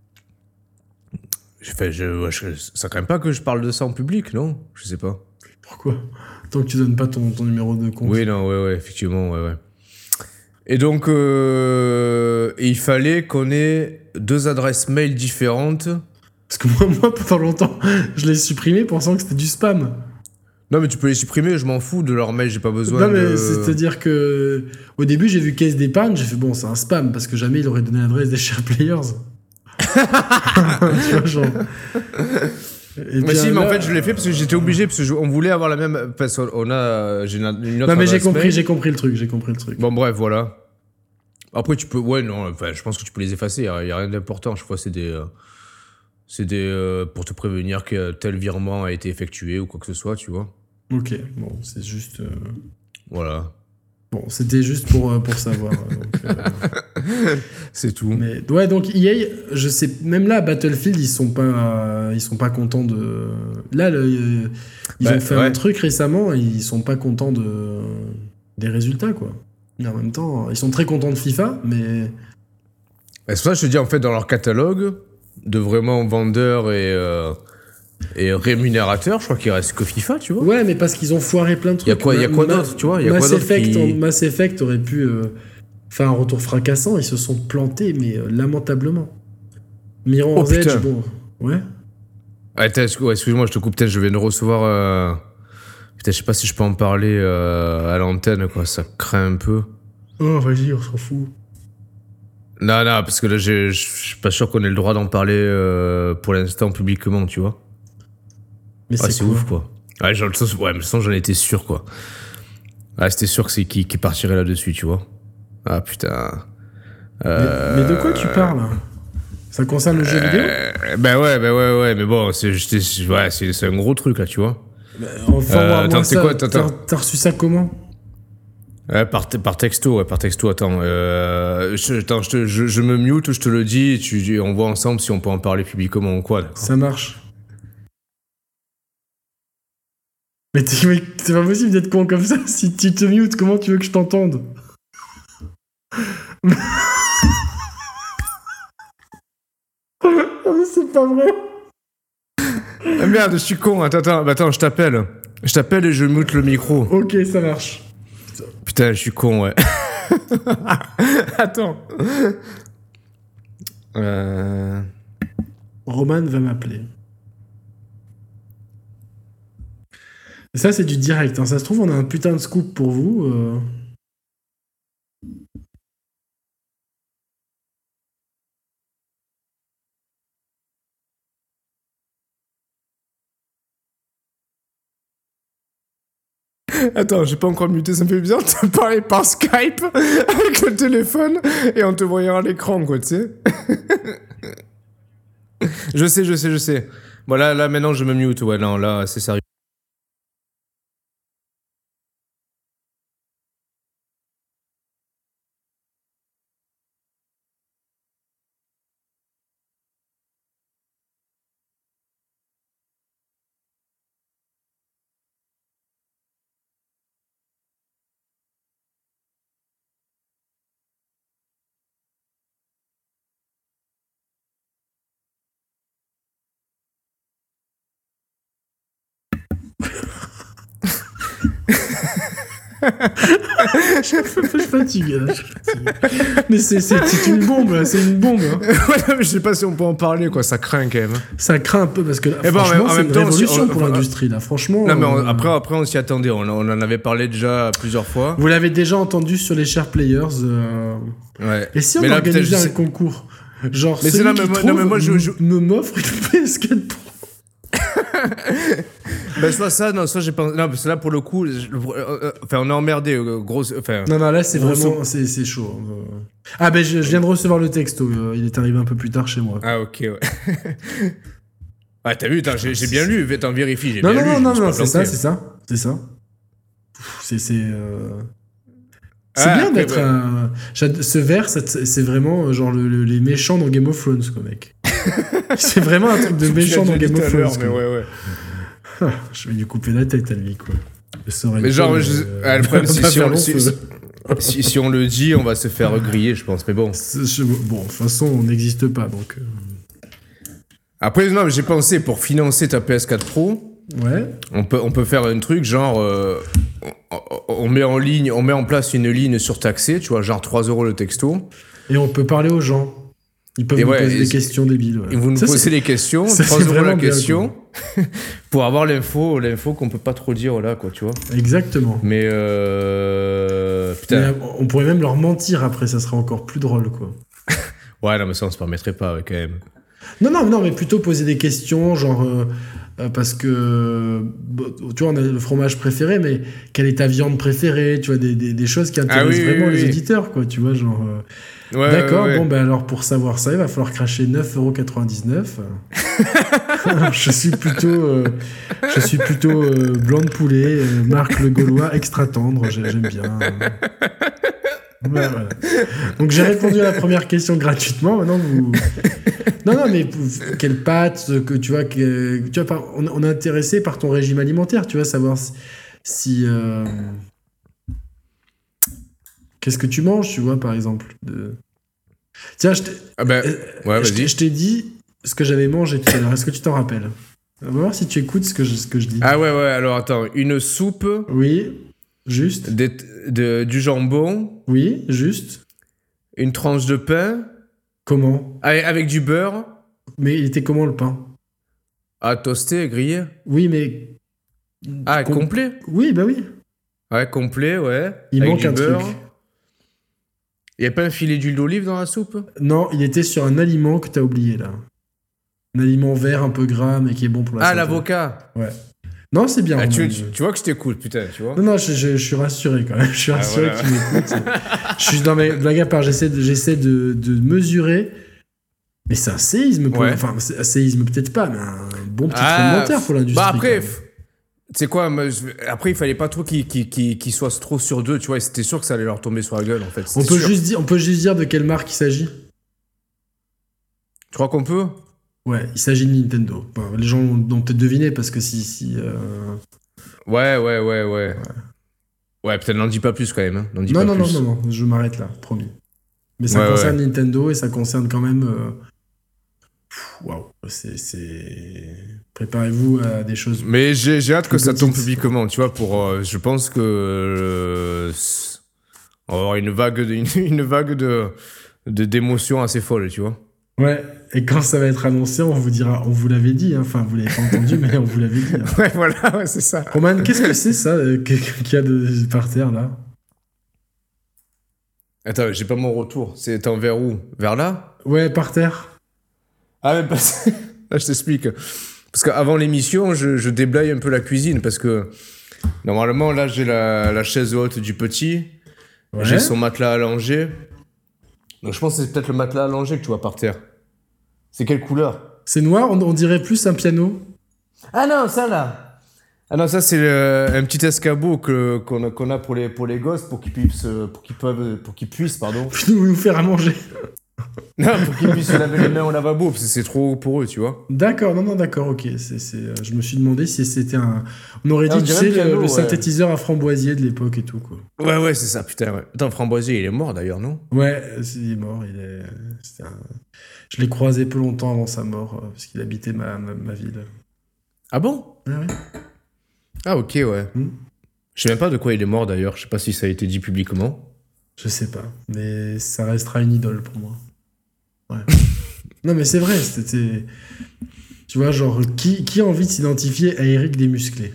J'ai fait, je, ouais, je- ça craint pas que je parle de ça en public, non? Je sais pas. Pourquoi? Tant que tu donnes pas ton, ton numéro de compte. Oui, non, ouais, ouais, effectivement, ouais, ouais. Et donc, euh, et il fallait qu'on ait deux adresses mail différentes. Parce que moi, moi, pendant longtemps, je l'ai supprimé pensant que c'était du spam. Non, mais tu peux les supprimer, je m'en fous de leur mail, j'ai pas besoin non, mais de... c'est-à-dire que au début, j'ai vu caisse d'épargne, j'ai fait bon, c'est un spam parce que jamais il aurait donné l'adresse des Share Players. Tu vois, genre. Et Mais puis, si, mais en là- fait, je l'ai fait parce que j'étais obligé, parce qu'on voulait avoir la même... Parce qu'on a... J'ai une, une autre Non, mais j'ai adresse compris, mail. j'ai compris le truc, j'ai compris le truc. Bon, bref, voilà. Après, tu peux... Ouais, non, enfin, je pense que tu peux les effacer, il n'y a, rien d'important. Je crois que c'est des... euh, C'est des... euh, pour te prévenir que tel virement a été effectué ou quoi que ce soit, tu vois. Ok, bon, c'est juste. euh, Voilà. Bon, c'était juste pour, euh, pour savoir. euh, donc, euh, C'est tout. Mais ouais, donc E A, je sais, même là, Battlefield, ils sont pas, euh, ils sont pas contents de. Là, le- euh, ils Bah, ont fait ouais. un truc récemment, et ils sont pas contents de des résultats, quoi. Mais en même temps, ils sont très contents de FIFA, mais Et c'est pour ça que je te dis, en fait, dans leur catalogue de vraiment vendeurs et, euh, et rémunérateurs, je crois qu'il reste que FIFA, tu vois. ouais, mais parce qu'ils ont foiré plein de trucs. Il y a quoi, il y a quoi Ma- d'autre, tu vois? Il y a Mass quoi d'autre Effect, qui- en- Mass Effect aurait pu euh, faire un retour fracassant. Ils se sont plantés, mais euh, lamentablement. Mirror's Oh, Edge, putain. bon, ouais. Attends, excuse- ouais, excuse-moi, je te coupe, peut-être, je viens de recevoir... Euh... Putain, je sais pas si je peux en parler euh, à l'antenne, quoi, ça craint un peu. Oh, vas-y, on s'en fout. Non, non, parce que là, j'ai- je suis pas sûr qu'on ait le droit d'en parler euh, pour l'instant publiquement, tu vois. Mais Ah, c'est c'est quoi ouf, quoi. Ouais, genre, le sens- ouais, mais le sens, j'en étais sûr, quoi. Ah, c'était sûr que c'est qui, qui partirait là-dessus, tu vois. Ah, putain. Mais, Euh, mais de quoi tu parles? Ça concerne le jeu vidéo? euh, Ben ouais, ben ouais, ouais, mais bon, c'est j'étais- ouais, c'est c'est un gros truc, là, tu vois. Enfin, Euh, moi, attends, moi, c'est ça, quoi, attends, t'as- attends. T'as reçu ça comment? Ouais, par, te- par texto, ouais, par texto, attends. Euh, je, attends, je, te- je, je me mute, je te le dis, et tu, on voit ensemble si on peut en parler publiquement ou quoi, d'accord. Ça marche. Mais t'es- mais c'est pas possible d'être con comme ça. Si tu te mutes, comment tu veux que je t'entende? Ah, mais c'est pas vrai. Ah, merde, je suis con, attends, attends, bah, attends, je t'appelle. Je t'appelle et je mute le micro. Ok, ça marche. Putain, je suis con, ouais. Attends. Euh... Roman va m'appeler. Et ça, c'est du direct. Hein. Ça se trouve, on a un putain de scoop pour vous. Euh... Attends, j'ai pas encore muté, ça me fait bizarre de te parler par Skype avec le téléphone et en te voyant à l'écran, quoi, tu sais. Je sais, je sais, je sais. Voilà, là, maintenant, je me mute, ouais, non, là, c'est sérieux. je suis fatigué là, je suis fatigué. Mais c'est, c'est, c'est une bombe là, c'est une bombe. Hein. Ouais, mais je sais pas si on peut en parler, quoi, ça craint quand même. Ça craint un peu parce que là, eh franchement, ben, en c'est même une temps, révolution on, pour on, l'industrie là, franchement. Non, mais on, euh... après, après, on s'y attendait, on, on en avait parlé déjà plusieurs fois. Vous l'avez déjà entendu sur les Share Players. Euh... Ouais. Et si on mais là, organisait un sais... concours, genre mais celui là, qui mais moi, trouve non, mais moi, je, je... me m'offre une P S quatre Pro. Ben soit ça, non, soit j'ai pas. Non, parce que là pour le coup, je... euh, enfin on est emmerdé, euh, grosse. Enfin. Non, non, là c'est vraiment, c'est, c'est chaud. Ah ben je, je viens de recevoir le texto, il est arrivé un peu plus tard chez moi. Ah ok, ouais. Ah t'as vu, j'ai, j'ai bien lu, t'en vérifies, j'ai non, bien non, lu. Non, non, non, c'est ça, c'est ça, c'est ça. C'est, c'est. Euh... C'est ah, bien après, d'être bah... un... Ce verre, c'est vraiment genre le, le, les méchants dans Game of Thrones, quoi, mec. C'est vraiment un truc de méchant dans Game of Thrones. Mais ouais, ouais. Je vais lui couper la tête à lui, quoi. Mais genre, je... euh, ah, le problème, si, si, on, si, si, si on le dit, on va se faire griller, je pense. Mais bon. Je... Bon, de toute façon, on n'existe pas, donc. Euh... Après, non, mais j'ai pensé pour financer ta P S quatre Pro. Ouais. On peut, on peut faire un truc genre. Euh, on, on met en ligne, on met en place une ligne surtaxée, tu vois, genre trois euros le texto. Et on peut parler aux gens. Ils peuvent et nous ouais, poser des questions débiles. Ouais. Et vous nous ça, posez c'est... des questions, ça, trois euros la bien, question, pour avoir l'info, l'info qu'on peut pas trop dire là, quoi, tu vois. Exactement. Mais euh... putain. Mais on pourrait même leur mentir après, ça serait encore plus drôle, quoi. Ouais, non, mais ça on se permettrait pas, ouais, quand même. Non, non, non, mais plutôt poser des questions, genre euh, euh, parce que tu vois, on a le fromage préféré, mais quelle est ta viande préférée, tu vois, des, des, des choses qui intéressent ah, oui, vraiment oui, les oui. auditeurs, quoi, tu vois, genre. Euh, Ouais, d'accord, ouais, ouais. Bon, ben alors pour savoir ça, il va falloir cracher neuf euros quatre-vingt-dix-neuf. Je suis plutôt, euh, je suis plutôt euh, blanc de poulet, euh, Marc le Gaulois, extra tendre, j'aime bien. Ouais, voilà. Donc j'ai répondu à la première question gratuitement. Maintenant vous. Non, non, mais quelle pâte que tu vois, que, tu vois, on, on est intéressé par ton régime alimentaire, tu vois, savoir si. si euh, Qu'est-ce que tu manges, tu vois, par exemple de... Tiens, je t'ai... Ah ben, ouais, je, t'ai, je t'ai dit ce que j'avais mangé tout à l'heure. Est-ce que tu t'en rappelles ? On va voir si tu écoutes ce que je, ce que je dis. Ah ouais, ouais, alors attends. Une soupe. Oui, juste. De, de, du jambon. Oui, juste. Une tranche de pain. Comment ? Avec, avec du beurre. Mais il était comment, le pain ? Ah, toasté, grillé ? Oui, mais... Ah, Com- complet ? Oui, bah oui. Ouais, complet, ouais. Il avec manque du un beurre. truc. Il n'y a pas un filet d'huile d'olive dans la soupe ? Non, il était sur un aliment que t'as oublié, là. Un aliment vert un peu gras, mais qui est bon pour la ah, santé. Ah, l'avocat ? Ouais. Non, c'est bien. Ah, tu, tu, tu vois que je t'écoute, putain, tu vois ? Non, non, je, je, je suis rassuré, quand même. Je suis rassuré ah, voilà. que tu m'écoutes. Je suis dans mes blagues à part, j'essaie de, j'essaie de, de mesurer... Mais c'est un séisme, pour... ouais. enfin, c'est un séisme peut-être pas, mais un bon petit ah, tremblement de terre pour l'industrie. Bah après... C'est quoi, après il fallait pas trop qu'ils, qu'ils, qu'ils, qu'ils soient trop sur deux, tu vois, et c'était sûr que ça allait leur tomber sur la gueule en fait. On peut, sûr. juste dire, on peut juste dire de quelle marque il s'agit. Tu crois qu'on peut ? Ouais, il s'agit de Nintendo. Enfin, les gens ont peut-être deviné parce que si... si euh... Ouais, ouais, ouais, ouais. Ouais, ouais peut-être n'en dis pas plus quand même. Hein. N'en dis non, pas non, plus. non, non, non, je m'arrête là, promis. Mais ça ouais, concerne ouais. Nintendo et ça concerne quand même... Euh... Waouh, c'est, c'est... Préparez-vous à des choses... Mais j'ai, j'ai hâte que ça tombe publiquement, tu vois, pour... Euh, je pense que... Euh, on va avoir une vague, de, une, une vague de, de, d'émotions assez folle, tu vois. Ouais, et quand ça va être annoncé, on vous dira, on vous l'avait dit, hein. Enfin, vous l'avez pas entendu, mais on vous l'avait dit. Hein. Ouais, voilà, ouais, c'est ça. Roman, qu'est-ce que c'est ça euh, qu'il y a de, par terre là? Attends, j'ai pas mon retour. C'est en vers où? Vers là? Ouais, par terre. Ah, mais pas... Là, je t'explique. Parce qu'avant l'émission, je, je déblaye un peu la cuisine, parce que normalement, là, j'ai la, la chaise haute du petit, Ouais. j'ai son matelas allongé. Donc, je pense que c'est peut-être le matelas allongé que tu vois par terre. C'est quelle couleur? C'est noir, on, on dirait plus un piano. Ah non, ça là. Ah non, ça c'est le- un petit escabeau que, qu'on, a, qu'on a pour les, pour les gosses pour qu'ils puissent, pour qu'ils peuvent, pour qu'ils puissent, pardon. Puis nous, nous faire à manger. Non, pour qu'ils puissent se laver les mains au lavabo, parce que c'est trop haut pour eux, tu vois. D'accord, non, non, d'accord, ok. C'est, c'est, euh, je me suis demandé si c'était un. On aurait Ah, dit, on tu dirait sais, un piano, le, le ouais. synthétiseur à framboisier de l'époque et tout, quoi. Ouais, ouais, c'est ça, putain, ouais. Attends, Framboisier, il est mort d'ailleurs, non? Ouais, c'est- il est mort. Il est, c'était un- Je l'ai croisé peu longtemps avant sa mort, euh, parce qu'il habitait ma, ma, ma ville. Ah bon? Ouais, ouais. Ah ok, ouais. Hmm. Je sais même pas de quoi il est mort d'ailleurs, je sais pas si ça a été dit publiquement. Je sais pas, mais ça restera une idole pour moi. Ouais. Non, mais c'est vrai, c'était. Tu vois, genre, qui, qui a envie de s'identifier à Eric Desmusclés?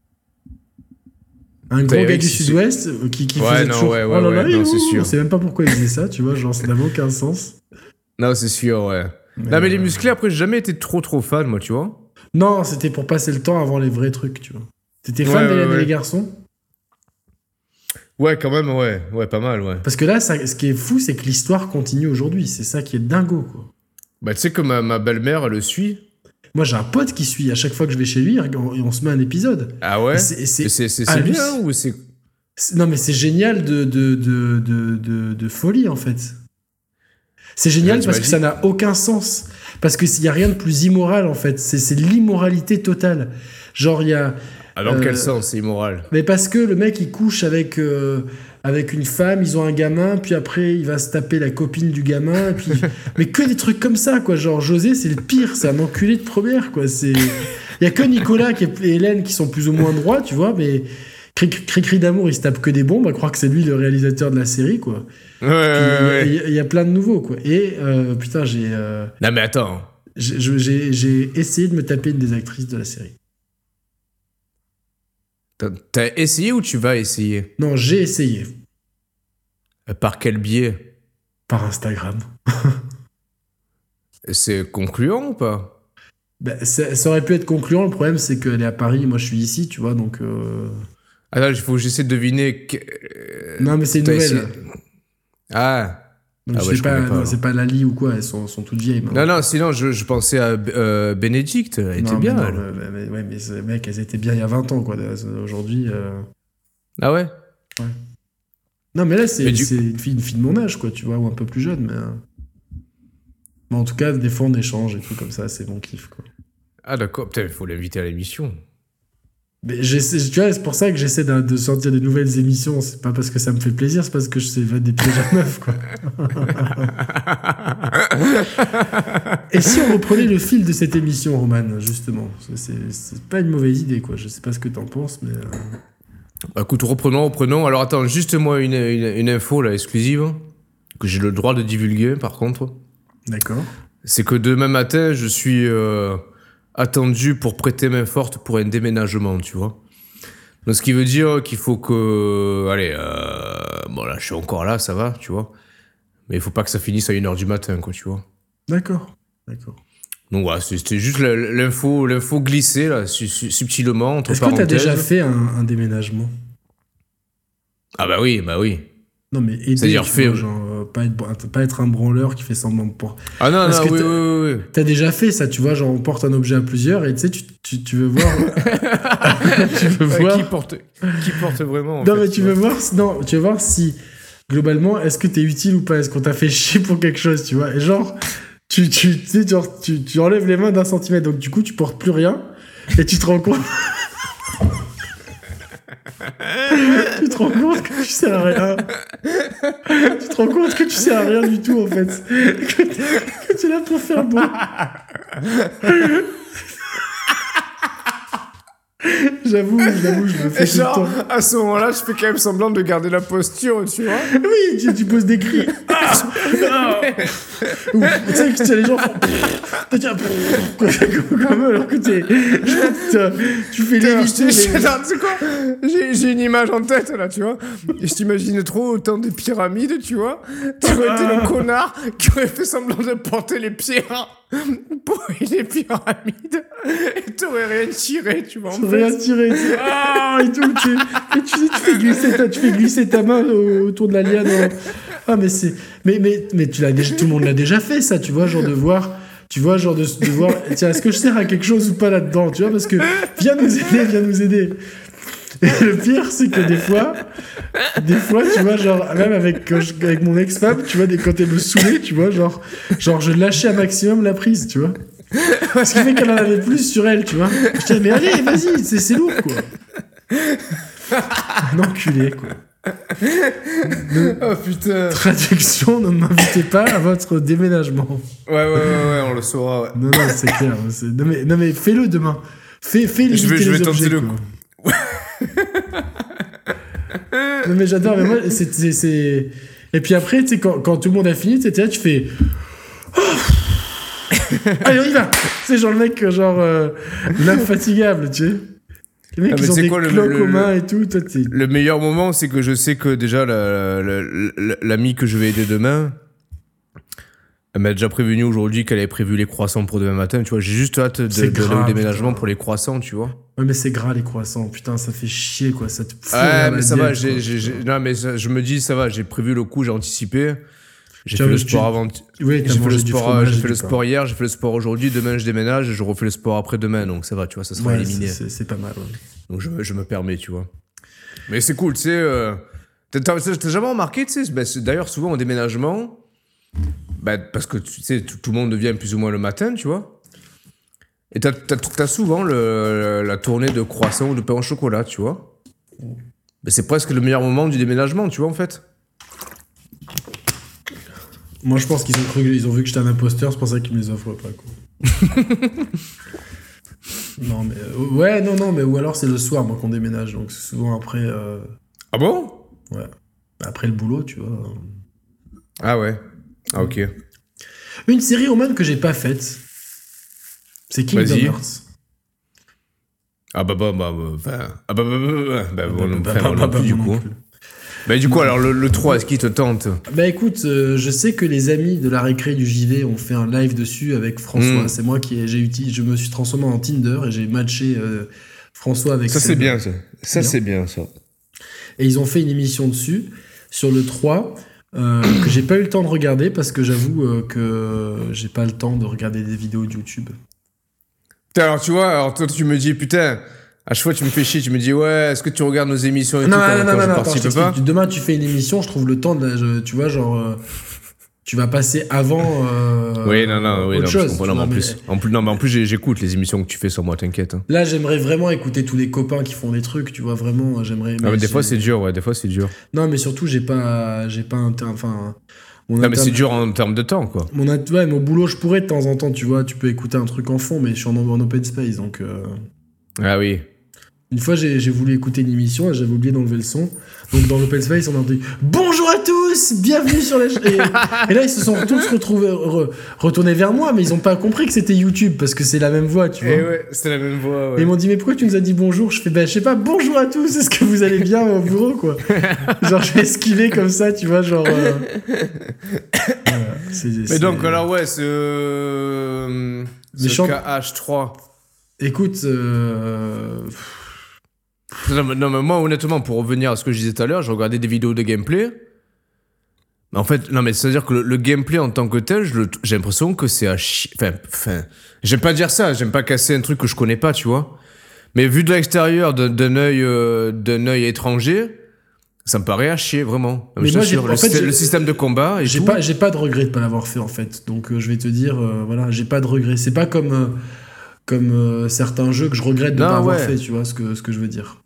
Un gros Eric, gars du c'est- sud-ouest euh, qui, qui Ouais, faisait non, toujours. ouais, ouais, oh là ouais, là, non, ouh, c'est sûr. On sait même pas pourquoi il faisait ça, tu vois, genre, ça n'avait aucun sens. Non, c'est sûr, ouais. Mais, non, mais les euh, musclés, après, j'ai jamais été trop trop fan, moi, tu vois. Non, c'était pour passer le temps avant les vrais trucs, tu vois. T'étais fan Ouais, des ouais, des ouais. garçons? Ouais, quand même, ouais. Ouais, pas mal, ouais. Parce que là, ça, ce qui est fou, c'est que l'histoire continue aujourd'hui. C'est ça qui est dingo, quoi. Bah, tu sais que ma, ma belle-mère, elle le suit. Moi, j'ai un pote qui suit. À chaque fois que je vais chez lui, on, on se met un épisode. Ah ouais? Et c'est- et c'est Et c'est, c'est, c'est halluc- bien ou c'est... C'est- Non, mais c'est génial de, de, de, de, de, de folie, en fait. C'est génial Ouais, tu parce m'as que dit. ça n'a aucun sens. Parce qu'il n'y a rien de plus immoral, en fait. C'est c'est l'immoralité totale. Genre, il y a... Ah, dans Euh, quel sens, c'est immoral? Mais parce que le mec, il couche avec, euh, avec une femme, ils ont un gamin, puis après, il va se taper la copine du gamin, et puis... mais que des trucs comme ça, quoi. Genre, José, c'est le pire, c'est un enculé de première, quoi. C'est... Il y a que Nicolas et Hélène qui sont plus ou moins droits, tu vois, mais... Cri-cri d'amour, il se tape que des bombes, à croire que c'est lui le réalisateur de la série, quoi. Ouais, ouais, ouais. Il y, a- il y a plein de nouveaux, quoi. Et, euh, putain, j'ai... euh, Non, mais attends. j'ai j'ai- j'ai essayé de me taper une des actrices de la série. T'as, t'as essayé ou tu vas essayer? Non, j'ai essayé. Euh, Par quel biais? Par Instagram. C'est concluant ou pas? Bah, ça, ça aurait pu être concluant. Le problème, c'est qu'elle est à Paris, moi je suis ici, tu vois, donc. euh, Ah là, il faut que j'essaie de deviner. Que... euh, Non, mais c'est une t'as nouvelle. essayé- Ah. Donc, Ah je ouais, sais je pas, connais pas, non, alors. c'est pas Lali ou quoi, elles sont, sont toutes vieilles. Non, non, sinon, je, je pensais à euh, Bénédicte. Elle était Non, bien, mais non, elle. mais, mais- ouais, mais ces mecs, elles étaient bien il y a vingt ans, quoi. Aujourd'hui. euh, Ah ouais? Non, mais là, c'est Mais du- c'est une, fille, une fille de mon âge, quoi, tu vois, ou un peu plus jeune, mais. euh, Mais en tout cas, des fois, on échange et tout comme ça, c'est mon kiff, quoi. Ah d'accord, putain, il faut l'inviter à l'émission. Mais j'essaie- tu vois, c'est pour ça que j'essaie de, de sortir des nouvelles émissions. C'est pas parce que ça me fait plaisir, c'est parce que je sais des pièges à neuf, quoi. Et si on reprenait le fil de cette émission, Roman, justement, c'est- c'est c'est pas une mauvaise idée, quoi. Je sais pas ce que t'en penses, mais. euh, Bah, écoute, reprenons, reprenons. Alors attends, juste moi une, une, une info là, exclusive, que j'ai le droit de divulguer par contre. D'accord. C'est que demain matin, je suis euh, attendu pour prêter main forte pour un déménagement, tu vois. Donc ce qui veut dire qu'il faut que... Allez, euh, bon là, je suis encore là, ça va, tu vois. Mais il faut pas que ça finisse à une heure du matin, quoi, tu vois. D'accord. D'accord. Donc voilà, c'était juste la- l'info, l'info glissée, là, su- su- subtilement, entre Est-ce que t'as parenthèses. déjà fait un, un déménagement? Ah bah oui, bah oui. Non, mais aider, C'est-à-dire tu fait- vois, genre, euh, pas, être, pas être un branleur qui fait semblant de porter. Ah non, Parce non, que oui, t'as- oui, oui, oui. T'as déjà fait ça, tu vois, genre on porte un objet à plusieurs et tu sais, tu, tu, tu veux voir. tu veux Ouais, voir. qui, porte, qui porte vraiment en Non, fait, mais tu veux voir, si- non, tu veux voir si, globalement, est-ce que t'es utile ou pas? Est-ce qu'on t'a fait chier pour quelque chose, tu vois? Et genre, tu, tu, tu sais, genre, tu, tu enlèves les mains d'un centimètre, donc du coup, tu portes plus rien, et tu te rends compte. tu te rends compte que tu sers à rien. tu te rends compte que tu sers à rien du tout, en fait. Que t'es, que t'es là pour faire beau. J'avoue, j'avoue, je le fais Et tout le genre, temps. à ce moment-là, je fais quand même semblant de garder la posture, tu vois. Oui, tu, tu poses des cris. Ah Ou, tu sais que les gens font... comme alors que t'es... Tu fais léviter... Tu sais quoi, j'ai, j'ai une image en tête, là, tu vois. Et je t'imagine trop au temps des pyramides, tu vois. Tu aurais été le connard qui aurait fait semblant de porter les pierres pour les pyramides. Et t'aurais rien tiré, tu vois. T'aurais rien tiré, tu sais. Ah, et tout, tu, et tu, tu, fais glisser ta, tu fais glisser ta main autour de la liane. Hein. Ah, mais c'est... Mais, mais, mais tu l'as déjà, tout le monde l'a déjà fait, ça, tu vois, genre de voir... Tu vois, genre de, de voir... Tiens, est-ce que je sers à quelque chose ou pas là-dedans, tu vois, parce que viens nous aider, viens nous aider. Et le pire, c'est que des fois, des fois, tu vois, genre, même avec, quand je- avec mon ex-femme, tu vois, des, quand elle me saoulait, tu vois, genre, genre, je lâchais un maximum la prise, tu vois. Ce qui fait qu'elle en avait plus sur elle, tu vois. Je disais, mais allez, vas-y, c'est, c'est lourd, quoi. Un enculé, quoi. Oh putain. Traduction, ne m'invitez pas à votre déménagement. Ouais, ouais, ouais, ouais, on le saura, ouais. Non, non, c'est clair. C'est... Non, mais, non, mais fais-le demain. Fais, fais Je vais, limiter je vais les tenter objets, le quoi. coup. Non, mais j'adore, mais moi, c'est, c'est, c'est... Et puis après, tu sais, quand, quand tout le monde a fini, tu sais, là, tu fais... Allez, on y va. C'est genre le mec, genre, euh, l'infatigable, tu sais. Les mecs, Ah, mais ils ont c'est des quoi, le- cloques le- aux mains le- et tout. Toi, t'es... Le meilleur moment, c'est que je sais que déjà, la- la- la- l'amie que je vais aider demain, elle m'a déjà prévenu aujourd'hui qu'elle avait prévu les croissants pour demain matin, tu vois. J'ai juste hâte de, C'est de d'aller grave, au déménagement putain. pour les croissants, tu vois. Ouais, mais c'est gras, les croissants. Putain, ça fait chier, quoi. Ça te fout Ouais, dans mais la ça va, diète, j'ai, quoi. j'ai, j'ai- non, mais ça- je me dis, ça va, j'ai prévu le coup, j'ai anticipé. J'ai Tu fait as- le tu- sport avant. Oui, t'as J'ai fait mangé le du sport, fromage j'ai et fait du le pain. sport hier, j'ai fait le sport aujourd'hui, demain je déménage et je refais le sport après-demain, donc ça va, tu vois, ça sera Ouais, éliminé. c'est, c'est, c'est pas mal, ouais. Donc je, me- je me permets, tu vois. Mais c'est cool, tu sais. Euh, t'as, t'as- t'as jamais remarqué, tu sais, bah, c'est- d'ailleurs, souvent au déménagement, bah, parce que tu sais, tout, tout le monde vient plus ou moins le matin, tu vois. Et t'as, t'as, t'as souvent le, la tournée de croissants ou de pain au chocolat, tu vois. Mais c'est presque le meilleur moment du déménagement, tu vois, en fait. Moi, je pense qu'ils ont cru, ils ont vu que j'étais un imposteur, c'est pour ça qu'ils me les offrent pas, quoi. Non, mais... euh, ouais, non, non, mais ou alors c'est le soir, moi, qu'on déménage, donc c'est souvent après... euh, Ah bon? ouais. Après le boulot, tu vois. Ah ouais. Ah ok. Une série Oman que j'ai pas faite, c'est Kingdom Vas-y. Hearts. Ah bah bah bah bah enfin, ah bah bah bah bah bah bon, non, Bah, enfin, bah, moi bah, non bah, plus, du moi non coup. plus. Bah du coup alors le, le trois est-ce qu'il te tente? Bah écoute, euh, je sais que les amis de la récré du J V ont fait un live dessus avec François. Mm. C'est moi qui ai, j'ai utilisé, je me suis transformé en Tinder et j'ai matché euh, François avec Ça c'est Seb. bien ça. Ça Bien. c'est bien ça. Et ils ont fait une émission dessus, sur le trois, euh, que j'ai pas eu le temps de regarder parce que j'avoue euh, que j'ai pas le temps de regarder des vidéos de YouTube. Putain, alors tu vois, alors toi tu me dis putain, à chaque fois tu me fais chier, tu me dis ouais, est-ce que tu regardes nos émissions et Non, tout non, quand, non, quand non, je non, attends, je participe pas? t'explique. Demain, tu fais une émission, je trouve le temps, de la- je- tu vois, genre, euh, tu vas passer avant euh, Oui, non, non, oui, autre non, je chose. comprends. tu Non, mais vois, en mais plus, en plus, non, mais en plus, j'ai- j'écoute les émissions que tu fais sur moi, t'inquiète. Hein. là, j'aimerais vraiment écouter tous les copains qui font des trucs, tu vois, vraiment, j'aimerais... Ah, mais des j'ai- fois, c'est dur, ouais, des fois, c'est dur. Non, mais surtout, j'ai pas, j'ai pas un... ter- Enfin... Mon Non, mais inter- c'est dur en termes de temps, quoi. Mon, int- ouais, mon boulot, je pourrais de temps en temps, tu vois, tu peux écouter un truc en fond, mais je suis en, en open space, donc... euh, Ah oui. Une fois, j'ai j'ai voulu écouter une émission et j'avais oublié d'enlever le son. Donc, dans l'open space, on a dit « Bonjour à tous, bienvenue sur la... ch- » et, et là, ils se sont tous retrouvés, re- retournés vers moi, mais ils ont pas compris que c'était YouTube, parce que c'est la même voix, tu vois. Et ouais, c'était la même voix, Et ouais. ils m'ont dit « Mais pourquoi tu nous as dit bonjour ?» Je fais « Bah, je sais pas, bonjour à tous, est-ce que vous allez bien au bureau, quoi ?» Genre, je vais esquiver comme ça, tu vois, genre... euh, voilà, c'est- Mais c'est- donc, alors, ouais, ce. euh, Ce Méchant- K H trois. Écoute, euh... Non, mais, non, mais moi, honnêtement, pour revenir à ce que je disais tout à l'heure, j'ai regardé des vidéos de gameplay. Mais en fait, non, mais c'est-à-dire que le, le gameplay en tant que tel, je le- j'ai l'impression que c'est à chier. Enfin, enfin, j'aime pas dire ça, j'aime pas casser un truc que je connais pas, tu vois. Mais vu de l'extérieur, d'un d'un œil, euh, d'un œil étranger, ça me paraît à chier, vraiment. Mais Je moi, t'assure, j'ai- le, en fait, système- j'ai- le système de combat et J'ai tout. pas, j'ai pas de regret de pas l'avoir fait en fait. Donc euh, je vais te dire, euh, voilà, j'ai pas de regret. C'est pas comme, euh, comme euh, certains jeux que je regrette de Non, pas avoir ouais. fait, tu vois ce que, ce que je veux dire.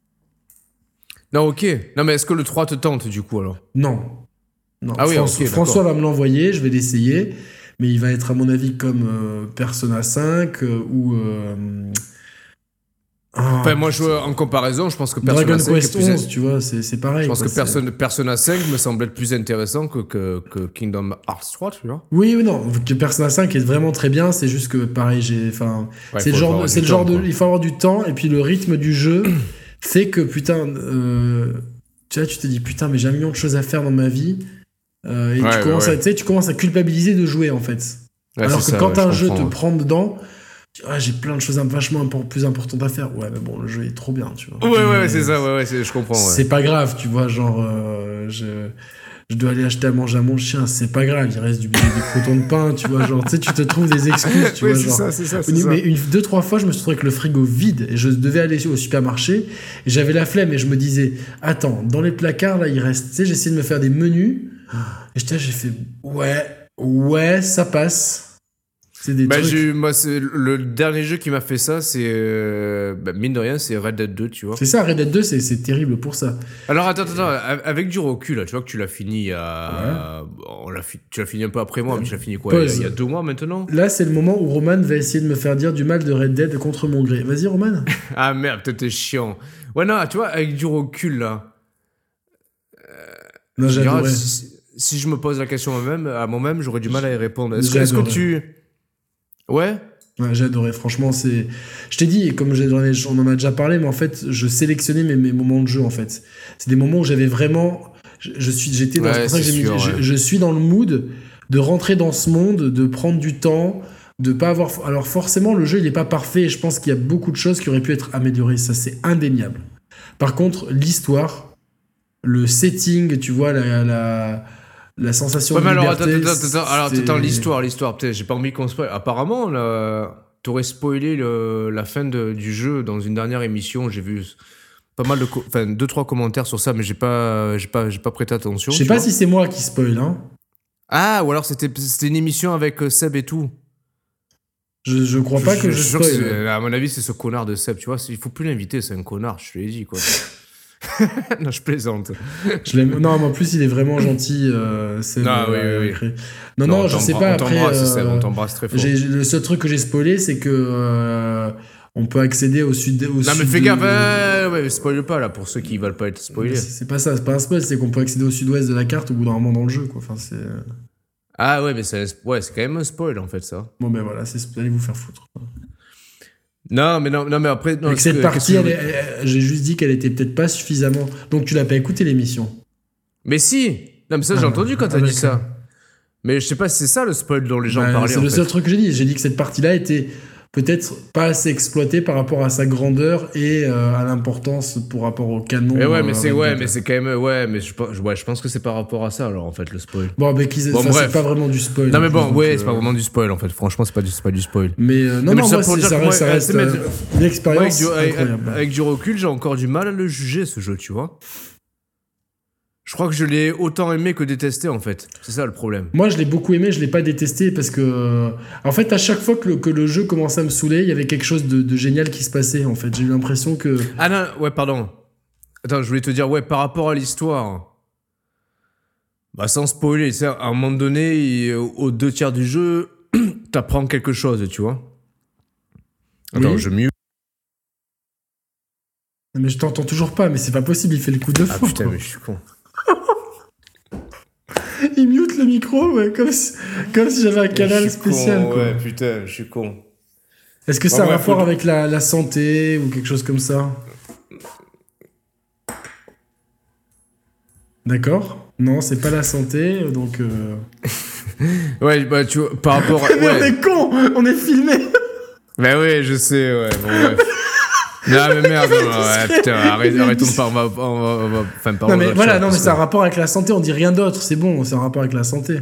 Non, ok. Non, mais est-ce que le trois te tente, du coup, alors? Non. Non. Ah oui, François, ok, d'accord. François va me l'envoyer, je vais l'essayer. Mais il va être à mon avis comme euh, Persona cinq euh, ou... euh, Ah, Enfin, moi, je, en comparaison, je pense que Persona Dragon cinq Quest est plus... onze, tu vois, c'est, c'est pareil. Je pense quoi, que c'est- Persona, Persona cinq me semble être plus intéressant que, que, que Kingdom Hearts trois, tu vois. Oui, oui, non. Que Persona cinq est vraiment très bien. C'est juste que, pareil, j'ai. Enfin, Ouais, c'est faut le genre, avoir de, du c'est le temps, genre de. quoi. Il faut avoir du temps. Et puis le rythme du jeu fait que, putain. euh, tu vois, tu te dis, putain, mais j'ai un million de choses à faire dans ma vie. Euh, et Ouais, tu, ouais, commences ouais. à, tu sais, tu commences à culpabiliser de jouer, en fait. Ouais, Alors c'est que ça, quand ouais, un je jeu te comprends, ouais. prend dedans, tu dis, ah, j'ai plein de choses vachement impor- plus importantes à faire. Ouais, mais bon, le jeu est trop bien, tu vois. Ouais, ouais, ouais, Mais c'est ça, ouais, ouais, c'est- je comprends, ouais. c'est pas grave, tu vois, genre, euh, je, je dois aller acheter à manger à mon chien, c'est pas grave, il reste du, des crotons de pain, tu vois, genre, tu sais, tu te trouves des excuses, tu Oui, vois, c'est genre. ça, c'est ça, c'est Mais ça. une, deux, trois fois, je me suis trouvé avec le frigo vide et je devais aller au supermarché et j'avais la flemme et je me disais, attends, dans les placards, là, il reste, tu sais, j'essayais de me faire des menus et j'étais là, j'ai fait, ouais, ouais, ça passe. C'est des Bah, trucs. j'ai eu- moi, c'est le dernier jeu qui m'a fait ça, c'est euh, bah, mine de rien, c'est Red Dead deux, tu vois. C'est ça, Red Dead deux, c'est, c'est terrible pour ça. Alors attends, attends, attends, avec du recul, là, tu vois que tu l'as fini à... on l'a fi- tu l'as fini un peu après moi, mais tu l'as fini quoi, il y, a, Pause. il y a deux mois maintenant. Là, c'est le moment où Roman va essayer de me faire dire du mal de Red Dead contre mon gré. Vas-y, Roman. Ah merde, peut-être t'es chiant. Ouais, non, tu vois, avec du recul, là, Non, je j'ai dirais, adoré. si, si je me pose la question à moi-même, à moi-même, j'aurais du mal à y répondre. Est-ce que, J'ai est-ce que adoré. tu... Ouais. Ouais, j'ai adoré. Franchement, c'est. Je t'ai dit, comme j'ai- j'en ai- on en a déjà parlé, mais en fait, je sélectionnais mes, mes moments de jeu, en fait. C'est des moments où j'avais vraiment. Je, je suis, j'étais dans. Ouais, c'est pour ça que c'est j'ai mis. sûr, je, ouais. je suis dans le mood de rentrer dans ce monde, de prendre du temps, de pas avoir. Alors forcément, le jeu, il est pas parfait. Et je pense qu'il y a beaucoup de choses qui auraient pu être améliorées. Ça, c'est indéniable. Par contre, l'histoire, le setting, tu vois, la, la, la sensation Ouais, de mais alors, liberté. attends, attends, attends, alors, c'est- attends, l'histoire, l'histoire, peut-être, j'ai pas envie qu'on spoil. Apparemment, là, t'aurais spoilé le, la fin de- du jeu dans une dernière émission, j'ai vu pas mal de... co- Enfin, deux, trois commentaires sur ça, mais j'ai pas, j'ai pas, j'ai pas prêté attention. Je sais tu pas vois. si c'est moi qui spoil, hein. Ah, ou alors c'était, c'était une émission avec euh, Seb et tout. Je, je crois pas que je suis sûr que spoil. c'est- à mon avis, c'est ce connard de Seb, tu vois. c'est- Il faut plus l'inviter, c'est un connard, je te l'ai dit, quoi. Non, je plaisante. Je l'aime- non, mais en plus, il est vraiment gentil. Euh, Seb, Ah, oui, euh, oui, oui. cré- Non, non, on je sais t'embra- pas. On Après, t'embrasse, euh, Seb, on t'embrasse très fort. j'ai- le seul truc que j'ai spoilé, c'est que euh, on peut accéder au sud. Au Non, sud mais fais de- gaffe, ouais, ouais, spoil pas, là, pour ceux qui veulent pas être spoilés. C'est c'est pas ça, c'est pas un spoil, c'est qu'on peut accéder au sud-ouest de la carte au bout d'un moment dans le jeu, quoi. Enfin, c'est Ah, ouais, mais c'est, un- ouais, c'est quand même un spoil, en fait, ça. bon, ben voilà, c'est allez vous faire foutre. quoi. Non, mais non, non, mais après, non, Avec ce cette que- partie, qu'est-ce que elle je- est- elle- j'ai juste dit qu'elle était peut-être pas suffisamment. Donc tu l'as pas écouté l'émission. Mais si. Non, mais ça, j'ai Ah, entendu quand ah, t'as dit d'accord. ça. Mais je sais pas si c'est ça le spoil dont les gens Bah, parlaient. c'est en le fait. seul truc que j'ai dit. J'ai dit que cette partie-là était peut-être pas assez exploitée par rapport à sa grandeur et euh, à l'importance pour rapport au canon. Mais ouais, mais euh, c'est Red ouais, Dead. mais c'est quand même ouais, mais je, pense- ouais, je pense que c'est par rapport à ça alors en fait le spoil. Bon, mais qu'ils- Bon, enfin, bref. c'est pas vraiment du spoil. Non en mais plus, bon, donc, ouais, euh, c'est pas vraiment du spoil en fait. Franchement, c'est pas du, c'est pas du spoil. Mais euh, non, mais non, ça moi, pour c'est- dire ça que reste, moi, ça euh, reste c'est- mais- euh, une Moi, avec, expérience du, avec- incroyable. avec du recul, j'ai encore du mal à le juger ce jeu, tu vois. Je crois que je l'ai autant aimé que détesté en fait. C'est ça le problème. Moi, je l'ai beaucoup aimé, je l'ai pas détesté parce que, euh, en fait, à chaque fois que le, que le jeu commençait à me saouler, il y avait quelque chose de, de génial qui se passait. En fait, j'ai eu l'impression que Ah non, ouais, pardon. Attends, je voulais te dire, ouais, par rapport à l'histoire, bah sans spoiler, tu sais, à un moment donné, il- aux deux tiers du jeu, t'apprends quelque chose, tu vois. Attends, Oui. je mute. mais je t'entends toujours pas. Mais c'est pas possible, il fait le coup de Ah fou. putain, mais je suis con. Il mute le micro, ouais, comme si, comme si j'avais un canal Je suis spécial. con, quoi. ouais, putain, je suis con. Est-ce que Bon, c'est un bref, rapport faut- avec la, la santé ou quelque chose comme ça? D'accord. Non, c'est pas la santé, donc. Euh... Ouais, bah tu vois, par rapport à... Mais on Ouais. est con, on est filmé. Bah ouais, je sais, ouais, bon bref. Non mais merde, non, ouais, putain, arrête, arrêtons de parler, on va, on va, on va, enfin, parlons Non mais d'autre voilà, chose, non mais parce c'est un que- rapport avec la santé. On dit rien d'autre. C'est bon, c'est un rapport avec la santé.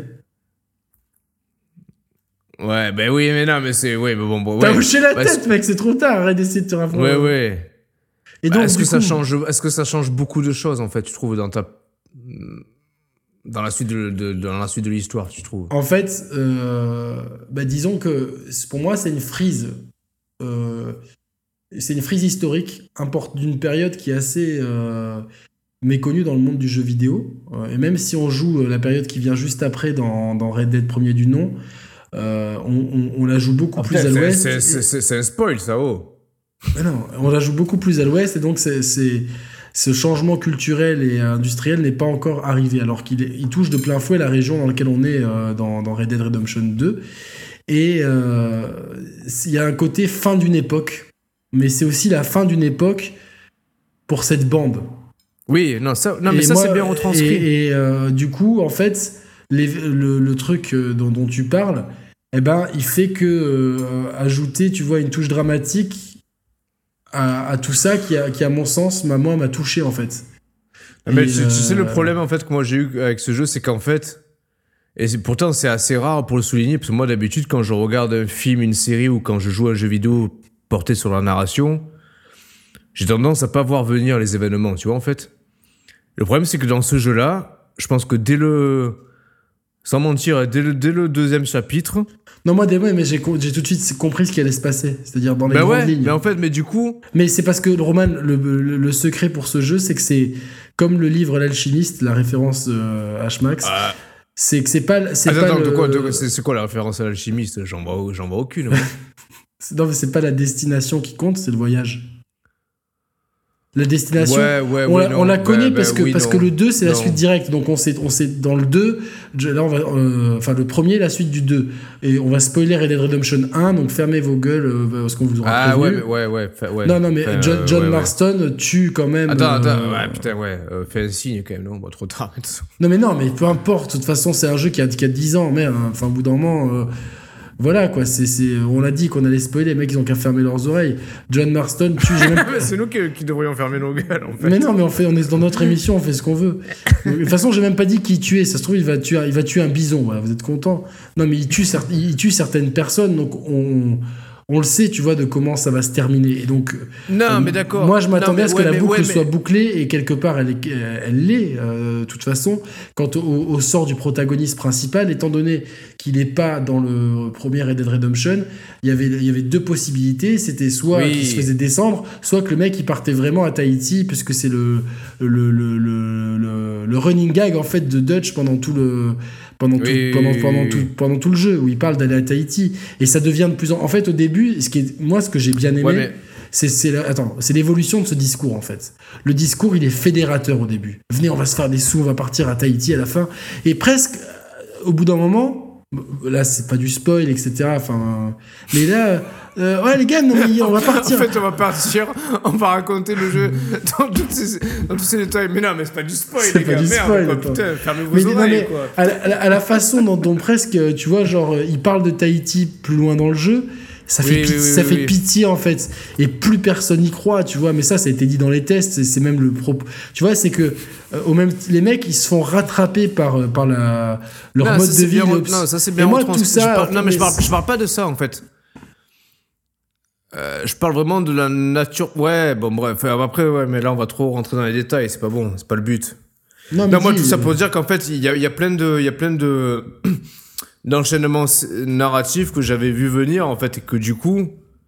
Ouais, bah oui, mais non, mais c'est, ouais, mais bon, bon, T'as ouais. hoché la Bah, tête, mec. C'est trop tard. Arrête d'essayer de te raconter. Ouais, ouais. Et Bah, donc, est-ce du que ça coup- change, est-ce que ça change beaucoup de choses en fait, tu trouves, dans ta, dans la suite de, de- dans la suite de l'histoire, tu trouves? En fait, euh, bah, disons que c'est- pour moi, c'est une frise. Euh, c'est une frise historique import- d'une période qui est assez euh, méconnue dans le monde du jeu vidéo. Euh, et même si on joue euh, la période qui vient juste après dans, dans Red Dead premier du nom, euh, on, on- on la joue beaucoup Ah, plus putain, à c'est- l'ouest. c'est- Et- c'est- C'est c'est un spoil, ça, oh. Mais non, on la joue beaucoup plus à l'ouest, et donc c'est, c'est, ce changement culturel et industriel n'est pas encore arrivé, alors qu'il est, il touche de plein fouet la région dans laquelle on est euh, dans, dans Red Dead Redemption deux. Et il euh, y a un côté fin d'une époque, mais c'est aussi la fin d'une époque pour cette bande. Oui, non, ça, non mais et ça moi, c'est bien retranscrit. Et, et euh, du coup, en fait, les, le, le truc dont, dont tu parles, eh ben, il fait que euh, ajouter, tu vois, une touche dramatique à, à tout ça qui, a, qui, à mon sens, m'a, moi, m'a touché, en fait. Mais et, tu, euh, tu sais, le problème, en fait, que moi j'ai eu avec ce jeu, c'est qu'en fait, et c'est, pourtant c'est assez rare pour le souligner, parce que moi, d'habitude, quand je regarde un film, une série, ou quand je joue à un jeu vidéo porté sur la narration, j'ai tendance à pas voir venir les événements, tu vois, en fait. Le problème, c'est que dans ce jeu-là, je pense que dès le... Sans mentir, dès le, dès le deuxième chapitre... Non, moi, ouais, mais j'ai, j'ai tout de suite compris ce qui allait se passer. C'est-à-dire dans les bah grandes ouais, lignes. Mais en fait, mais du coup... Mais c'est parce que, Roman, le, le, le secret pour ce jeu, c'est que c'est comme le livre L'Alchimiste, la référence euh, H Max. Ah. C'est que c'est pas... C'est attends, pas attends, le... de quoi, de, c'est, c'est quoi la référence à l'Alchimiste ? J'en vois, j'en vois aucune. Ouais. Non, mais c'est pas la destination qui compte, c'est le voyage. La destination, ouais, ouais, on, oui, la, non, on la connaît bah, parce, bah, que, oui, parce que le deux, c'est non. la suite directe. Donc, on sait, on sait dans le deux, là, on va, euh, enfin, le premier, la suite du deux. Et on va spoiler Red Dead Redemption un, donc fermez vos gueules, euh, parce qu'on vous aura ah, prévenu. Ah, ouais, ouais, ouais, ouais. Non, non, mais John, John ouais, Marston ouais. tue quand même. Attends, attends, euh, ouais, putain, ouais, euh, fais un signe quand même, non, bah, trop tard. Non, mais non, mais peu importe. De toute façon, c'est un jeu qui a, qui a dix ans, merde. Enfin, au bout d'un moment. Euh, Voilà quoi, c'est, c'est, on a dit qu'on allait spoiler, les mecs ils ont qu'à fermer leurs oreilles. John Marston tue. J'ai même... c'est nous qui, qui devrions fermer nos gueules en fait. Mais non, mais on, fait, on est dans notre émission, on fait ce qu'on veut. De toute façon, j'ai même pas dit qui tuait. Ça se trouve, il va tuer, il va tuer un bison. Voilà, vous êtes contents ? Non, mais il tue, il tue certaines personnes, donc on. On le sait, tu vois, de comment ça va se terminer. Et donc, non, euh, mais d'accord. Moi, je m'attendais non, à ce ouais, que la boucle ouais, soit mais... bouclée, et quelque part, elle, est, elle l'est, euh, de toute façon. Quant au, au sort du protagoniste principal, étant donné qu'il n'est pas dans le premier Red Dead Redemption, il y avait, il y avait deux possibilités. C'était soit oui. qu'il se faisait descendre, soit que le mec, il partait vraiment à Tahiti, puisque c'est le, le, le, le, le, le running gag, en fait, de Dutch pendant tout le... Pendant, tout, oui, pendant, pendant, tout, pendant tout le jeu, où il parle d'aller à Tahiti. Et ça devient de plus en... En fait, au début, ce qui est, moi, ce que j'ai bien aimé, ouais, mais... c'est, c'est, la, attends, c'est l'évolution de ce discours, en fait. Le discours, il est fédérateur au début. Venez, on va se faire des sous, on va partir à Tahiti à la fin. Et presque, au bout d'un moment... Là, c'est pas du spoil, et cetera. Enfin, mais là, euh, ouais, les gars, non, mais on va partir. En fait, on va partir, on va raconter le jeu dans, toutes ces, dans tous ces détails. Mais non, mais c'est pas du spoil, c'est les pas gars. Du merde, spoil, quoi, putain, fermez vos mais, oreilles, non, mais quoi. À la, à, la, à la façon dont, dont presque, tu vois, genre, il parle de Tahiti plus loin dans le jeu. Ça fait, oui, pitié, oui, oui, ça oui, fait oui. pitié en fait, et plus personne n'y croit, tu vois. Mais ça, ça a été dit dans les tests, c'est, c'est même le propos. Tu vois, c'est que euh, au même, les mecs, ils se font rattraper par par la leur non, mode de vie. Bien, non, ça c'est bien. Et moi, tout ça. Je parle, non, mais je parle, je parle pas de ça en fait. Euh, je parle vraiment de la nature. Ouais, bon, bref. Après, ouais, mais là, on va trop rentrer dans les détails. C'est pas bon, c'est pas le but. Non, mais non moi, tout ça pour dire qu'en fait, il y a, il y a plein de, il y a plein de. d'enchaînements narratifs que j'avais vu venir en fait et que du coup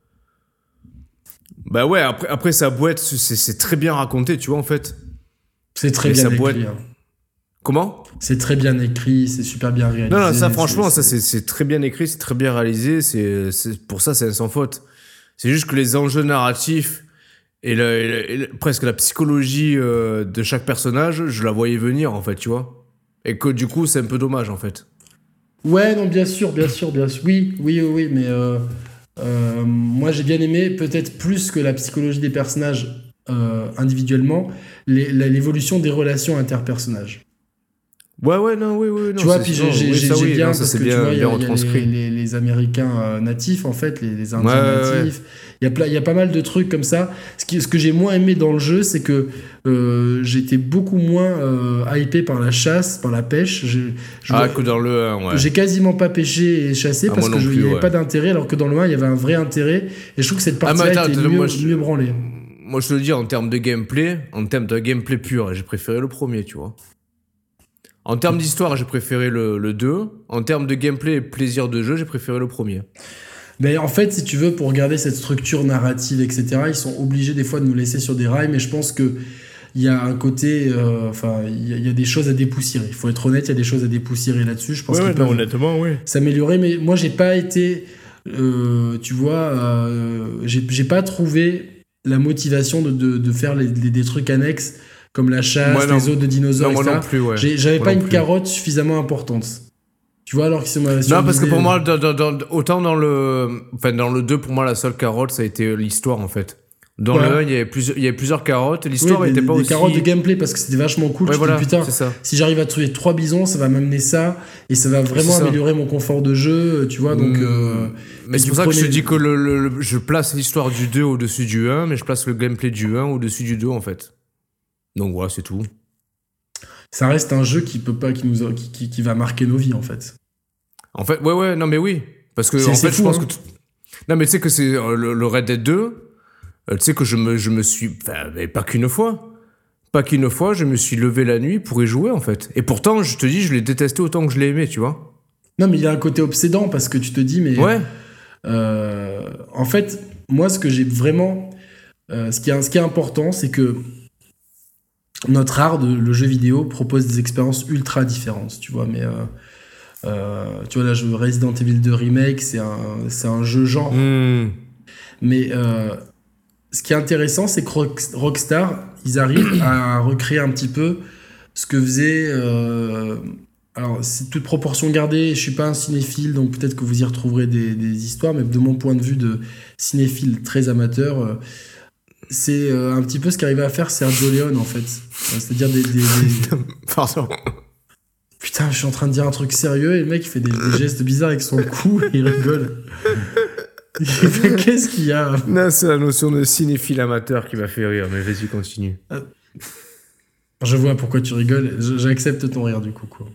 bah ouais après après sa boîte c'est c'est très bien raconté tu vois en fait c'est très bien écrit boîte... hein. Comment c'est très bien écrit c'est super bien réalisé non non ça franchement c'est, ça c'est c'est très bien écrit c'est très bien réalisé c'est c'est pour ça c'est sans faute c'est juste que les enjeux narratifs et, le, et, le, et le, presque la psychologie euh, de chaque personnage je la voyais venir en fait tu vois et que du coup c'est un peu dommage en fait. Ouais, non, bien sûr, bien sûr, bien sûr. Oui, oui, oui, oui mais euh, euh, moi j'ai bien aimé, peut-être plus que la psychologie des personnages euh, individuellement, les, la, l'évolution des relations interpersonnages. Ouais, ouais, non, oui, oui. Non, tu vois, puis j'ai, j'ai, oui, j'ai, j'ai oui, bien, non, parce ça, que bien, tu vois, il y a, y a les, les, les Américains euh, natifs, en fait, les, les Indiens ouais, natifs. Ouais. Il y a plein, il y a pas mal de trucs comme ça. Ce, qui, ce que j'ai moins aimé dans le jeu, c'est que euh, j'étais beaucoup moins euh, hypé par la chasse, par la pêche. Je, je ah, vois, que dans le un, ouais. J'ai quasiment pas pêché et chassé ah, parce qu'il n'y avait ouais. pas d'intérêt, alors que dans le un, il y avait un vrai intérêt. Et je trouve que cette partie-là ah, attends, était mieux, moi, je, mieux branlée. Moi, je te le dis, en termes de gameplay, en termes de gameplay pur, j'ai préféré le premier, tu vois. En termes d'histoire, j'ai préféré le, le deux. En termes de gameplay et plaisir de jeu, j'ai préféré le premier. Mais en fait, si tu veux, pour garder cette structure narrative, et cetera, ils sont obligés des fois de nous laisser sur des rails, mais je pense que il y a un côté, enfin, euh, il y, y a des choses à dépoussiérer. Il faut être honnête, il y a des choses à dépoussiérer là-dessus. Je pense ouais, qu'ils ouais, peuvent non, honnêtement, oui. s'améliorer, mais moi, j'ai pas été euh, tu vois, euh, j'ai, j'ai pas trouvé la motivation de, de, de faire les, les, des trucs annexes comme la chasse, les os de dinosaures, non, et cetera. Moi non plus, ouais. J'ai, j'avais moi pas une plus. carotte suffisamment importante. Tu vois, alors que c'est ma Non, parce que pour moi, dans, dans, dans, autant dans le, enfin, dans le deux, pour moi, la seule carotte, ça a été l'histoire, en fait. Dans ouais. le un, il y avait plusieurs, il y avait plusieurs carottes, et l'histoire oui, était des, pas des aussi... Des carottes de gameplay, parce que c'était vachement cool. Ouais, tu voilà, te dis, putain, si j'arrive à trouver trois bisons, ça va m'amener ça, et ça va vraiment améliorer mon confort de jeu, tu vois, donc... Mmh. Euh, mais c'est pour ça prenez... que je te dis que le, le, le, je place l'histoire du deux au-dessus du un, mais je place le gameplay du un au-dessus du deux, en fait. Donc voilà, c'est tout. Ça reste un jeu qui peut pas, qui nous, a, qui, qui, qui va marquer nos vies, en fait. En fait, ouais, ouais, non, mais oui. Parce que, en fait, fou, je pense hein. que... T... Non, mais tu sais que c'est euh, le, le Red Dead deux, euh, tu sais que je me, je me suis... Enfin, mais pas qu'une fois. Pas qu'une fois, je me suis levé la nuit pour y jouer, en fait. Et pourtant, je te dis, je l'ai détesté autant que je l'ai aimé, tu vois. Non, mais il y a un côté obsédant, parce que tu te dis, mais... Ouais. Euh, en fait, moi, ce que j'ai vraiment... Euh, ce, qui est, ce qui est important, c'est que notre art, de, le jeu vidéo, propose des expériences ultra différentes, tu vois, mais... Euh, Euh, tu vois, là, je Resident Evil deux Remake, c'est un, c'est un jeu genre. Mmh. Mais euh, ce qui est intéressant, c'est que Rockstar, ils arrivent à recréer un petit peu ce que faisait. Euh, alors, c'est toute proportion gardée. Je suis pas un cinéphile, donc peut-être que vous y retrouverez des, des histoires, mais de mon point de vue de cinéphile très amateur, euh, c'est euh, un petit peu ce qu'arrivait à faire Sergio Leone, en fait. C'est-à-dire des. des, des... Pardon. Putain, je suis en train de dire un truc sérieux et le mec il fait des, des gestes bizarres avec son cou et il rigole. Qu'est-ce qu'il y a ? Non, c'est la notion de cinéphile amateur qui m'a fait rire, mais vas-y, continue. Je vois pourquoi tu rigoles, j'accepte ton rire du coup. Quoi.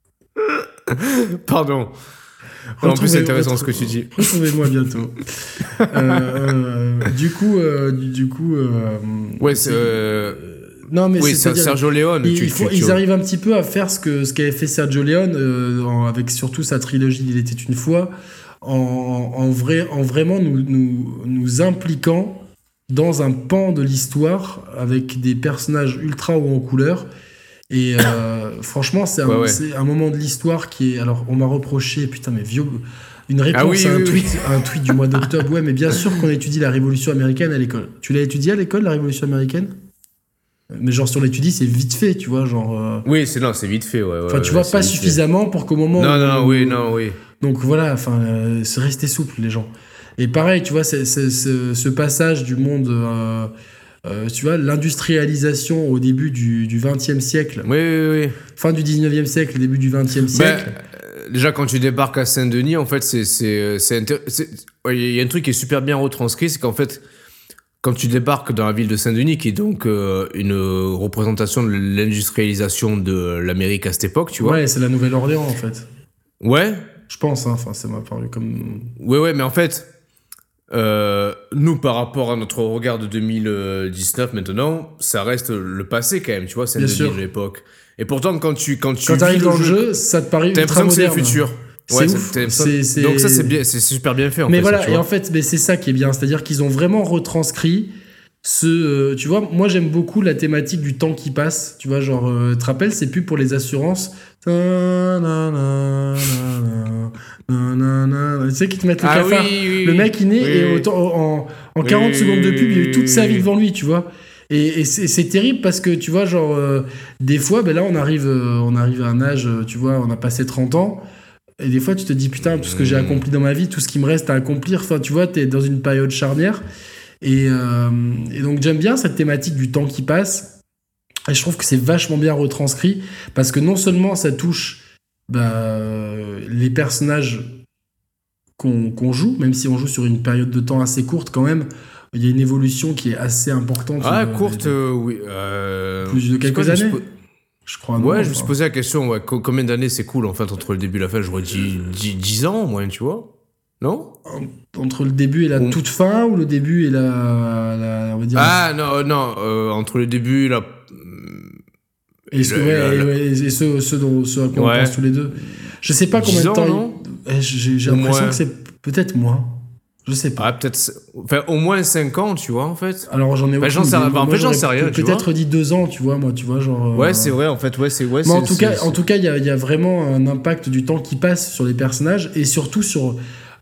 Pardon. En plus, c'est intéressant ce que tu dis. Retrouvez-moi bientôt. euh, euh, du coup, euh, du, du coup. Euh, ouais, c'est. Euh... Non, mais oui, c'est Sergio Leone. Ils, tu, faut, tu, ils tu... arrivent un petit peu à faire ce que ce qu'avait fait Sergio Leone euh, en, avec surtout sa trilogie Il était une fois, en, en vrai, en vraiment nous, nous nous impliquant dans un pan de l'histoire avec des personnages ultra hauts en couleur. Et euh, franchement, c'est un, ouais, ouais. c'est un moment de l'histoire qui est. Alors, on m'a reproché, putain, mais vieux. Une réponse ah oui, à un, oui, tweet, oui. un tweet du mois d'octobre. Ouais, mais bien sûr qu'on étudie la Révolution américaine à l'école. Tu l'as étudié à l'école, la Révolution américaine ? Mais genre sur l'étudie, c'est vite fait, tu vois, genre... Euh... Oui, c'est, non, c'est vite fait, ouais. Enfin, ouais, tu ouais, vois, pas suffisamment fait. Pour qu'au moment... Non, où, non, où, oui, non, oui. Donc voilà, enfin, euh, c'est rester souple, les gens. Et pareil, tu vois, c'est, c'est, c'est, ce passage du monde... Euh, euh, tu vois, l'industrialisation au début du, du vingtième siècle. Oui, oui, oui. Fin du dix-neuvième siècle, début du vingtième siècle. Ben, déjà, quand tu débarques à Saint-Denis, en fait, c'est... c'est, c'est, intér- c'est ouais, y a un truc qui est super bien retranscrit, c'est qu'en fait... Quand tu débarques dans la ville de Saint-Denis, qui est donc euh, une représentation de l'industrialisation de l'Amérique à cette époque, tu vois. Ouais, c'est la Nouvelle-Orléans, en fait. Ouais. Je pense, hein. Enfin, ça m'a paru comme... Ouais, ouais, mais en fait, euh, nous, par rapport à notre regard de deux mille dix-neuf maintenant, ça reste le passé, quand même, tu vois, Saint-Denis de l'époque. Et pourtant, quand tu quand tu quand t'arrives dans le jeu, ça te paraît ultra moderne. T'as l'impression que c'est le futur. C'est ouais, ouf. C'est, c'est, c'est... Donc ça, c'est, bien, c'est super bien fait, en mais fait. Voilà, ça, et en fait, mais c'est ça qui est bien. C'est-à-dire qu'ils ont vraiment retranscrit ce... Euh, tu vois, moi, j'aime beaucoup la thématique du temps qui passe. Tu vois, genre, euh, tu te rappelles, c'est plus pour les assurances. Tu sais, qui te mettent le ah, cafard. Oui, oui, le mec, il naît oui, et oui. autant, en, en oui, quarante oui, secondes de pub, oui, il a eu toute sa vie oui. devant lui, tu vois. Et, et c'est, c'est terrible parce que, tu vois, genre, euh, des fois, ben là, on arrive, euh, on arrive à un âge, tu vois, on a passé trente ans. Et des fois, tu te dis, putain, tout ce que j'ai accompli dans ma vie, tout ce qui me reste à accomplir, enfin, tu vois, t'es dans une période charnière. Et, euh, et donc, j'aime bien cette thématique du temps qui passe. Et je trouve que c'est vachement bien retranscrit parce que non seulement ça touche bah, les personnages qu'on, qu'on joue, même si on joue sur une période de temps assez courte quand même, il y a une évolution qui est assez importante. Ah, euh, courte, euh, oui. Euh... Plus de quelques années. Je crois. Ouais, non, je me suis posé la question, ouais, combien d'années c'est cool en fait entre le début et la fin? J'aurais dit dix ans au moins, tu vois? Non? Entre le début et la on... toute fin ou le début et la, la on va dire. Ah non, non, euh, entre le début et la. Et, et, ce, le, ouais, la, et, la... et, et ceux, ceux, dont, ceux à quoi ouais. on pense tous les deux. Je sais pas combien de temps. Non il... J'ai, j'ai l'impression moins. que c'est peut-être moins. Je sais pas. Ah, peut-être. Enfin, au moins cinq ans, tu vois, en fait. Alors, j'en ai enfin, j'en sais, moi, en fait, j'en sais rien. Peut-être dit deux ans, tu vois, moi, tu vois, genre. Ouais, euh... c'est vrai, en fait, ouais, c'est. Ouais, Mais c'est, en, tout c'est, cas, c'est... en tout cas, il y a, y a vraiment un impact du temps qui passe sur les personnages et surtout sur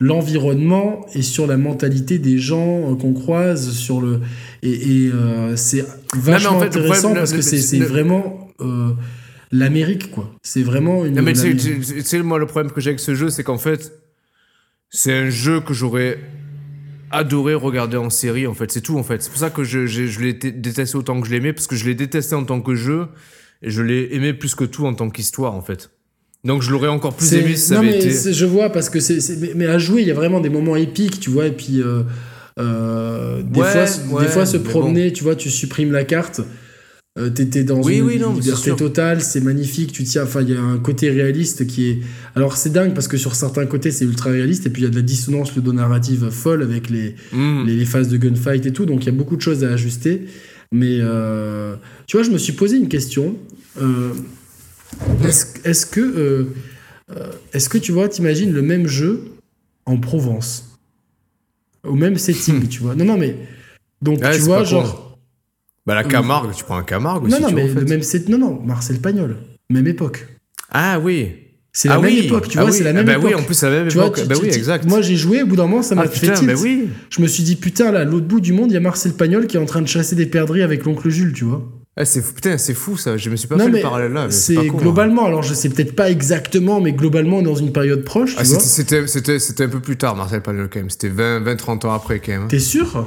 l'environnement et sur la mentalité des gens euh, qu'on croise, sur le et, et euh, c'est vachement non, en fait, intéressant problème, parce le, que c'est, c'est le... vraiment euh, l'Amérique, quoi. C'est vraiment une. Non, mais tu sais, moi, le problème que j'ai avec ce jeu, c'est qu'en fait, c'est un jeu que j'aurais adoré regarder en série, en fait. C'est tout, en fait. C'est pour ça que je, je, je l'ai détesté autant que je l'aimais, parce que je l'ai détesté en tant que jeu, et je l'ai aimé plus que tout en tant qu'histoire, en fait. Donc je l'aurais encore plus c'est, aimé si ça non avait mais été... je vois, parce que c'est, c'est... Mais, mais à jouer, il y a vraiment des moments épiques, tu vois, et puis euh, euh, des, ouais, fois, ouais, des fois se promener, bon. tu vois, tu supprimes la carte, euh, t'étais dans oui, une oui, non, liberté totale, c'est magnifique, tu tiens, enfin il y a un côté réaliste qui est... Alors c'est dingue, parce que sur certains côtés c'est ultra réaliste, et puis il y a de la dissonance ludonarrative folle avec les, mmh. les, les phases de gunfight et tout, donc il y a beaucoup de choses à ajuster, mais euh, tu vois, je me suis posé une question... Euh, Est-ce, est-ce que euh, euh, est-ce que tu vois, t'imagines le même jeu en Provence, au même setting, tu vois? Non, non, mais donc ouais, tu vois, genre. Con. Bah la Camargue, euh, tu prends un Camargue aussi. Non, non, tu mais vois, en fait. le même set, non, non, Marcel Pagnol, même époque. Ah oui. C'est la ah même oui. époque, tu ah vois, oui. c'est la même ah bah époque. Oui, en plus, c'est la même tu époque. Vois, bah tu, oui, tu, exact. Moi, j'ai joué, au bout d'un moment, ça m'a ah, fait putain, tilt. Bah oui. Je me suis dit, putain, là, à l'autre bout du monde, il y a Marcel Pagnol qui est en train de chasser des perdrix avec l'oncle Jules, tu vois. Ah, c'est fou, putain, c'est fou ça. Je me suis pas non, fait mais le parallèle là. Mais c'est, c'est pas con, globalement, hein. Alors je sais peut-être pas exactement, mais globalement dans une période proche. Tu ah, vois c'était, c'était, c'était, c'était un peu plus tard, Marcel Pagnol quand même. C'était vingt trente ans après quand même. T'es sûr?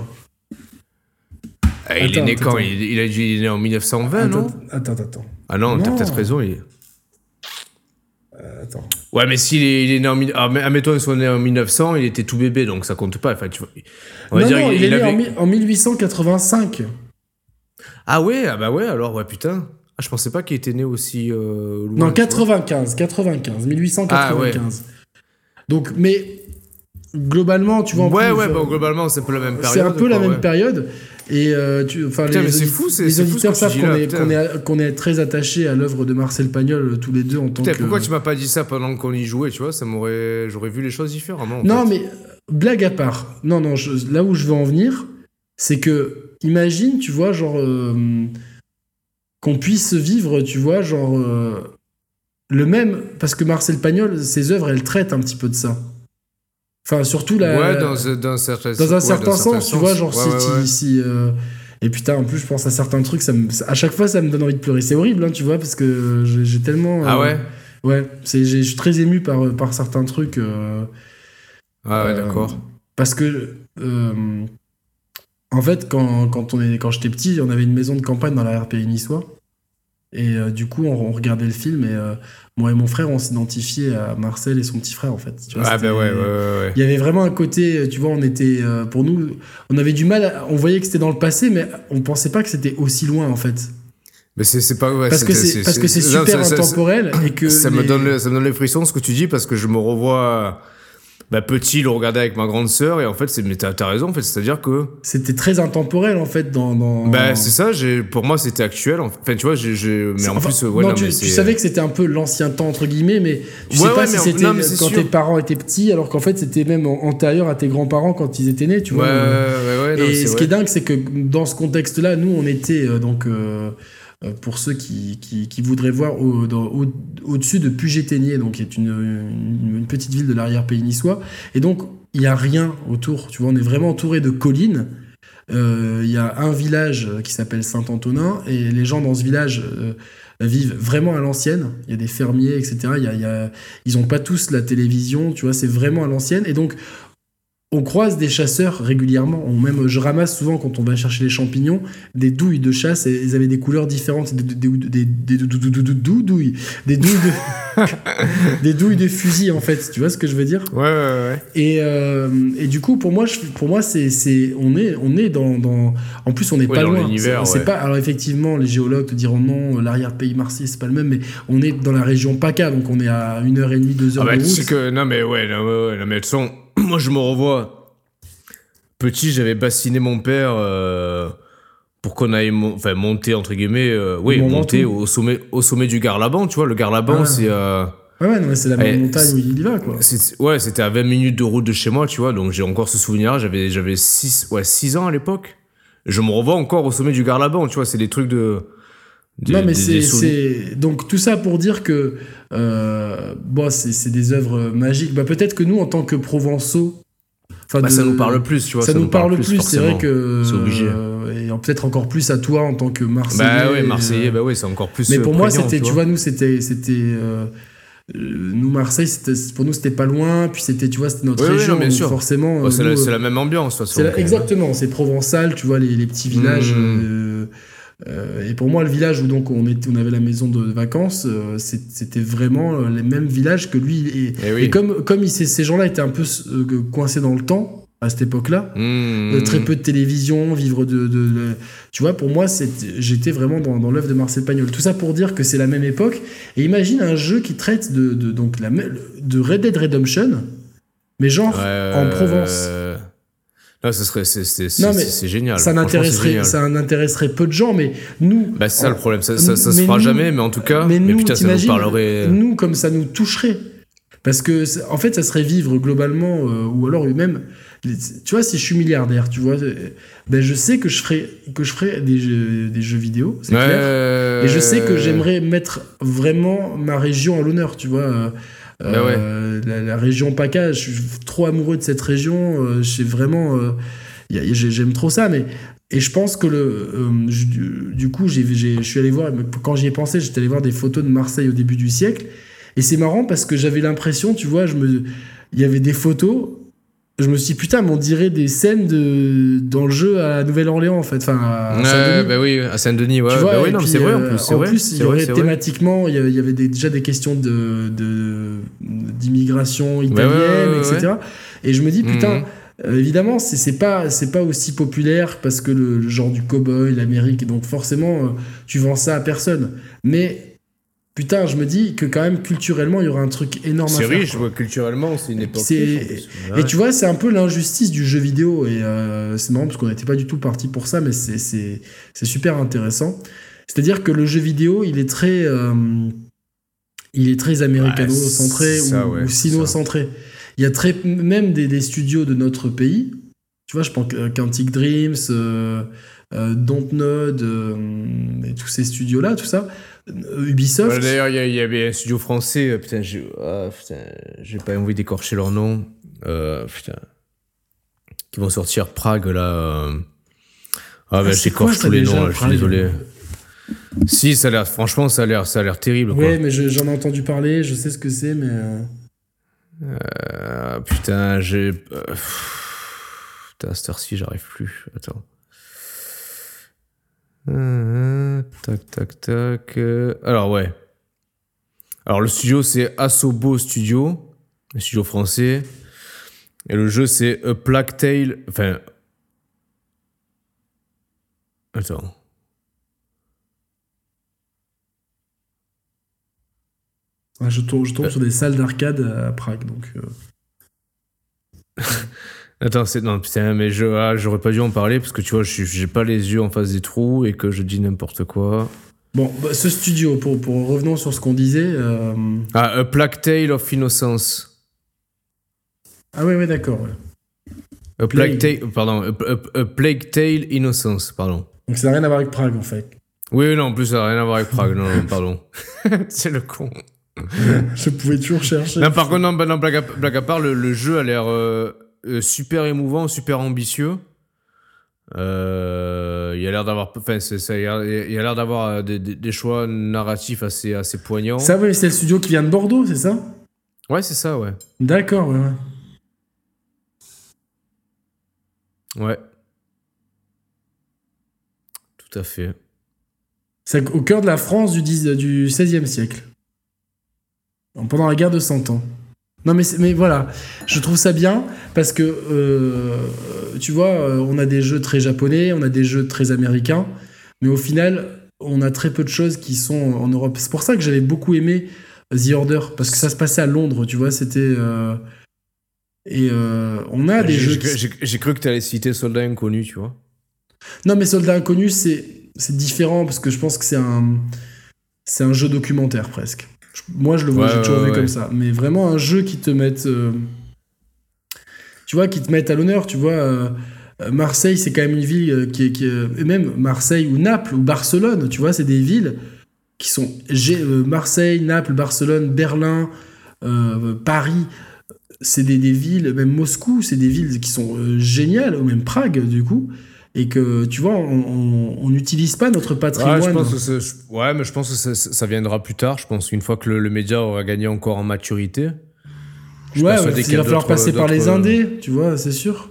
ah, Il attends, est né attends, quand il, il, a, il est né en mille neuf cent vingt, attends, non Attends, attends, attends. Ah non, non. t'as peut-être raison. Il... Euh, attends. Ouais, mais s'il est, il est né en... Ah, admettons qu'ils sont nés en mille neuf cents, il était tout bébé, donc ça compte pas. Enfin, tu vois... On va non, dire, non, il, il, il est il né avait... en mille huit cent quatre-vingt-cinq. Ah ouais, ah bah ouais, alors, ouais, putain. Ah, je pensais pas qu'il était né aussi euh, loin. Non, quatre-vingt-quinze, quatre-vingt-quinze, mille huit cent quatre-vingt-quinze. Ah, ouais. Donc, mais globalement, tu vois... Ouais, plus, ouais, euh, bon, globalement, c'est un peu la même période. C'est un peu quoi, la même ouais. période. Et euh, tu, enfin, putain, les, mais c'est fou, c'est, les c'est auditeurs fou savent qu'on, là, est, qu'on, est, qu'on est très attachés à l'œuvre de Marcel Pagnol tous les deux en tant putain, que... Pourquoi tu m'as pas dit ça pendant qu'on y jouait, tu vois, ça m'aurait... J'aurais vu les choses différemment. Non, fait. mais blague à part, non, non, je, là où je veux en venir, c'est que, imagine, tu vois, genre... Euh, qu'on puisse vivre, tu vois, genre... Euh, le même... Parce que Marcel Pagnol, ses œuvres, elles traitent un petit peu de ça. Enfin, surtout la... Ouais, dans, dans un certain, dans un ouais, certain dans sens, certain tu vois, genre ouais, si... ouais, ouais. si euh, et putain, en plus, je pense à certains trucs, ça me, à chaque fois, ça me donne envie de pleurer. C'est horrible, hein, tu vois, parce que j'ai, j'ai tellement... Ah euh, ouais Ouais, c'est, j'ai, je suis très ému par, par certains trucs. Euh, ah ouais, euh, d'accord. Parce que... Euh, en fait, quand, quand, on est, quand j'étais petit, on avait une maison de campagne dans l'arrière-pays niçois. Et euh, du coup, on, on regardait le film et euh, moi et mon frère, on s'identifiait à Marcel et son petit frère, en fait. Tu vois, ah bah ouais, ouais, ouais, ouais. Il y avait vraiment un côté, tu vois, on était, euh, pour nous, on avait du mal, à, on voyait que c'était dans le passé, mais on pensait pas que c'était aussi loin, en fait. Mais c'est, c'est pas... Ouais, parce, que c'est, c'est, parce que c'est super non, ça, intemporel ça, et que... Ça, les... me donne le, ça me donne les frissons, ce que tu dis, parce que je me revois... Bah, petit, le regarder avec ma grande sœur, et en fait, c'est, mais t'as, t'as raison, en fait, c'est-à-dire que... C'était très intemporel, en fait, dans... dans... Bah, c'est ça, j'ai, pour moi, c'était actuel, enfin, tu vois, j'ai, j'ai mais c'est, en enfin, plus, ouais, non, non, tu, mais tu c'est... savais que c'était un peu l'ancien temps, entre guillemets, mais tu ouais, sais pas ouais, si mais c'était non, mais quand sûr. tes parents étaient petits, alors qu'en fait, c'était même antérieur à tes grands-parents quand ils étaient nés, tu vois. Ouais, ouais, ouais, non, et c'est ce vrai. qui est dingue, c'est que dans ce contexte-là, nous, on était, euh, donc... Euh, pour ceux qui, qui, qui voudraient voir au, dans, au, au-dessus de Puget-Théniers, donc qui est une, une, une petite ville de l'arrière-pays niçois. Et donc, il n'y a rien autour. Tu vois, on est vraiment entouré de collines. Il euh, y a un village qui s'appelle Saint-Antonin, et les gens dans ce village euh, vivent vraiment à l'ancienne. Il y a des fermiers, et cetera. Y a, y a, ils n'ont pas tous la télévision, tu vois, c'est vraiment à l'ancienne. Et donc, on croise des chasseurs régulièrement. On même, je ramasse souvent, quand on va chercher les champignons, des douilles de chasse, et ils avaient des couleurs différentes, des, des, des, des, des douilles, des douilles de, des douilles de fusil, en fait. Tu vois ce que je veux dire ? Ouais, ouais, ouais. Et, euh, et du coup, pour moi, je, pour moi c'est, c'est, on est, on est dans, dans... En plus, on n'est ouais, pas dans loin. l'univers, c'est, c'est ouais. pas, alors effectivement, les géologues te diront non, l'arrière-pays marseillais, c'est pas le même, mais on est dans la région PACA, donc on est à une heure et demie, deux heures ah bah, de route. Tu sais que... Non, mais ouais, non, ouais, ouais, non, mais de toute façon, moi, je me revois... Petit, j'avais bassiné mon père euh, pour qu'on aille mon, enfin, monter, entre guillemets, euh, oui, Mon monter Ventoux. au sommet, au sommet du Garlaban, tu vois. Le Garlaban, Ah. c'est... Euh, Ouais, ouais, non, mais c'est la même eh, montagne où il y va, quoi. c'est, ouais, c'était à vingt minutes de route de chez moi, tu vois. Donc, j'ai encore ce souvenir-là. J'avais, j'avais six, ouais, six ans à l'époque. Je me revois encore au sommet du Garlaban, tu vois. C'est des trucs de... Des, non, mais des, c'est, des sous- c'est... Donc, tout ça pour dire que euh, bon, c'est, c'est des œuvres magiques. Bah, peut-être que nous, en tant que Provençaux... Bah, de... ça nous parle plus, tu vois. Ça, ça nous parle, parle plus, plus c'est vrai que... C'est obligé. Euh, et peut-être encore plus à toi, en tant que Marseillais. Bah ouais, Marseillais, euh... bah ouais, c'est encore plus Mais pour prégnant, moi, c'était... Tu vois, tu vois nous, c'était... c'était euh... nous Marseille c'était, pour nous c'était pas loin, puis c'était, tu vois, c'était notre oui, région, oui, non, bien sûr. Forcément oh, c'est, nous, la, c'est la même ambiance de toute façon, c'est la, exactement, c'est provençal, tu vois, les, les petits villages mmh. euh, euh, et pour moi le village où donc on, était, on avait la maison de vacances, euh, c'était vraiment les mêmes villages que lui et, et, oui. et comme, comme il, ces gens-là étaient un peu euh, coincés dans le temps à cette époque-là, mmh. euh, très peu de télévision, vivre de, de, de tu vois, pour moi c'est, j'étais vraiment dans, dans l'œuvre de Marcel Pagnol. Tout ça pour dire que c'est la même époque. Et imagine un jeu qui traite de, de donc la de Red Dead Redemption, mais genre ouais, en Provence. Euh... Là, ce serait c'est, c'est, c'est, non, mais c'est, c'est génial. Ça n'intéresserait, ça intéresserait peu de gens, mais nous. Bah c'est ça en, le problème. Ça, ça, ça se fera nous, jamais, mais en tout cas, mais, mais nous, putain, ça nous parlerait. Nous, comme ça nous toucherait, parce que en fait, ça serait vivre globalement, euh, ou alors même. Tu vois, si je suis milliardaire, tu vois, ben je sais que je ferai, que je ferai des, jeux, des jeux vidéo, c'est ouais, clair. Euh... Et je sais que j'aimerais mettre vraiment ma région à l'honneur, tu vois. Ben ouais. euh, la, la région PACA, je suis trop amoureux de cette région. Euh, j'ai vraiment, euh, y a, y a, j'aime trop ça, mais et je pense que le, euh, je, du coup, j'ai, j'ai, je suis allé voir, quand j'y ai pensé, j'étais allé voir des photos de Marseille au début du siècle, et c'est marrant parce que j'avais l'impression, tu vois, je me, il y avait des photos. Je me suis dit, putain, mais on dirait des scènes de, dans le jeu à Nouvelle-Orléans, en fait. Enfin, à ouais, Saint-Denis. Bah oui, à Saint-Denis, ouais. Tu vois, bah oui, non, puis, mais c'est vrai, en euh, plus. C'est en vrai, plus, c'est il y aurait vrai, thématiquement, il y avait des, déjà des questions de, de, d'immigration italienne, ouais, ouais, ouais, et cetera. Ouais. Et je me dis, putain, mmh. euh, évidemment, c'est, c'est, pas, c'est pas aussi populaire parce que le, le genre du cow-boy, l'Amérique, donc forcément, euh, tu vends ça à personne. Mais. Putain, je me dis que quand même, culturellement, il y aura un truc énorme c'est à faire. C'est riche, ouais, culturellement, c'est une époque c'est... riche. Ouais. Et tu vois, c'est un peu l'injustice du jeu vidéo. Et euh, c'est marrant parce qu'on n'était pas du tout parti pour ça, mais c'est, c'est, c'est super intéressant. C'est-à-dire que le jeu vidéo, il est très, euh, il est très américano-centré ouais, ou, ouais, ou sino-centré. Il y a très, même des, des studios de notre pays. Tu vois, je pense que Quantic Dreams, euh, euh, Dontnod, euh, et tous ces studios-là, tout ça. Ubisoft. Ouais, d'ailleurs, il y, y avait un studio français, euh, putain, j'ai, ah, putain, j'ai pas envie d'écorcher leur nom, euh, putain, qui vont sortir Prague là. Euh... Ah, ben, ah, j'écorche tous les noms, là, je suis désolé. Si, ça a l'air, franchement, ça a l'air, ça a l'air terrible. Ouais, quoi. mais je, j'en ai entendu parler, je sais ce que c'est, mais. Euh... Euh, putain, j'ai. Euh... Putain, à cette heure-ci, j'arrive plus. Attends. Euh, tac, tac, tac. Euh, alors, ouais. Alors, le studio, c'est Asobo Studio, le studio français. Et le jeu, c'est A Plague Tale. Enfin. Attends. Ouais, je tombe, je tombe euh... sur des salles d'arcade à Prague, donc. Euh... Attends, c'est... non, putain, mais je... ah, j'aurais pas dû en parler parce que tu vois, je j'ai pas les yeux en face des trous et que je dis n'importe quoi. Bon, bah, ce studio, pour, pour revenons sur ce qu'on disait. Euh... Ah, A Plague Tale of Innocence. Ah, ouais, ouais, d'accord. Ouais. A Plague Tale, pardon, a, a, a Plague Tale Innocence, pardon. Donc ça n'a rien à voir avec Prague en fait. Oui, non, en plus ça n'a rien à voir avec Prague, non, non, pardon. C'est le con. Je pouvais toujours chercher. Non, par contre, non, non blague, à, blague à part, le, le jeu a l'air. Euh... Euh, super émouvant, super ambitieux. Euh, il a l'air d'avoir, enfin, c'est, ça, il a, il a l'air d'avoir des, des, des choix narratifs assez, assez poignants. Ça, ouais, c'est le studio qui vient de Bordeaux, c'est ça ? Ouais, c'est ça, ouais. D'accord, ouais, ouais. Ouais. Tout à fait. C'est au cœur de la France du, dix, du seizième siècle. Pendant la guerre de Cent Ans. Non mais, mais voilà, je trouve ça bien parce que euh, tu vois, on a des jeux très japonais, on a des jeux très américains, mais au final, on a très peu de choses qui sont en Europe. C'est pour ça que j'avais beaucoup aimé The Order, parce que ça se passait à Londres, tu vois, c'était... Euh, et euh, on a des j'ai, jeux... J'ai, qui... j'ai, j'ai cru que tu allais citer Soldat Inconnu, tu vois. Non mais Soldat Inconnu, c'est, c'est différent, parce que je pense que c'est un, c'est un jeu documentaire presque. Moi, je le vois, ouais, j'ai toujours ouais, vu ouais. comme ça. Mais vraiment un jeu qui te mette... Euh, tu vois, qui te mette à l'honneur, tu vois. Euh, Euh, Marseille, c'est quand même une ville euh, qui est, qui est- et même Marseille ou Naples ou Barcelone, tu vois, c'est des villes qui sont gé- euh, Marseille, Naples, Barcelone, Berlin, euh, Paris. C'est des, des villes, même Moscou, c'est des villes qui sont euh, géniales, ou même Prague, du coup, et que, tu vois, on n'utilise pas notre Ouais, je patrimoine. pense que c'est- je- ouais, mais je pense que ça, ça viendra plus tard. Je pense qu'une fois que le, le média aura gagné encore en maturité, je suis Ouais, ouais, persuadé qu'il y il a va falloir d'autres, passer par les d'autres- indés, tu vois, c'est sûr.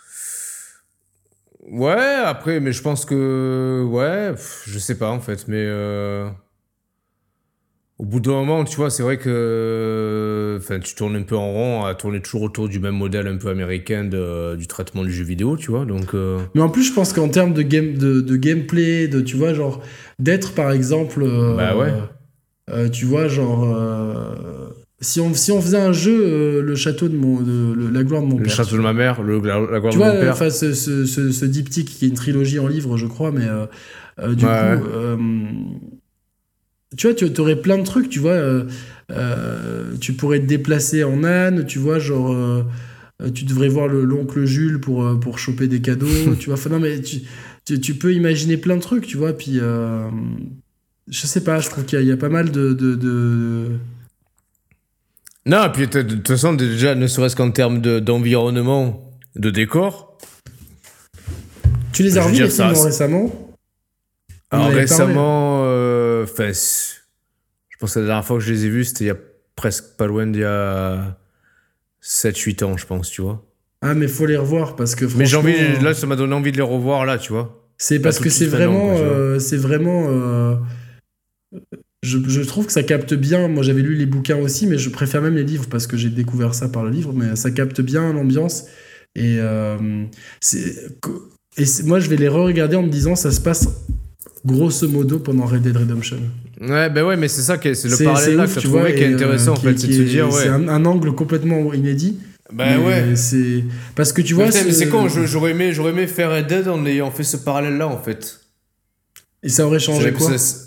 Ouais, après, mais je pense que. Ouais, pff, je sais pas en fait, mais. euh, Au bout d'un moment, tu vois, c'est vrai que. Enfin, tu tournes un peu en rond à tourner toujours autour du même modèle un peu américain de- du traitement du jeu vidéo, tu vois, donc. euh, Mais en plus, je pense qu'en termes de, game, de, de gameplay, de, tu vois, genre, d'être par exemple, Bah ouais. euh, euh, tu vois, genre, euh, si, on, si on faisait un jeu, euh, le château de mon, de, le- la gloire de mon Le père. château tu de vois. ma mère, le, la, la gloire Tu de vois, mon père. enfin, ce, ce, ce, ce diptyque qui est une trilogie en livre, je crois, mais euh, euh, du Ouais, ouais. coup, euh, tu vois, tu aurais plein de trucs, tu vois. euh, euh, tu pourrais te déplacer en âne, tu vois, genre, euh, euh, tu devrais voir le- l'oncle Jules pour, euh, pour choper des cadeaux, tu vois. Enfin, non, mais tu, tu, tu peux imaginer plein de trucs, tu vois. Puis, euh, je sais pas, je trouve qu'il y, a- il y a pas mal de. de, de... Non, et puis de de toute façon, déjà, ne serait-ce qu'en termes de- d'environnement, de décor. Tu les Je as veux revus, dire, les films, ça. non, récemment? On en Alors avait parlé. récemment, euh, enfin, c'est- je pense que la dernière fois que je les ai vus, c'était il y a presque pas loin d'il y a sept huit ans, je pense, tu vois. Ah, mais faut les revoir parce que Mais j'ai franchement. envie, là, ça m'a donné envie de les revoir, là, tu vois. C'est Là, parce tout que de c'est suite maintenant, vraiment, quoi, tu vois. euh, c'est vraiment, euh, je, je trouve que ça capte bien. Moi, j'avais lu les bouquins aussi, mais je préfère même les livres parce que j'ai découvert ça par le livre. Mais ça capte bien l'ambiance et euh, c'est, et c'est- moi, je vais les re-regarder en me disant, ça se passe grosso modo pendant Red Dead Redemption. Ouais, ben ouais, mais c'est ça, qui est- c'est le C'est parallèle c'est là ouf, que t'as tu trouvé vois, qui est et, euh, intéressant, en qui- fait, c'est qui de se est- dire, c'est ouais. un, un angle complètement inédit. Ben mais ouais. c'est parce que tu Mais vois, putain, mais ce- c'est con, je- j'aurais aimé, j'aurais aimé faire Red Dead en ayant fait ce parallèle-là, en fait. et ça aurait changé J'aurais- quoi? ça-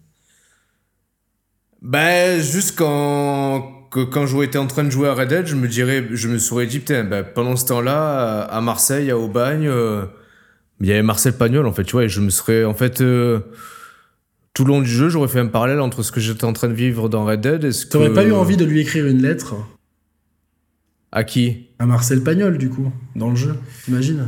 Ben, juste quand, que, quand j'aurais été en train de jouer à Red Dead, je me dirais, je me serais dit, putain, ben, pendant ce temps-là, à Marseille, à Aubagne, euh, il y avait Marcel Pagnol, en fait, tu vois, et je me serais, en fait, euh, tout le long du jeu, j'aurais fait un parallèle entre ce que j'étais en train de vivre dans Red Dead et ce que... T'aurais pas eu envie de lui écrire une lettre À qui? à Marcel Pagnol, du coup, dans le jeu, t'imagines?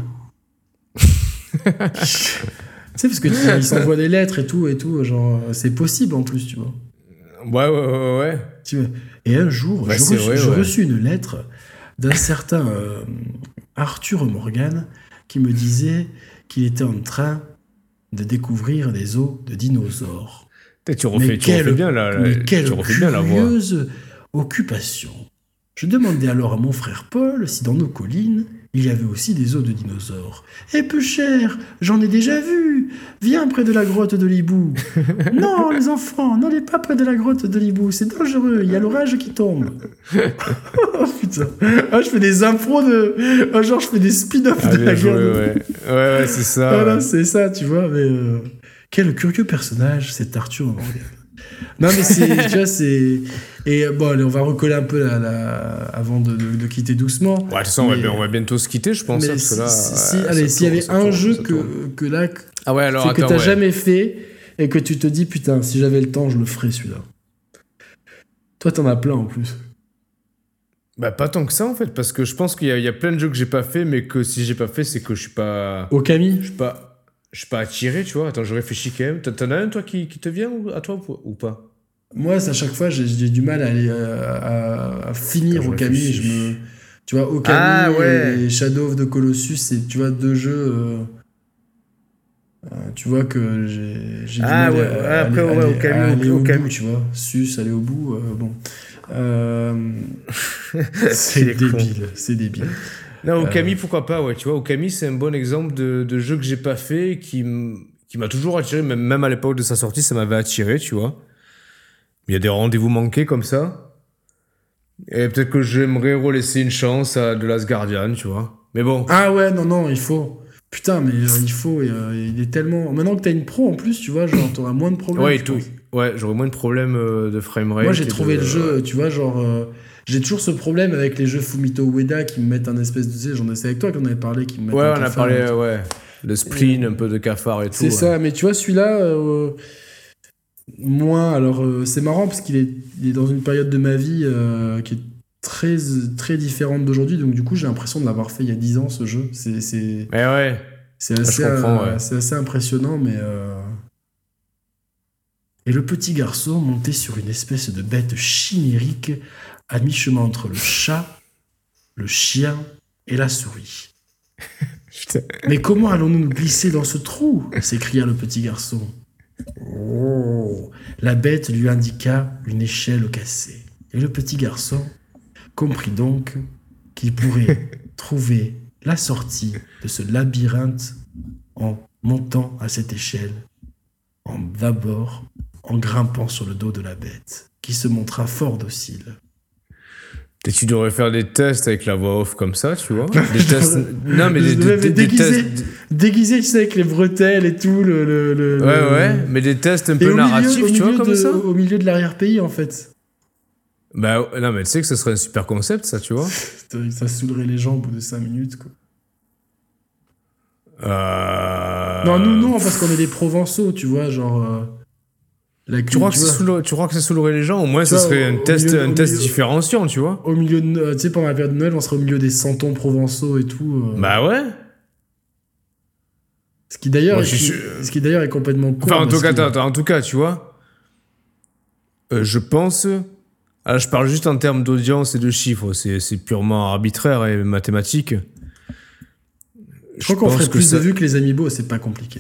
Tu sais, parce que tu- il s'envoie des lettres et tout, et tout, genre, c'est possible en plus, tu vois. Ouais, ouais, ouais, ouais. Tu vois. Et un jour, Bah, je, c'est reçus, vrai, je ouais. reçus une lettre d'un certain euh, Arthur Morgan qui me disait qu'il était en train de découvrir des os de dinosaures. Putain, tu refais, tu refais bien, là, là, mais quelle tu refais bien la voix. curieuse occupation. Je demandai alors à mon frère Paul si dans nos collines, il y avait aussi des os de dinosaures. Eh peu cher, j'en ai déjà vu. Viens près de la grotte de l'hibou. Non, les enfants, n'allez pas près de la grotte de l'hibou, c'est dangereux, il y a l'orage qui tombe. Oh putain. Ah, je fais des impros de... Ah, genre, je fais des spin-offs Ah, de bien la joué, guerre. de- ouais. Ouais, ouais, c'est ça. Voilà, ouais. c'est ça, tu vois, mais... euh, Quel curieux personnage, cet Arthur Morgan. Non, mais c'est... Tu vois, c'est... Et euh, bon, allez, on va recoller un peu la, la- avant de, de- de quitter doucement. Ouais, de toute façon, on va Mais- bien- on va bientôt se quitter, je pense, Mais hein, parce si, que là... si- si- ouais, allez, ça s'il y tourne, avait ça un tourne, jeu ça que, tourne. que là, Ah ouais, alors que attends, t'as ouais. jamais fait et que tu te dis, putain, si j'avais le temps, je le ferais celui-là. Toi, t'en as plein en plus. Bah, pas tant que ça, en fait, parce que je pense qu'il y, a- il y a plein de jeux que j'ai pas fait, mais que si j'ai pas fait, c'est que je suis pas... Okami? Je suis pas... Je suis pas attiré, tu vois. Attends, je réfléchis quand même. T'en- T'en as un, toi, qui, qui te vient ou- à toi ou, ou pas? Moi, c'est à chaque fois, j'ai j'ai du mal à, aller, euh, à, à finir Quand je Okami. réfléchis. Je me, tu vois, Okami Ah, ouais. et Shadow of the Colossus, c'est, tu vois, deux jeux... euh, euh, tu vois que j'ai j'ai du Ah, mal ouais, à, ouais, à après, aller, ouais, aller- Okami, à aller au Okami. bout, tu vois. Sus, aller au bout, euh, bon. Euh, Il c'est est con. débile, c'est débile. Non, Okami, Euh. pourquoi pas, ouais. Tu vois, Okami, c'est un bon exemple de, de jeu que j'ai pas fait, qui, m- qui m'a toujours attiré, même, même à l'époque de sa sortie, ça m'avait attiré, tu vois. Il y a des rendez-vous manqués comme ça. Et peut-être que j'aimerais relaisser une chance à The Last Guardian, tu vois. Mais bon. Ah ouais, non, non, il faut. Putain, mais euh, il faut. Euh, il est tellement. Maintenant que t'as une pro en plus, tu vois, genre, t'auras moins de problèmes. Ouais, et tout. Ouais, j'aurais moins de problèmes euh, de framerate. Moi, j'ai trouvé de... le jeu, tu vois, genre. Euh, j'ai toujours ce problème avec les jeux Fumito Ueda qui me mettent un espèce de. Tu sais, j'en ai c'est avec toi qu'on avait parlé, qui me mettent Ouais, un on a cafard, parlé, et tout. ouais. De spleen, Et, un peu de cafard et tout. C'est ouais. ça, mais tu vois, celui-là. Euh, moins. Alors, euh, c'est marrant parce qu'il est, il est dans une période de ma vie euh, qui est très, très différente d'aujourd'hui, donc du coup, j'ai l'impression de l'avoir fait il y a dix ans, ce jeu. C'est. c'est... Mais ouais. C'est assez, je comprends, euh, ouais. c'est assez impressionnant, mais... Euh... Et le petit garçon monté sur une espèce de bête chimérique à mi-chemin entre le chat, le chien et la souris. Mais comment allons-nous nous glisser dans ce trou ? S'écria le petit garçon. Oh, la bête lui indiqua une échelle cassée. Et le petit garçon comprit donc qu'il pourrait trouver la sortie de ce labyrinthe en montant à cette échelle, en d'abord en grimpant sur le dos de la bête, qui se montra fort docile. Et tu devrais faire des tests avec la voix off comme ça, tu vois. Des tests... Non, mais des, des, des, déguisé, des tests... déguisé, tu sais, avec les bretelles et tout. Le, le, le, ouais, le... ouais, mais des tests un et peu au narratifs, milieu, tu vois, de, comme ça. Au milieu de l'arrière-pays, en fait. Bah, non, mais tu sais que ce serait un super concept, ça, tu vois. Ça saoulerait les gens au bout de cinq minutes, quoi. Euh... Non, nous, non, parce qu'on est des Provençaux, tu vois, genre... Euh... La tu, crois que tu, vois, tu crois que ça saoulerait les gens ? Au moins, ça serait un test, milieu, un test milieu, différenciant, tu vois. Au milieu de... Tu sais, pendant la période de Noël, on serait au milieu des santons provençaux et tout. Euh... Bah ouais. Ce qui d'ailleurs, Moi, est, qui, ce qui d'ailleurs est complètement con. Enfin, en tout, cas, que... attends, en tout cas, tu vois, euh, je pense... Alors, je parle juste en termes d'audience et de chiffres. C'est, c'est purement arbitraire et mathématique. Je, je crois qu'on ferait plus ça... de vues que les Amiibo, c'est pas compliqué.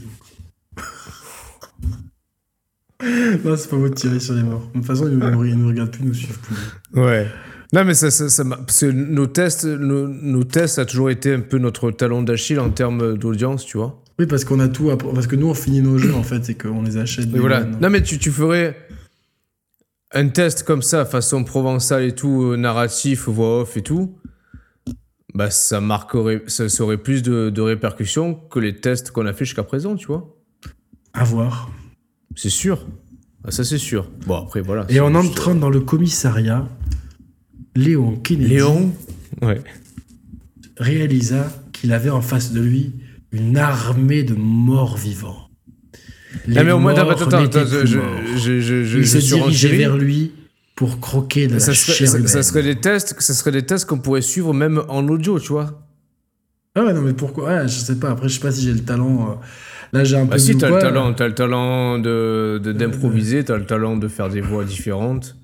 Non, c'est pas vous de tirer sur les morts. De toute façon, ils ne nous, nous regardent plus, ils nous suivent plus. Ouais. Non, mais ça, ça, ça parce que nos tests, nos, nos tests, ça a toujours été un peu notre talon d'Achille en termes d'audience, tu vois. Oui, parce qu'on a tout. À... Parce que nous, on finit nos jeux, en fait, et qu'on les achète. Et voilà. Non, mais tu, tu ferais un test comme ça, façon provençale et tout, narratif, voix off et tout. Bah, ça marquerait, ça aurait plus de, de répercussions que les tests qu'on a fait jusqu'à présent, tu vois. À voir. C'est sûr. Ah, ça, c'est sûr. Bon, après, voilà. Et en entrant euh... dans le commissariat, Léon Kennedy Léon ouais. réalisa qu'il avait en face de lui une armée de morts vivants. Les ah, mais au moins, morts attends, attends, attends, je, je, je, je, je, Il je se dirigeait vers lui pour croquer de ça la serait, chair ça, humaine. Ça serait des tests, ça serait des tests qu'on pourrait suivre même en audio, tu vois. Ah ouais, non, mais pourquoi ouais, je sais pas. Après, je sais pas si j'ai le talent... Euh... Là, j'ai un bah peu si, t'as quoi, le talent, là. T'as le talent de, de, d'improviser, euh, t'as le talent de faire des voix différentes.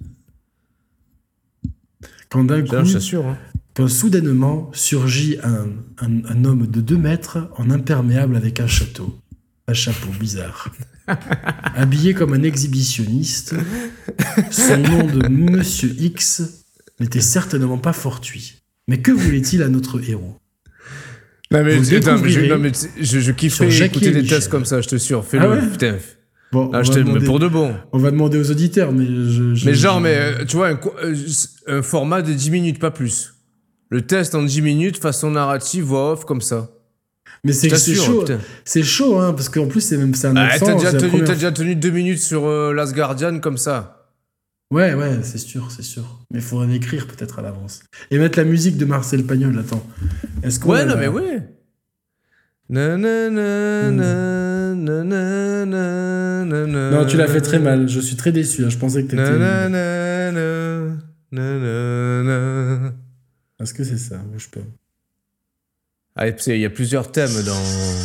Quand d'un coup, je t'assure, hein. Quand soudainement surgit un, un, un homme de deux mètres en imperméable avec un château, un chapeau bizarre. Habillé comme un exhibitionniste, son nom de Monsieur X n'était certainement pas fortuit. Mais que voulait-il à notre héros ? Non mais, attends, mais je, non, mais je, je kifferais écouter des tests comme ça, je te sûr. Fais-le, ah ouais putain. Bon, ah, je demander, mais pour de bon. On va demander aux auditeurs, mais je... je mais genre, je... mais tu vois, un, un format de dix minutes, pas plus. Le test en dix minutes, façon narrative, voix off, comme ça. Mais c'est, c'est chaud, putain. C'est chaud, hein, parce qu'en plus, c'est même c'est un ah, accent. T'as déjà, tenu, première... t'as déjà tenu deux minutes sur euh, Last Guardian, comme ça. Ouais, ouais, c'est sûr, c'est sûr. Mais il faudrait l'écrire peut-être à l'avance. Et mettre la musique de Marcel Pagnol, attends. Est-ce qu'on ouais, a... non, mais ouais. Na, na, na, na, na, na, na, na, non, tu l'as fait très mal. Je suis très déçu. Hein. Je pensais que t'étais... Na, na, na, na, na, na. Est-ce que c'est ça ? Bouge pas. Ah, il y a plusieurs thèmes dans...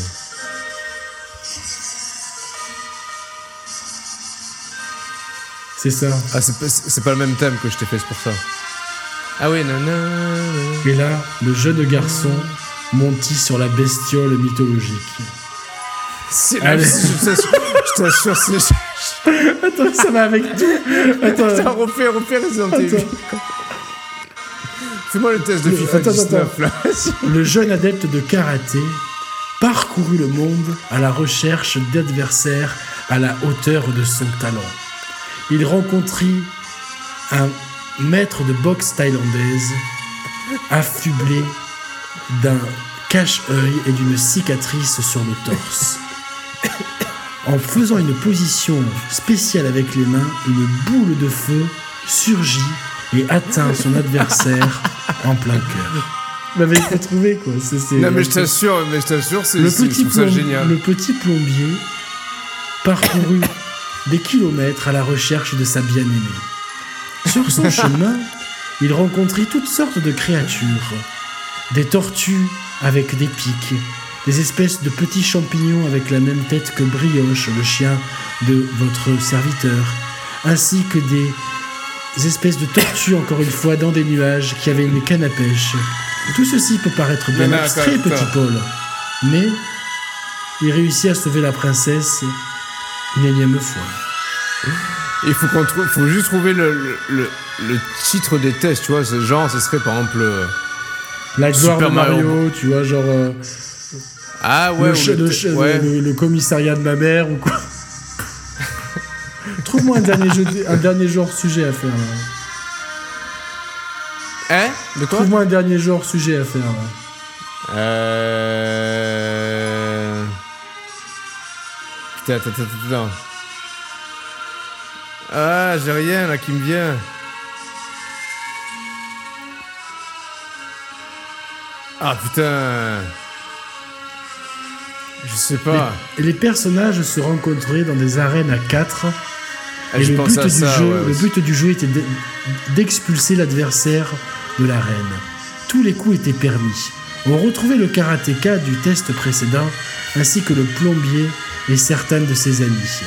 C'est ça. Ah, c'est pas, c'est pas le même thème que je t'ai fait, c'est pour ça. Ah oui, non, non, non. Et là, le jeune garçon montit sur la bestiole mythologique. C'est la... Je t'assure, c'est... Attends, ça va avec tout. Attends, attends refais, refais Resident Evil. Fais-moi le test de le, FIFA attends, dix-neuf, là. Le jeune adepte de karaté parcourut le monde à la recherche d'adversaires à la hauteur de son talent. Il rencontrit un maître de boxe thaïlandaise affublé d'un cache-œil et d'une cicatrice sur le torse. En faisant une position spéciale avec les mains, une boule de feu surgit et atteint son adversaire en plein cœur. Bah, mais il faut trouver quoi. C'est, c'est, non mais je t'assure, mais je t'assure, c'est, le c'est, petit je trouve ça plomb- génial. Le petit plombier parcourut des kilomètres à la recherche de sa bien-aimée. Sur son chemin, il rencontrit toutes sortes de créatures. Des tortues avec des pics, des espèces de petits champignons avec la même tête que Brioche, le chien de votre serviteur, ainsi que des espèces de tortues, encore une fois, dans des nuages, qui avaient une canne à pêche. Tout ceci peut paraître bien Non, non, abstrait, attends, petit attends. Paul, mais il réussit à sauver la princesse une énième fois. Il faut qu'on trouve, faut juste trouver le, le, le, le titre des tests, tu vois. C'est genre, ce serait par exemple. euh, La gloire Super de Mario, Mario. tu vois, genre euh, Ah ouais, le, ou ch- le le te- ch- ouais. le- le commissariat de ma mère ou quoi. Trouve-moi un dernier, jeu, un dernier genre sujet à faire. Là. Hein De quoi Trouve-moi un dernier genre sujet à faire. Là. Euh. Putain, attends, attends, attends. Ah, j'ai rien là qui me vient. Ah putain. Je sais pas. Et les personnages se rencontraient dans des arènes à quatre. Ah, et je le pense but, à du ça, jeu, ouais, le aussi. but du jeu était de- d'expulser l'adversaire de l'arène. Tous les coups étaient permis. On retrouvait le karatéka du test précédent, ainsi que le plombier et certains de ses amis.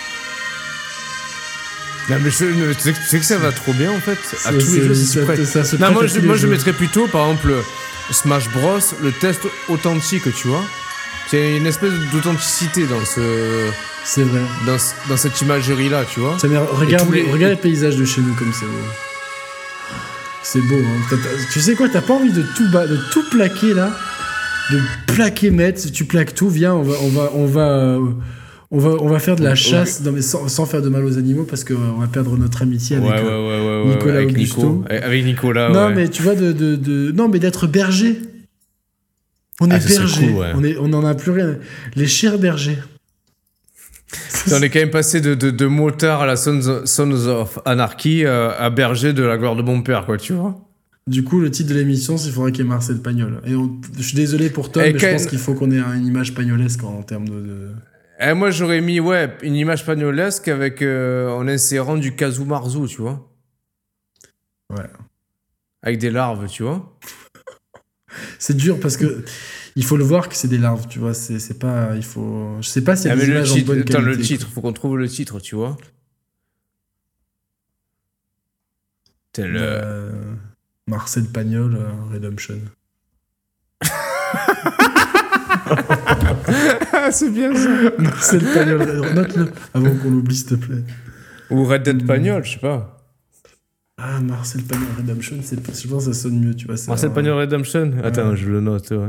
Non mais je, tu, sais, que- tu sais que ça va trop bien en fait. À Ça, tous les c'est- jeux, c'est ça- super. ça se Non prête moi à je, tous les moi je jeux. mettrais plutôt par exemple Smash Bros, le test authentique, tu vois. C'est une espèce d'authenticité dans ce C'est vrai. dans, ce- dans cette imagerie là, tu vois. Ça m'est- regarde, tous les- regarde les paysages de chez nous comme c'est beau. C'est beau. Hein. T'as- t'as- tu sais quoi, t'as pas envie de tout, ba- de tout plaquer là, de plaquer mettre. Tu plaques tout. Viens, on va, on va, on va, euh, on va, on va faire de la chasse, non, mais sans, sans faire de mal aux animaux parce qu'on va perdre notre amitié avec. Ouais, ouais, euh, ouais, ouais, ouais, Nicolas avec Augusto. Nico. Avec Nicolas, non, ouais. mais tu vois, de, de, de- non, mais d'être berger. On Ah, est ça serait berger. cool, ouais. On est, on en a plus rien. Les chers bergers. On est quand même passé de, de, de motard à la Sons, Sons of Anarchy euh, à berger de la gloire de mon père, quoi, tu vois. Du coup, le titre de l'émission, c'est il faudrait qu'il y ait Marcel Pagnol. Et on- je suis désolé pour Tom, Et mais quand- je pense qu'il faut qu'on ait une image pagnolesque en, en termes de. de- Et moi, j'aurais mis, ouais, une image pagnolesque avec, euh, en insérant du Kazumarzu, tu vois. Ouais. Avec des larves, tu vois. C'est dur parce que il faut le voir que c'est des larves, tu vois. C'est, c'est pas. Il faut. Je sais pas s'il y a Ah, des mais le images en titre, bonne attends, qualité. le titre, faut qu'on trouve le titre, tu vois. Tel. quoi. euh, Euh, Marcel Pagnol, euh, Redemption. Ah, c'est bien ça. Marcel Pagnol, euh, note-le avant qu'on l'oublie, s'il te plaît. Ou Red Dead Pagnol, je sais pas. Ah, Marcel Pagnol, Redemption, c'est, je pense que ça sonne mieux, tu vois. c'est Marcel un- Pagnol Redemption. Attends, Ouais. je le note, ouais.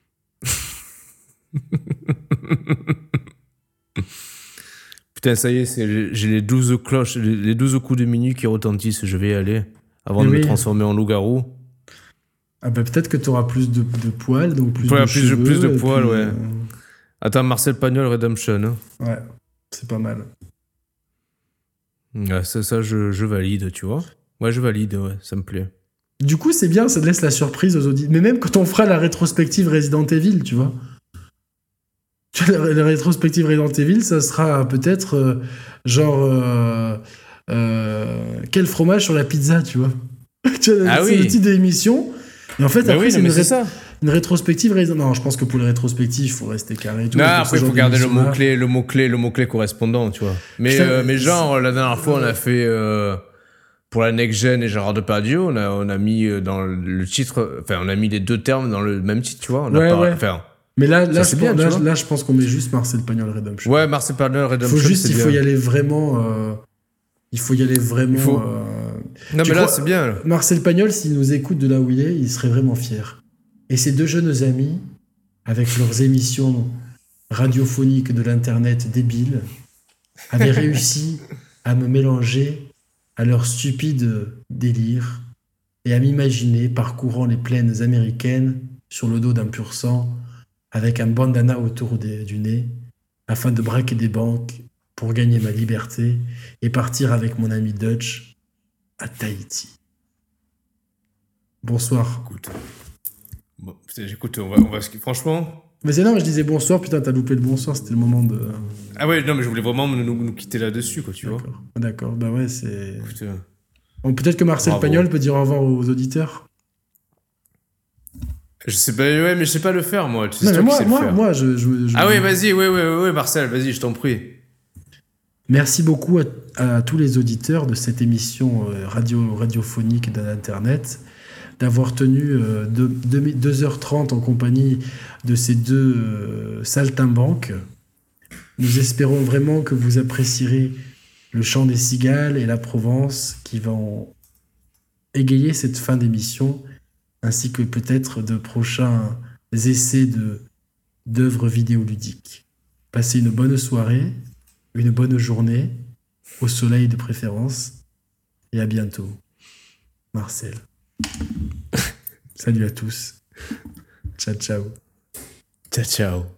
Putain, ça y est, c'est, j'ai- j'ai les douze cloches, les les douze coups de minuit qui retentissent, je vais y aller. Avant Mais de oui. me transformer en loup-garou. Ah, bah peut-être que tu auras plus de, de poils, donc plus Ouais, de plus de- cheveux. plus de et poils, puis, ouais. Attends, Marcel Pagnol Redemption. Hein. euh, ouais, c'est pas mal. Ouais, ça, ça je, je valide, tu vois. Ouais, je valide, ouais, ça me plaît. Du coup, c'est bien, ça te laisse la surprise aux auditeurs. Mais même quand on fera la rétrospective Resident Evil, tu vois. Tu vois, La, la rétrospective Resident Evil, ça sera peut-être euh, genre. euh, euh, quel fromage sur la pizza, tu vois. Tu vois, Ah c'est oui. le titre de l'émission. Et en fait, Mais après, oui, c'est non, mais une, c'est ré- ça. une rétrospective Resident. Non, je pense que pour les rétrospectives, il faut rester carré et tout. Non, Et pour après, ce il genre faut garder le d'émission-là- mot-clé, le mot-clé, le mot-clé correspondant, tu vois. Mais, Putain, euh, mais c'est- genre, la dernière fois, on a fait, euh, pour la Next Gen et Gérard Depardieu, on a, on a mis euh, dans le titre, enfin, on a mis les deux termes dans le même titre, tu vois. On a Ouais, pas- ouais. enfin, Mais là, Ça, là, c'est je, bien, pense- tu là, vois. là, je pense qu'on met juste Marcel Pagnol Redemption. ouais, Marcel Pagnol Il Redemption. faut juste, c'est il faut bien. y aller vraiment. euh, il faut y aller vraiment. Il faut- euh, Non, Tu mais là, crois- c'est bien. là. Marcel Pagnol, s'il nous écoute de là où il est, il serait vraiment fier. Et ces deux jeunes amis, avec leurs émissions radiophoniques de l'internet débiles, avaient réussi à me mélanger à leur stupide délire et à m'imaginer parcourant les plaines américaines sur le dos d'un pur sang, avec un bandana autour des- du nez, afin de braquer des banques pour gagner ma liberté et partir avec mon ami Dutch à Tahiti. Bonsoir. Écoute. Bon, putain, écoute, on va, on va. Franchement. Mais c'est non, je disais bonsoir, putain, t'as loupé le bonsoir, c'était le moment de. Ah ouais, non, mais je voulais vraiment nous, nous quitter là-dessus, quoi, tu vois. D'accord, d'accord, bah ouais, c'est. Écoute, euh, Bon, peut-être que Marcel Bravo. Pagnol peut dire au revoir aux auditeurs. je sais pas, ouais, mais je sais pas le faire, moi. C'est Non, toi mais qui moi, sais le moi, faire. moi, je. je- je- Ah oui, vas-y, ouais, ouais, ouais, ouais, Marcel, vas-y, je t'en prie. Merci beaucoup à, à tous les auditeurs de cette émission euh, radio, radiophonique d'Internet d'avoir tenu euh, deux- deux- deux heures trente en compagnie de ces deux euh, saltimbanques. Nous espérons vraiment que vous apprécierez le chant des cigales et la Provence qui vont égayer cette fin d'émission, ainsi que peut-être de prochains essais de, d'œuvres vidéoludiques. Passez une bonne soirée, une bonne journée, au soleil de préférence, et à bientôt. Marcel. Salut à tous. Ciao, ciao. Ciao, ciao.